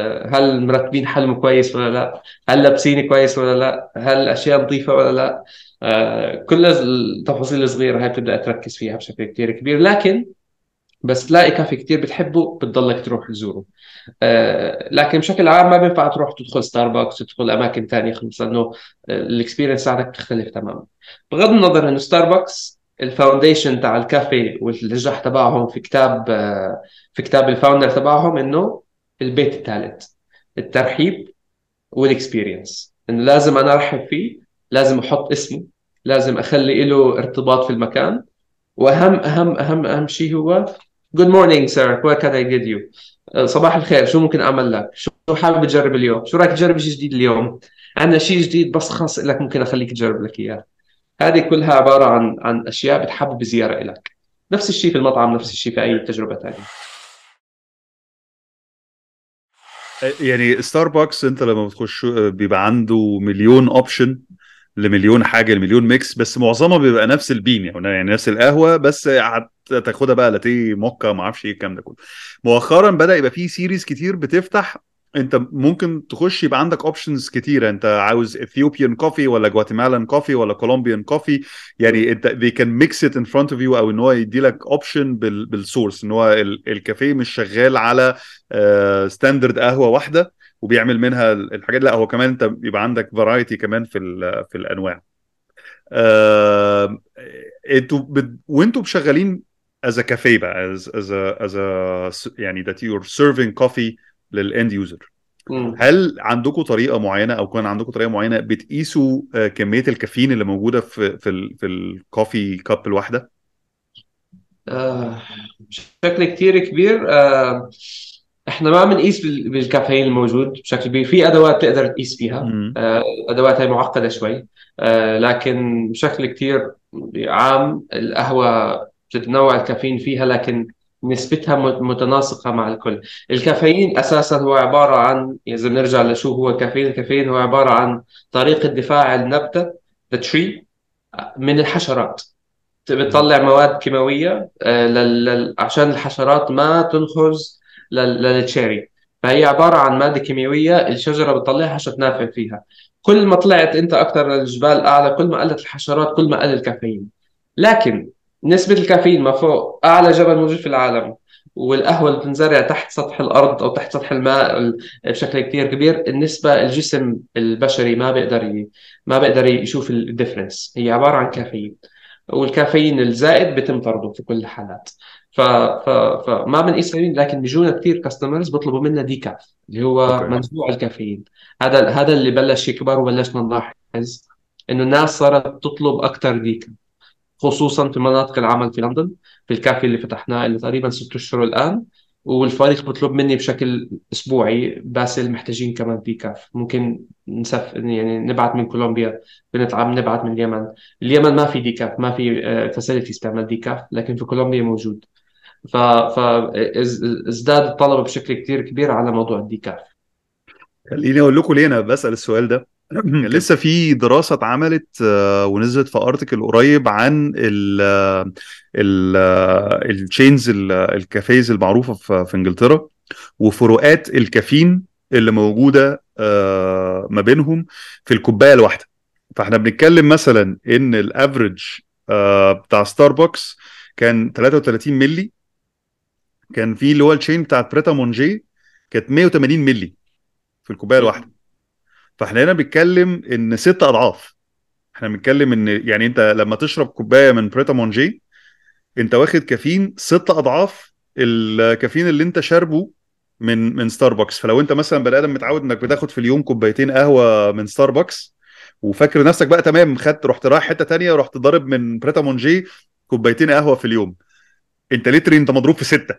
هل مرتبين حلم كويس ولا لا، هل لابسين كويس ولا لا، هل الاشياء نظيفه ولا لا. كل التفاصيل الصغيرة هاي بتبدأ تركز فيها بشكل كتير كبير. لكن بس تلاقي كافي كتير بتحبه بتضلك تروح تزوره. لكن بشكل عام ما بينفع تروح تدخل ستاربكس تدخل اماكن تانية خلص، لانه الاكسبيرينس عندك بتختلف تماما. بغض النظر انه ستاربكس الفاونديشن تاع الكافي والنجاح تبعهم في كتاب في كتاب الفاوندر تبعهم انه البيت الثالث، الترحيب والاكسبيرينس، انه لازم انا ارحب فيه، لازم احط اسمه، لازم اخلي له ارتباط في المكان، واهم اهم شيء هو good morning sir what can I get you. صباح الخير، شو ممكن اعمل لك، شو حابب تجرب اليوم، شو رايك تجرب شيء جديد اليوم، عندنا شيء جديد بس خاص لك ممكن اخليك تجرب لك اياه. هذه كلها عباره عن اشياء بتحبب الزياره لك. نفس الشيء في المطعم، نفس الشيء في اي تجربه ثانيه. يعني ستاربكس انت لما بتخش بيبقى عنده مليون اوبشن لمليون حاجه لمليون ميكس، بس معظمها بيبقى نفس البين، يعني نفس القهوه، بس هتاخدها بقى لاتيه موكا ما اعرفش ايه الكلام ده كله. مؤخرا بدا يبقى فيه سيريز كتير بتفتح، انت ممكن تخش يبقى عندك اوبشنز كتيره، انت عاوز اثيوبيان كوفي ولا جواتيمالان كوفي ولا كولومبيان كوفي، يعني انت they can mix it in front of you، او ان هو يدي لك اوبشن بالسورس، ان هو الكافيه مش شغال على ستاندرد قهوه واحده وبيعمل منها الحاجات، لا هو كمان انت بيبقى عندك فرايتي كمان في الانواع. آه، انتوا وانتوا شغالين as a cafe بقى as a يعني that you're serving coffee للاند يوزر، مم. هل عندكم طريقه معينه او كان عندكم طريقه معينه بتقيسوا كميه الكافيين اللي موجوده في الكوفي كاب الواحده؟ آه، بشكل كتير كبير. احنا ما بنقيس بالكافيين الموجود بشكل كبير. في ادوات تقدر تقيس فيها، امم ادوات هي معقده شوي. لكن بشكل كتير عام القهوه بتتنوع الكافيين فيها، لكن نسبتها متناسقه مع الكل. الكافيين اساسا هو عباره عن، اذا بنرجع لشو هو الكافيين، الكافيين هو عباره عن طريقه دفاع النبته the tree من الحشرات. بتطلع مواد كيماوية عشان الحشرات ما تنخرج للتشيري. فهي عبارة عن مادة كيميائية الشجرة بتطلعها عشان تنافع فيها. كل ما طلعت انت اكثر للجبال اعلى، كل ما قلت الحشرات، كل ما قل الكافيين. لكن نسبة الكافيين ما فوق اعلى جبل موجود في العالم، والقهوة اللي بتنزرع تحت سطح الارض او تحت سطح الماء بشكل كثير كبير، النسبة الجسم البشري ما بيقدر يشوف الديفرنس. هي عبارة عن كافيين، والكافيين الزائد بيتم طرده في كل الحالات. فما بنقيس كافيين، لكن بيجونا كثير كاستمرز بيطلبوا منا ديكاف اللي هو اوكي. منزوع الكافيين. هذا اللي بلش يكبر، وبلشنا نلاحظ انه الناس صارت تطلب اكثر ديكاف، خصوصا في مناطق العمل في لندن، في الكافي اللي فتحناه اللي تقريبا 6 اشهر الان. والفريق بيطلب مني بشكل اسبوعي: باسل محتاجين كمان ديكاف، ممكن يعني نبعث من كولومبيا، نبعث من اليمن. اليمن ما في ديكاف، ما في فاسيلتيز تعمل ديكاف، لكن في كولومبيا موجود. ازداد الطلب بشكل كتير كبير على موضوع الديكاف. خليني اقول لكم ليه انا بسأل السؤال ده. اوكي. لسه في دراسة اتعملت ونزلت في ارتكل قريب عن التشينز الكافيز المعروفة في انجلترا، وفروقات الكافيين اللي موجودة ما بينهم في الكوباية الواحدة. فاحنا بنتكلم مثلا ان الافريج بتاع ستاربكس كان 33 ملي، كان في اللي هو التشين بتاعت بريتا مونجي كانت 180 ملي في الكوباية الواحدة. فاحنا هنا بنتكلم ان 6 اضعاف. احنا بنتكلم ان يعني انت لما تشرب كوبايه من بريتا مونجي انت واخد كافيين 6 اضعاف الكافيين اللي انت شاربه من ستاربكس. فلو انت مثلا بني ادم متعود انك بتاخد في اليوم كوبايتين قهوه من ستاربكس، وفاكر نفسك بقى تمام، رحت رايح حته تانية ورحت ضارب من بريتا مونجي كوبايتين قهوه في اليوم، انت ليتري انت مضروب في 6.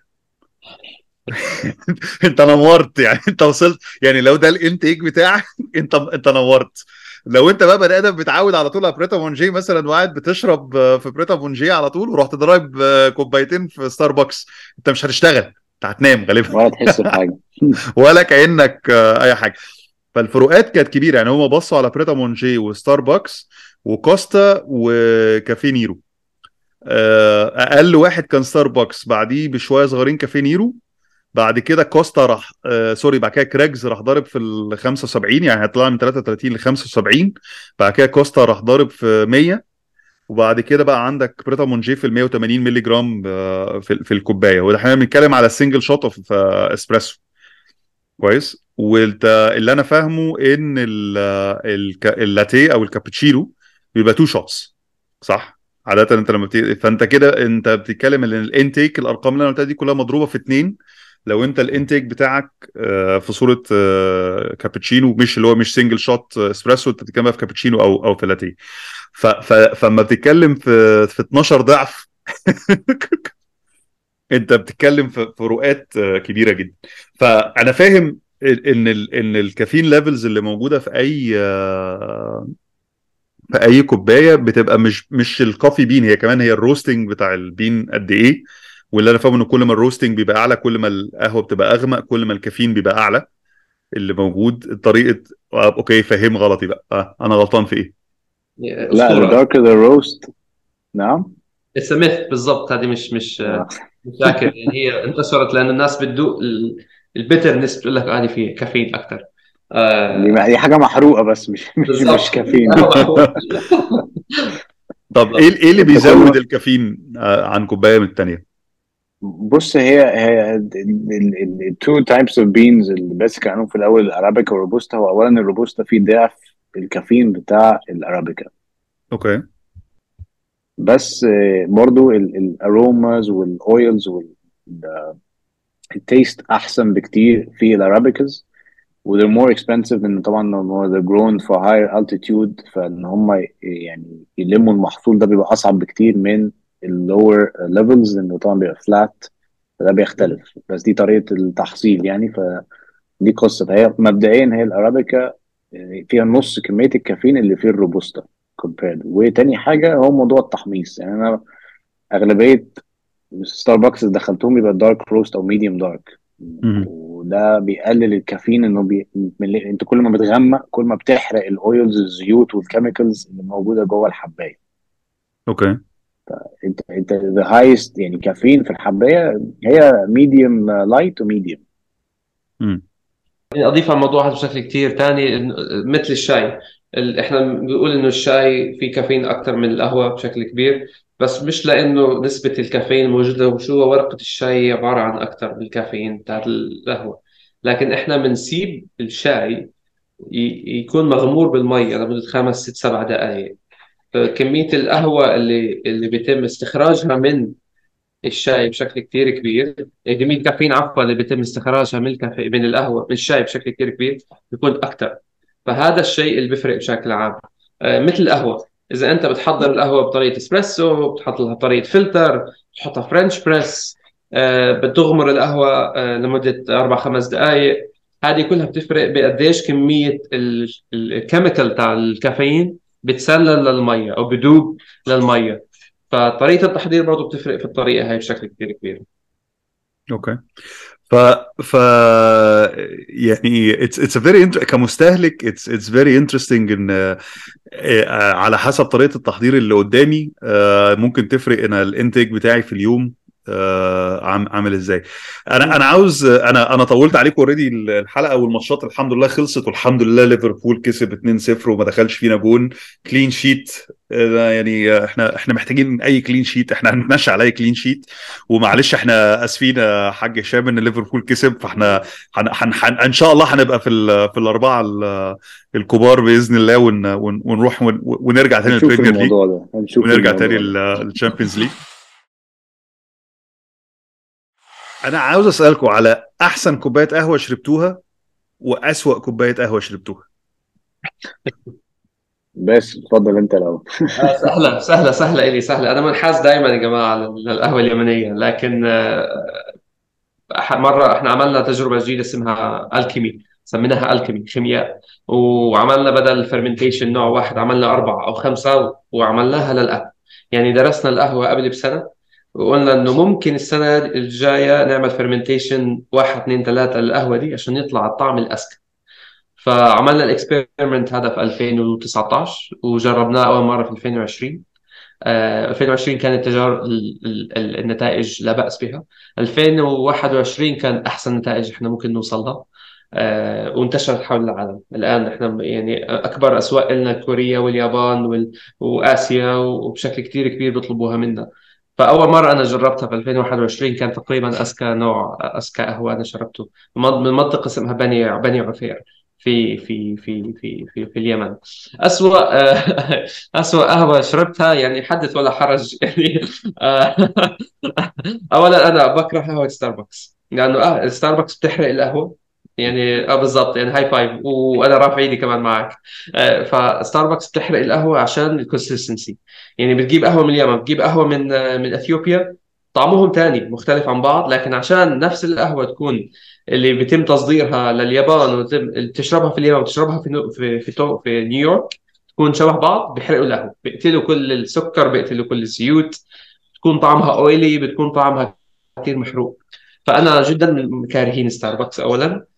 انت نورت يعني، انت وصلت يعني، لو ده الانتيك بتاعك انت نورت. لو انت بقى بني ادم بتعود على طول على بريتا مونجي مثلا، وقاعد بتشرب في بريتا مونجي على طول، ورحت ضارب كوبايتين في ستاربكس، انت مش هتشتغل، انت هتنام غالبا. ولا تحس بحاجه. ولا كانك اي حاجه. فالفروقات كانت كبيره، يعني هم بصوا على بريتا مونجي وستاربكس وكوستا وكافيه نيرو. اقل واحد كان ستاربكس، بعديه بشويه صغيرين كافيه نيرو، بعد كده كوستا راح سوري، بعد كده كريجز راح ضارب في ال 75، يعني هيطلع من 33 ل 75. بعد كده كوستا راح ضارب في 100. وبعد كده بقى عندك بريتا مونجي في ال 180 مللي جرام في الكوبايه. وده احنا بنتكلم على السنجل شوت اوف اسبريسو. كويس. واللي انا فاهمه ان اللاتيه او الكابتشينو بيبقى تو شوتس، صح؟ عادة انت لما فانت كده انت بتتكلم ان الانتيك، الارقام اللي انا قلتها دي كلها مضروبه في اتنين. لو انت الانتيك بتاعك في صوره كابتشينو، مش اللي هو مش سنجل شوت اسبريسو، انت بتتكلم في كابتشينو او في لاتيه. فما بتتكلم في 12 ضعف انت بتتكلم في فروقات كبيره جدا. فانا فاهم ان الكافيين ليفلز اللي موجوده في اي كوبايه بتبقى مش الكوفي بين، هي كمان هي الروستنج بتاع البين قد ايه. واللي انا فاهمه ان كل ما الروستنج بيبقى اعلى، كل ما القهوه بتبقى اغمق، كل ما الكافيين بيبقى اعلى اللي موجود. طريقه اوكي، فهم غلطي بقى. انا غلطان في ايه؟ لا، the اسطوره. darker the roast. نعم. السميث بالضبط، هذه مش آه. فاكر يعني، هي انتشرت لأن الناس بتدوق البيترنس، بتقول لك هذه فيه كافيين أكثر. آه دي حاجة محروقة بس مش بالضبط. كافيين. قهوة محروق. طب بالضبط. ايه اللي انت كل بيزود ما الكافيين عن كوبايه من الثانيه؟ بص، هي التو تايبس اوف بينز اللي بس كانوا في الاول الارابيكا والروبوستا. هو اولا الروبوستا فيه ضعف الكافيين بتاع الارابيكا، اوكي. بس برضو الاروماز والاويلز والتيست احسن بكتير في الارابيكاز. وthey're more expensive لان طبعا they're grown for higher altitude، فان هم يعني يلموا المحصول ده بيبقى اصعب بكتير من اللور ليفلز، لانه طبعا بيبقى فلات، فده بيختلف. بس دي طريقة التحصيل يعني. فدي قصة. فهي مبدئيا هي الارابيكا يعني فيها نص كمية الكافيين اللي فيه الروبوستا compared. وتاني حاجة هو موضوع التحميص. يعني انا اغلبية ستاربكس اللي دخلتهم يبقى دارك روست او ميديوم دارك، مهم. وده بيقلل الكافيين. انه انت كل ما بتغمق كل ما بتحرق الاويلز، الزيوت والكيميكالز اللي موجوده جوه الحبايه. اوكي. انت ذا هايست يعني كافيين في الحبايه هي ميديوم لايت وميديوم. مم. يعني أضيف على الموضوع هذا بشكل كتير تاني، مثل الشاي. إحنا بنقول إنه الشاي فيه كافيين أكتر من القهوة بشكل كبير، بس مش لأنه نسبة الكافيين الموجودة، وشو هو ورقة الشاي عبارة عن أكتر من الكافيين بتاعت القهوة. لكن إحنا بنسيب الشاي يكون مغمور بالمية لمدة 5 6 7 دقائق. كمية القهوة اللي بيتم استخراجها من الشاي بشكل كتير كبير، كمية كافيين عفوا اللي بيتم استخراجها من من القهوة من الشاي بشكل كتير كبير بيكون أكتر. فهذا الشيء اللي بيفرق بشكل عام. مثل القهوة، إذا أنت بتحضر القهوة بطريقة إسبريسو، بتحط لها طريقة فلتر، بتحطها فرنش بريس، بتغمر القهوة لمدة 4 5 دقائق، هذه كلها بتفرق بقديش كمية الكيميكال تاع الكافيين بتسلل للمية أو بدوب للمية. فطريقة التحضير برضو بتفرق في الطريقة هاي بشكل كتير كبير. اوكي. ف ف يعني it's a كمستهلك it's very interesting ان على حسب طريقة التحضير اللي قدامي ممكن تفرق ان الانتاج بتاعي في اليوم عامل ازاي. انا عاوز انا طولت عليكم اوريدي الحلقه، والماتشات الحمد لله خلصت، والحمد لله ليفربول كسب 2-0 وما دخلش فينا جون. كلين شيت. يعني احنا محتاجين اي كلين شيت، احنا هنمشي على اي كلين شيت. ومعلش احنا اسفين يا حاج هشام ان ليفربول كسب، فاحنا ان شاء الله هنبقى في الاربعه الكبار باذن الله، ونروح ونرجع تاني هنشوف للبريمير ليج، الموضوع ده هنشوف ونرجع تاني الموضوع ده للشامبيونز ليج. انا عاوز اسالكم على احسن كوبايه قهوه شربتوها واسوأ كوبايه قهوه شربتوها. بس اتفضل انت لو سهلة سهلة سهلة، إلي سهلة. أنا منحاز دائما يا جماعة للقهوة اليمنية، لكن مرة إحنا عملنا تجربة جديدة اسمها الكيمي، سميناها الكيمي خيمياء. وعملنا بدل الفرمنتيشن نوع واحد عملنا 4 أو 5، وعملناها للقهوة. يعني درسنا القهوة قبل بسنة، وقلنا إنه ممكن السنة الجاية نعمل فرمنتيشن 1 2 3 للقهوة دي عشان يطلع الطعم الأذكى. فعملنا الاكسبيرمنت هذا في 2019 وجربناه أول مرة في 2020. 2020 كانت تجار النتائج لا بأس بها. 2021 كان أحسن نتائج إحنا ممكن نوصلها. وانتشرت حول العالم. الآن إحنا يعني أكبر أسواق لنا كوريا واليابان وآسيا، وبشكل كتير كبير بيطلبوها منا. فأول مرة أنا جربتها في 2021 كان تقريبا أذكى قهوة أنا شربته من منطقة اسمها بني عفير في اليمن. أسوأ أسوأ قهوة شربتها يعني حدث ولا حرج يعني. آه، أولا أنا بكره قهوة ستاربكس، لأنه ستاربكس بتحرق القهوة. يعني بالضبط، يعني هاي فايف وانا رافع ايدي كمان معك. فستاربكس بتحرق القهوه عشان الكونسستنسي. يعني بتجيب قهوه من اليمن، بتجيب قهوه من اثيوبيا، طعمهم تاني مختلف عن بعض، لكن عشان نفس القهوه تكون اللي بيتم تصديرها لليابان وتشربها في اليابان وتشربها في نيويورك، تكون شبه بعض، بيحرقوا القهوه، بيقتلوا كل السكر، بيقتلوا كل الزيوت، بتكون طعمها اويلي، بتكون طعمها كثير محروق. فانا جدا من كارهين ستاربكس اولا.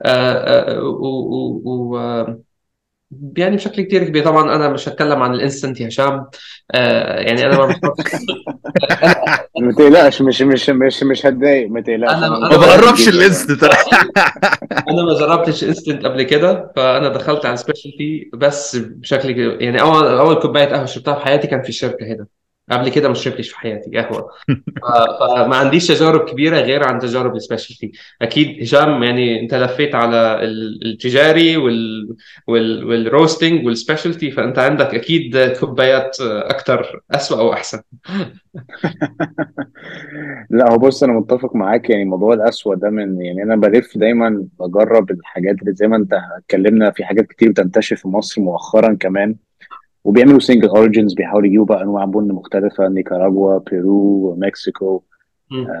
يعني بشكل كتير كبير. طبعا انا مش هتكلم عن الانستنت يا هشام. يعني انا ما بشربش. ما تقلقش، مش هتضايق، ما تقلقش، انا انا ما انا ما متفهم بقربش جدا يعني. الليست. انا ما جربتش انستنت قبل كده، فانا دخلت على سبيشالتي بس بشكل يعني اول كوبايه قهوه شربتها في حياتي كان في الشركه هنا. قبل كده ما شربتش في حياتي قهوه. فما عنديش تجارب كبيرة غير عن تجارب السبيشالتي. أكيد هشام، يعني أنت لفيت على التجاري والروستنج والسبيشالتي، فأنت عندك أكيد كوبايات أكثر أسوأ أو أحسن. لا، هو بص، انا متفق معاك. يعني موضوع القسوه ده، من يعني انا بلف دايما بجرب الحاجات اللي زي ما انت اتكلمنا في حاجات كتير بتنتشر في مصر مؤخرا كمان، وبيعملوا سنجل اوريجينز، بيحاولوا يجيبوا بقى انواع بن مختلفه، نيكاراغوا، بيرو، مكسيكو. مم.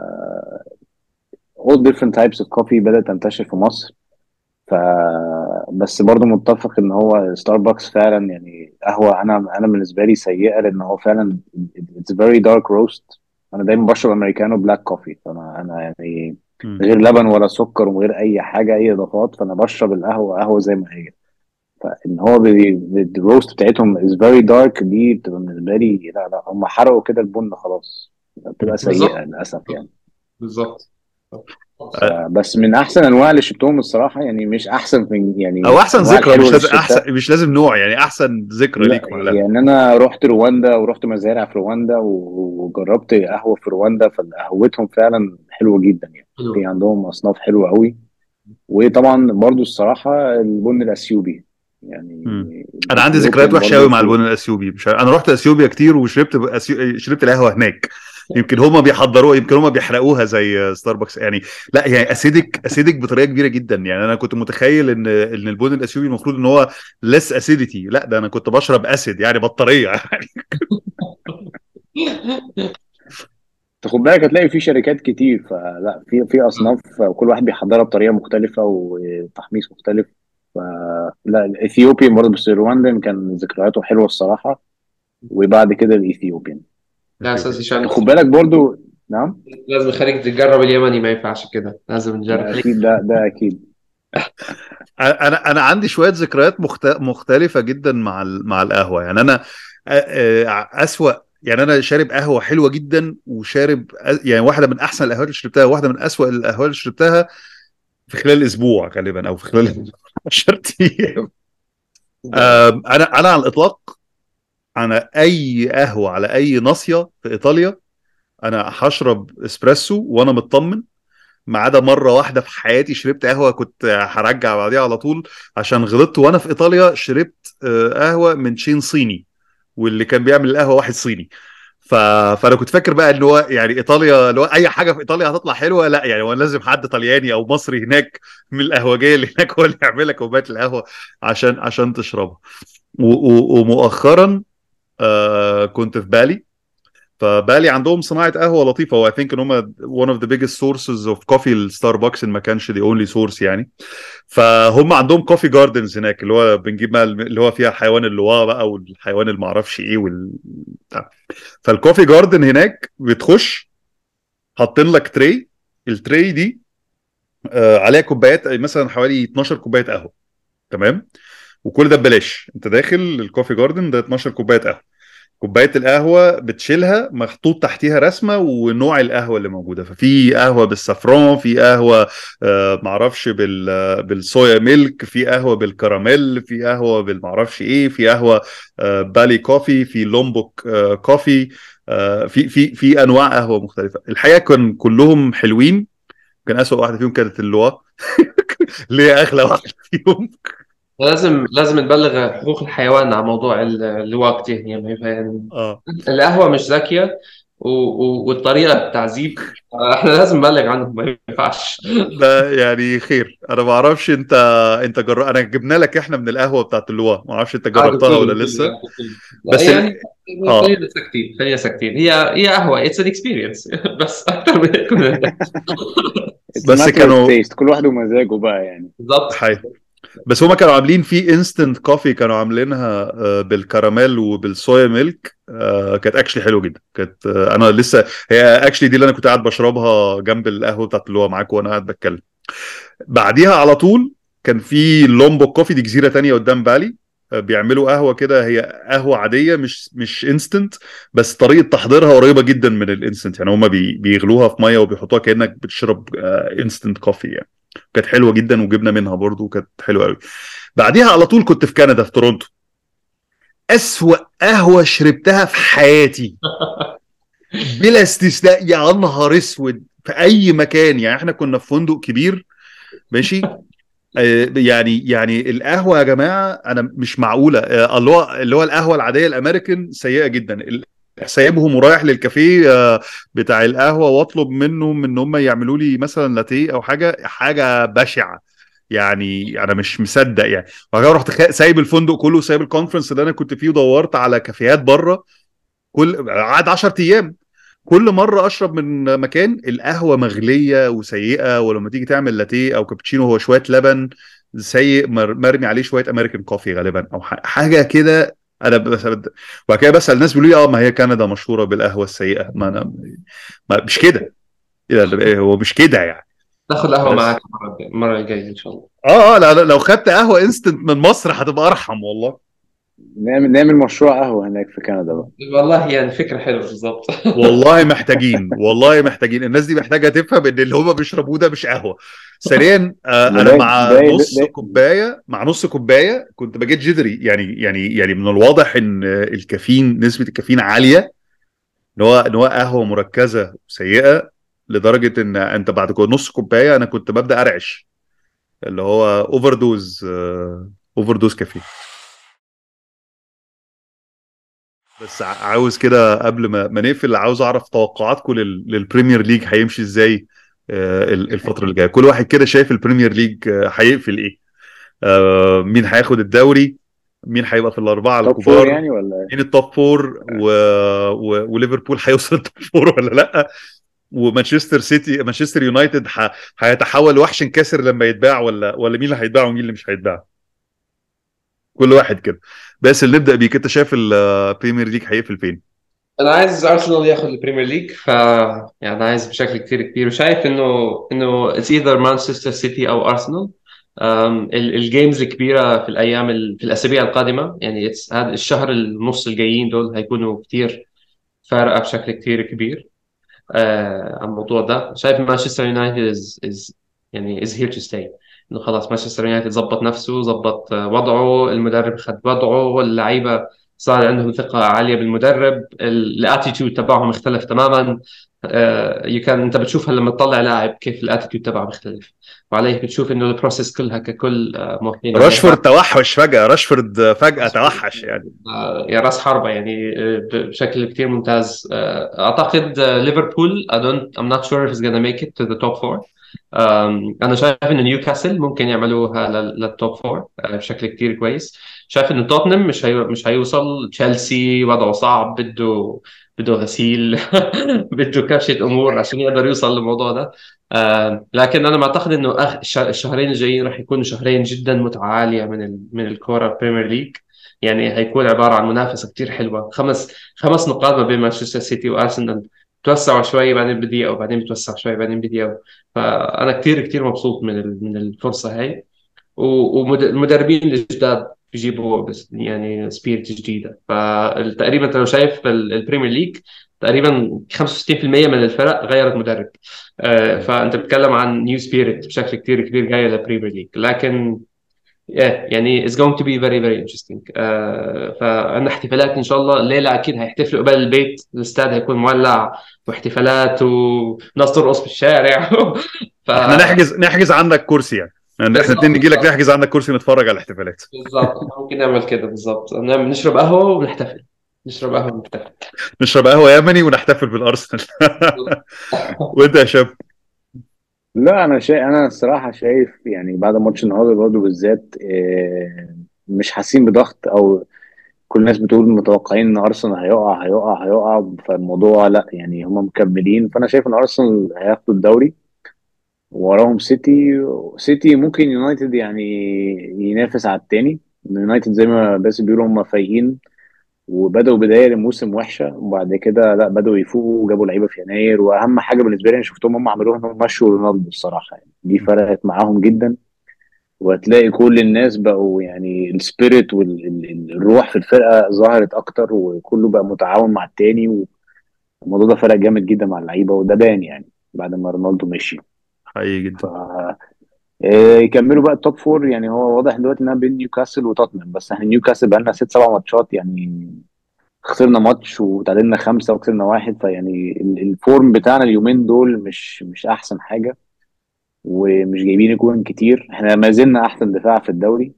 all different types of coffee بدأت تنتشر في مصر. ف بس برضه متفق ان هو ستاربكس فعلا يعني قهوه، انا بالنسبه لي سيئه، لان هو فعلا it's very dark roast. انا دايما بشرب امريكانو بلاك كوفي، فانا يعني مم. غير لبن ولا سكر ومن غير اي حاجه، اي اضافات، فانا بشرب القهوه قهوه زي ما هي. فان هو الروست بتاعتهم is very dark، دي بتبقى بالنسبه لي لا لا، هم حرقوا كده البن خلاص، بتبقى سيئه بالظبط. للاسف يعني. بالظبط. فبس من احسن انواع اللي شربتهم الصراحه، يعني مش احسن من يعني او احسن انواع ذكرى، الحلوه مش اللي لازم احسن، شربتها. مش لازم نوع، يعني احسن ذكرى لا ليك مع القهوه. يعني انا رحت رواندا ورحت مزارع في رواندا وجربت قهوه في رواندا، فقهوتهم فعلا حلوه جدا يعني. حلو. في عندهم اصناف حلوه قوي. وطبعا برضو الصراحه البن الاثيوبي يعني، مم. انا عندي ذكريات الاثيوبيان وحشه قوي برضو مع البن الأثيوبي. مش انا رحت اثيوبيا كتير وشربت شربت القهوه هناك. يمكن هما بيحضروها، يمكن هما بيحرقوها زي ستاربكس يعني. لا هي اسيدك بطريقه كبيره جدا. يعني انا كنت متخيل ان البن الاثيوبي المفروض ان هو لس اسيديتي، لا ده انا كنت بشرب اسيد يعني بطاريه يعني. تاخد بالك هتلاقي في شركات كتير، فلا في اصناف كل واحد بيحضرها بطريقه مختلفه وتحميص مختلف. فلا الاثيوبيان برضه، بس الروندن كان ذكرياته حلوه الصراحه. وبعد كده الاثيوبيان. لا أستاذ هشام، خد بالك برضه. نعم. لازم نخليك تجرب اليمني، ما ينفعش كده، لازم نجرب ده خليك. اكيد، ده اكيد. انا عندي شويه ذكريات مختلفه جدا مع القهوه. يعني انا اسوأ. يعني انا شارب قهوه حلوه جدا، وشارب يعني واحده من احسن القهوات اللي شربتها، واحده من اسوأ القهوات اللي شربتها في خلال اسبوع غالبا، او في خلال 10 ايام. انا على الاطلاق، انا اي قهوه على اي ناصيه في ايطاليا انا هشرب اسبريسو وانا مطمن. ما عدا مره واحده في حياتي شربت قهوه كنت هرجع بعديها على طول، عشان غلطت وانا في ايطاليا شربت قهوه من شين صيني، واللي كان بيعمل القهوه واحد صيني. فانا كنت فاكر بقى ان هو يعني ايطاليا، اللي هو اي حاجه في ايطاليا هتطلع حلوه. لا يعني هو لازم حد طلياني او مصري هناك من القهوجيه اللي هناك هو اللي يعمل لك كوبايه القهوه عشان تشربها. ومؤخرا كنت في بالي. فبالي عندهم صناعه قهوه لطيفه، و I think ان هم one of the biggest sources of coffee الستاربكس، ان ما كانش the only source يعني. فهم عندهم كوفي جاردنز هناك، اللي هو بنجيب بقى اللي هو فيها حيوان اللواء بقى، والحيوان اللي معرفش ايه بتاع. فالكوفي جاردن هناك بتخش، حاطين لك تري. التري دي عليها كوبايات، مثلا حوالي 12 كوبايه قهوه. تمام. وكل ده ببلاش، انت داخل الكوفي جاردن ده 12 كوبايه قهوه. كوبايه القهوه بتشيلها محطوط تحتيها رسمه ونوع القهوه اللي موجوده، ففي قهوه بالسافرون، في قهوه معرفش بالصويا ميلك، في قهوه بالكراميل، في قهوه بالمعرفش ايه، في قهوه بالي كوفي، في لومبوك كوفي، في انواع قهوه مختلفه. الحقيقه كان كلهم حلوين. كان اسوأ واحده فيهم كانت اللواء اللي هي اغلى واحده فيهم. لازم نبلغ حقوق الحيوان على موضوع الوقت يعني اه القهوة مش ذكية والطريقة التعذيب احنا لازم نبلغ عنهم، ما ينفعش. ده يعني خير. انا ما اعرفش انت انا جبنا لك احنا من القهوه بتاعت اللواء، ما اعرفش انت عادي جربتها كله ولا لسه. لا بس يعني اه خلينا ساكتين هي قهوة اتس ان اكسبيرينس بس اكتر من هيك ما نقدرش. it's a بس matter of كانوا taste، كل واحد ومزاجه بقى يعني. بالضبط. حي بس هما كانوا عاملين في انستنت كوفي، كانوا عاملينها بالكراميل وبالصويا ميلك. كانت اكشلي حلوه جدا. كانت انا لسه، هي اكشلي دي اللي انا كنت قاعد بشربها جنب القهوه بتاعت اللي هو معاك وانا قاعد بتكلم. بعديها على طول كان في لومبو كوفي، دي جزيره تانية قدام بالي. بيعملوا قهوه كده، هي قهوه عاديه مش انستنت، بس طريقه تحضيرها قريبه جدا من الانستنت. يعني هما بيغلوها في ميه وبيحطوها كانك بتشرب انستنت كوفي يعني. كانت حلوه جدا وجبنا منها برضو، كانت حلوه قوي. بعديها على طول كنت في كندا في تورونتو. أسوأ قهوة شربتها في حياتي بلا استثناء. يا نهار اسود، في اي مكان. يعني احنا كنا في فندق كبير، ماشي. يعني القهوة يا جماعة انا مش معقولة. اللي هو القهوة العادية الامريكان سيئة جدا. سايبهم ورايح للكافيه بتاع القهوة واطلب منهم ان هم يعملوا لي مثلا لاتيه او حاجة بشعة. يعني انا مش مصدق يعني. وبعد كده رحت سايب الفندق كله، سايب الكونفرنس اللي انا كنت فيه، ودورت على كافيهات بره. قعد 10 ايام. كل مره اشرب من مكان القهوه مغليه وسيئه، ولما تيجي تعمل لاتيه او كابتشينو هو شويه لبن سيء مرمي عليه شويه امريكان كوفي غالبا او حاجه كده. انا وبعد كده بسال الناس بيقولوا لي اه ما هي كندا مشهوره بالقهوه السيئه. ما انا مش كده. إيه ده؟ هو مش كده يعني. ناخد قهوة معاك بس المرة الجاية ان شاء الله. لا لو خدت قهوه انستنت من مصر هتبقى ارحم والله. نعمل مشروع قهوة هناك في كندا بقى. والله يعني فكرة حلوة بالضبط. والله محتاجين، والله محتاجين. الناس دي محتاجه تفهم ان اللي هم بيشربوه ده مش قهوه. ثانيا ما انا ده مع ده ده, نص ده كوبايه، كنت بجيت جدري. يعني من الواضح ان نسبه الكافيين عاليه. ان هو قهوه مركزه سيئه لدرجه ان انت بعد نص كوبايه انا كنت ببدا ارعش. اللي هو اوفر دوز كافيين. بس عاوز كده قبل ما نقفل، عاوز اعرف توقعاتكم للبريمير ليج هيمشي ازاي الفترة اللي جاية. كل واحد كده شايف البريمير ليج هيقفل ايه. مين هياخد الدوري، مين هيبقى في الأربعة توب فور الكبار، يعني ولا؟ مين التوب فور وليفربول هيوصل التوب فور ولا لا. مانشستر يونايتد هيتحول وحش كاسر لما يتباع، ولا مين اللي هيتباع ومين اللي مش هيتباع. كل واحد كده. بس اللي نبدأ بيك، انت شايف البريمير ليج هيقفل فين؟ انا عايز ارسنال ياخد البريمير ليج، يعني عايز بشكل كتير كبير، وشايف انه اتس ايذر مانشستر سيتي او ارسنال. الجيمز الكبيره في في الاسابيع القادمه، يعني هذا الشهر النص الجايين دول هيكونوا كتير فارقه بشكل كتير كبير. عن الموضوع ده شايف مانشستر يونايتد از هير تو ستاي. انه خلاص مانشستر يونايتد ظبط نفسه، ظبط وضعه، المدرب خد وضعه، اللعيبه صار عندهم ثقه عاليه بالمدرب، الاتيتيود تبعهم اختلف تماما. انت بتشوفها لما تطلع لاعب كيف الاتيتيود تبعه بيختلف، وعليه بتشوف انه البروسيس كلها ككل موافقين عليها. راشفورد توحش فجأة، راشفورد فجأة توحش يعني. يا راس حربة يعني بشكل كتير ممتاز. أعتقد ليفربول I'm not sure if it's gonna make it to the top four. أنا شايف إن نيوكاسل ممكن يعملوها للتوب فور بشكل كتير كويس. شايف إن توتنهام مش هيوصل. تشيلسي وضعه صعب، بده غسيل بده كبشة أمور عشان يقدر يوصل للموضوع ده. لكن أنا معتقد إنه الشهرين الجايين راح يكونوا شهرين جدا متعة عالية من الكورة بريمير ليج. يعني هيكون عبارة عن منافسة كتير حلوة. خمس نقاط ما بين مانشستر سيتي وأرسنال، توسعوا شوي بعدين بدقيقة، وبعدين بتوسع شوي بعدين بدقيقة. فأنا كتير كتير مبسوط من الفرصة هاي. والمدربين الجداد يجيبوا بس يعني سبيريت جديده. فتقريبا انت لو شايف البريمير ليج تقريبا 65% من الفرق غيرت مدرب. فانت بتتكلم عن نيو سبيريت بشكل كتير كبير جاي للبريمير ليج. لكن يعني it's going to be very very interesting. فعندنا احتفالات ان شاء الله الليله، اكيد هيحتفلوا قبل البيت، الاستاد هيكون مولع واحتفالات وناس ترقص في الشارع. ف احنا نحجز عندك كرسي يعني احنا اتنين نجي لك نحجز عندك كرسي نتفرج على الاحتفالات. بالظبط ممكن نعمل كده بالظبط، نشرب قهوه ونحتفل. نشرب قهوه ونحتفل. نشرب قهوه يمني ونحتفل بالارسنال. وانت يا شاب؟ لا انا الصراحه شايف يعني بعد ماتش النهارده برضه بالذات مش حاسين بضغط، او كل الناس بتقول متوقعين ان ارسنال هيقع. فالموضوع لا يعني هم مكملين. فانا شايف ان ارسنال هياخدوا الدوري، وراهم سيتي ممكن يونايتد يعني ينافس على التاني. يونايتد زي ما بس بيقولوا هم فايقين، وبدأوا بداية الموسم وحشة، وبعد كده لا بدأوا يفوقوا وجابوا لعيبة في يناير. وأهم حاجة بالنسبة لي أنا شفتهم هم عملوها إنهم مشوا رونالدو الصراحة، يعني دي فرقت معاهم جدا. وهتلاقي كل الناس بقوا يعني السبيريت والروح في الفرقة ظهرت أكتر، وكله بقى متعاون مع التاني. والموضوع ده فرق جامد جدا مع اللعيبة، وده بان يعني بعد ما رونالدو مشي. حقيقي ف جدا. يكملوا بقى التوب فور. يعني هو واضح دلوقتي انها بين نيوكاسل وتوتنهام، بس احنا نيوكاسل بقى لنا 6 7 ماتشات يعني خسرنا ماتش وتعادلنا 5 وكسبنا 1. فيعني الفورم بتاعنا اليومين دول مش احسن حاجه، ومش جايبين جوان كتير. احنا ما زلنا احسن دفاع في الدوري،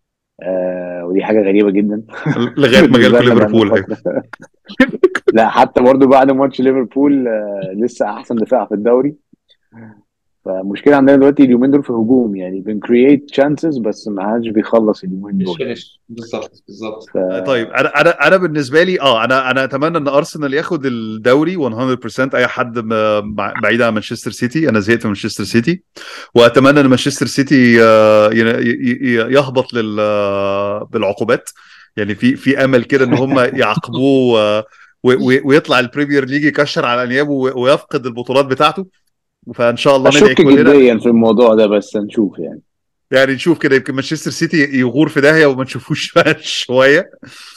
ودي حاجه غريبه جدا. لغايه ما بالنسبه جالكوا لنا بقالنا ليفربول. ايوه. فتره. لا حتى برضو بعد ماتش ليفربول لسه احسن دفاع في الدوري. فالمشكله عندنا دلوقتي اليومين دول في الهجوم، يعني بنكرييت تشانسز بس ما حدش بيخلص اليومين مش دول. فينش بالظبط بالظبط. طيب انا بالنسبه لي انا اتمنى ان ارسنال ياخد الدوري 100%. اي حد بعيد عن مانشستر سيتي، انا زهقت من مانشستر سيتي. واتمنى ان مانشستر سيتي يهبط بالعقوبات. يعني في امل كده ان هم يعاقبوه، ويطلع البريمير ليج يكشر على انيابه ويفقد البطولات بتاعته. فان شاء الله ندعي اشك كلنا. جديا في الموضوع ده، بس هنشوف يعني. يعني نشوف كده، يمكن مانشستر سيتي يغور في داهيه وما نشوفوش بقى شويه.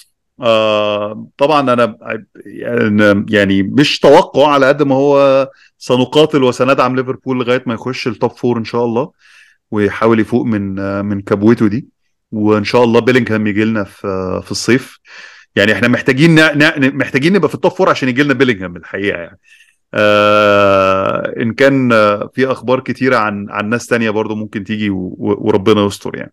طبعا انا يعني مش توقع على قد ما هو سنقاتل وسندعم ليفربول لغايه ما يخش التوب فور ان شاء الله، ويحاول يفوق من كبوته دي. وان شاء الله بيلينغهام يجي لنا في الصيف. يعني احنا محتاجين نبقى في التوب فور عشان يجي لنا بيلينغهام الحقيقه يعني. ان كان في اخبار كتيره عن ناس تانية برضو ممكن تيجي وربنا يستر يعني.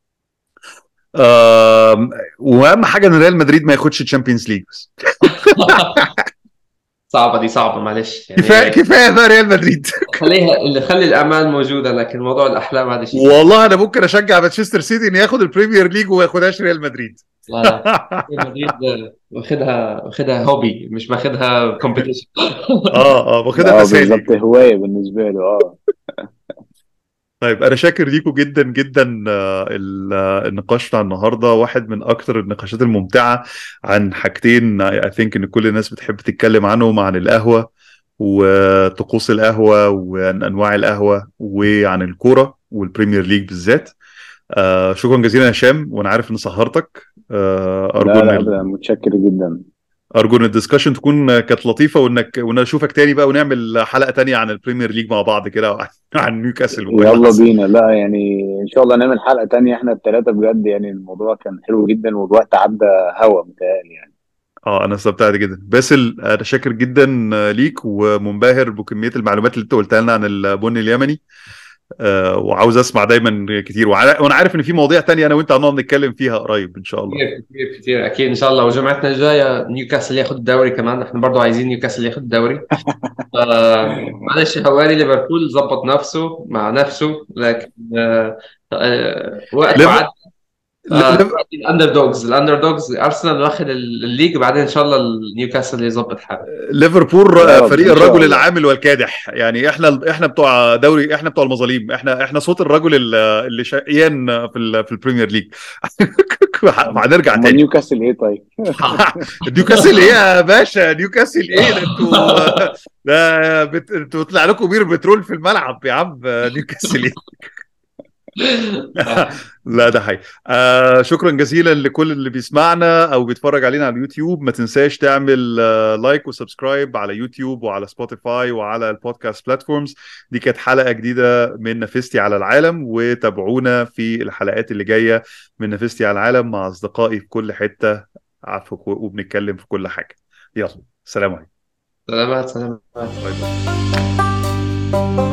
واهم حاجه ان ريال مدريد ما ياخدش تشامبيونز ليج بس. صعبه دي، صعبه معلش كفايه يعني. كفايه بقى ريال مدريد. خلي الامال موجوده، لكن موضوع الاحلام هذا شيء ثاني. والله انا ممكن اشجع مانشستر سيتي انه ياخد البريمير ليج وما ياخدهاش ريال مدريد. لا لا، ريال مدريد واخدها هوبي، مش واخدها كومبيتيشن. اه واخدها اه تسالي. بالظبط، هوايه بالنسبه له طيب انا شاكر ليكم جدا جدا. النقاش بتاع النهارده واحد من اكثر النقاشات الممتعه عن حاجتين اي ثينك ان كل الناس بتحب تتكلم عنهم، عن القهوه وطقوس القهوه وانواع القهوه، وعن الكوره والبريمير ليج بالذات. شكرا جزيلا يا هشام، وانا عارف ان سهرتك. ارجو لا ان لا ابدا، متشكر جدا. ارجو ان الدسكشن تكون كانت لطيفه، وان اشوفك تاني بقى ونعمل حلقه تانية عن البريمير ليج مع بعض كده، عن نيوكاسل وايه اللي يلا حصل. بينا. لا يعني ان شاء الله نعمل حلقه تانية احنا الثلاثه بجد. يعني الموضوع كان حلو جدا، والوقت عدى هوا متهيألي يعني. اه انا استمتعت جدا باسل. انا شاكر جدا ليك، ومنبهر بكميه المعلومات اللي انت قلتها لنا عن البن اليمني. وعاوز اسمع دايما كتير، وانا عارف ان في مواضيع تانية انا وانت هنقعد نتكلم فيها قريب ان شاء الله. كتير كتير كتير اكيد ان شاء الله. وجمعتنا الجايه نيوكاسل ياخد الدوري كمان، احنا برضو عايزين نيوكاسل ياخد الدوري. معلش هواري ليفربول ظبط نفسه مع نفسه، لكن وقت ليف... وعد. ليف... الاندر دوجز ارسنال واخد الليج، بعدين ان شاء الله نيوكاسل يظبط حاله. ليفربول يا رب فريق ان شاء الرجل الله. العامل والكادح. يعني احنا بتوع دوري، احنا بتوع المظاليم، احنا صوت الرجل اللي شقيان في البريمير ليج. هنرجع امال تاني. نيوكاسل ايه طيب؟ نيوكاسل ايه يا باشا؟ نيوكاسل ايه ده؟ انتوا طلع لكم بير بترول في الملعب يا عم. نيوكاسل ايه؟ لا ده حقيقي. شكرا جزيلا لكل اللي بيسمعنا او بيتفرج علينا على اليوتيوب. ما تنساش تعمل لايك وسبسكرايب على يوتيوب وعلى سبوتيفاي وعلى البودكاست بلاتفورمز. دي كانت حلقة جديدة من نافستي على العالم، وتابعونا في الحلقات اللي جاية من نافستي على العالم مع اصدقائي في كل حتة، وبنتكلم في كل حاجة. يلا، سلام عليكم. سلامات سلامات. باي باي.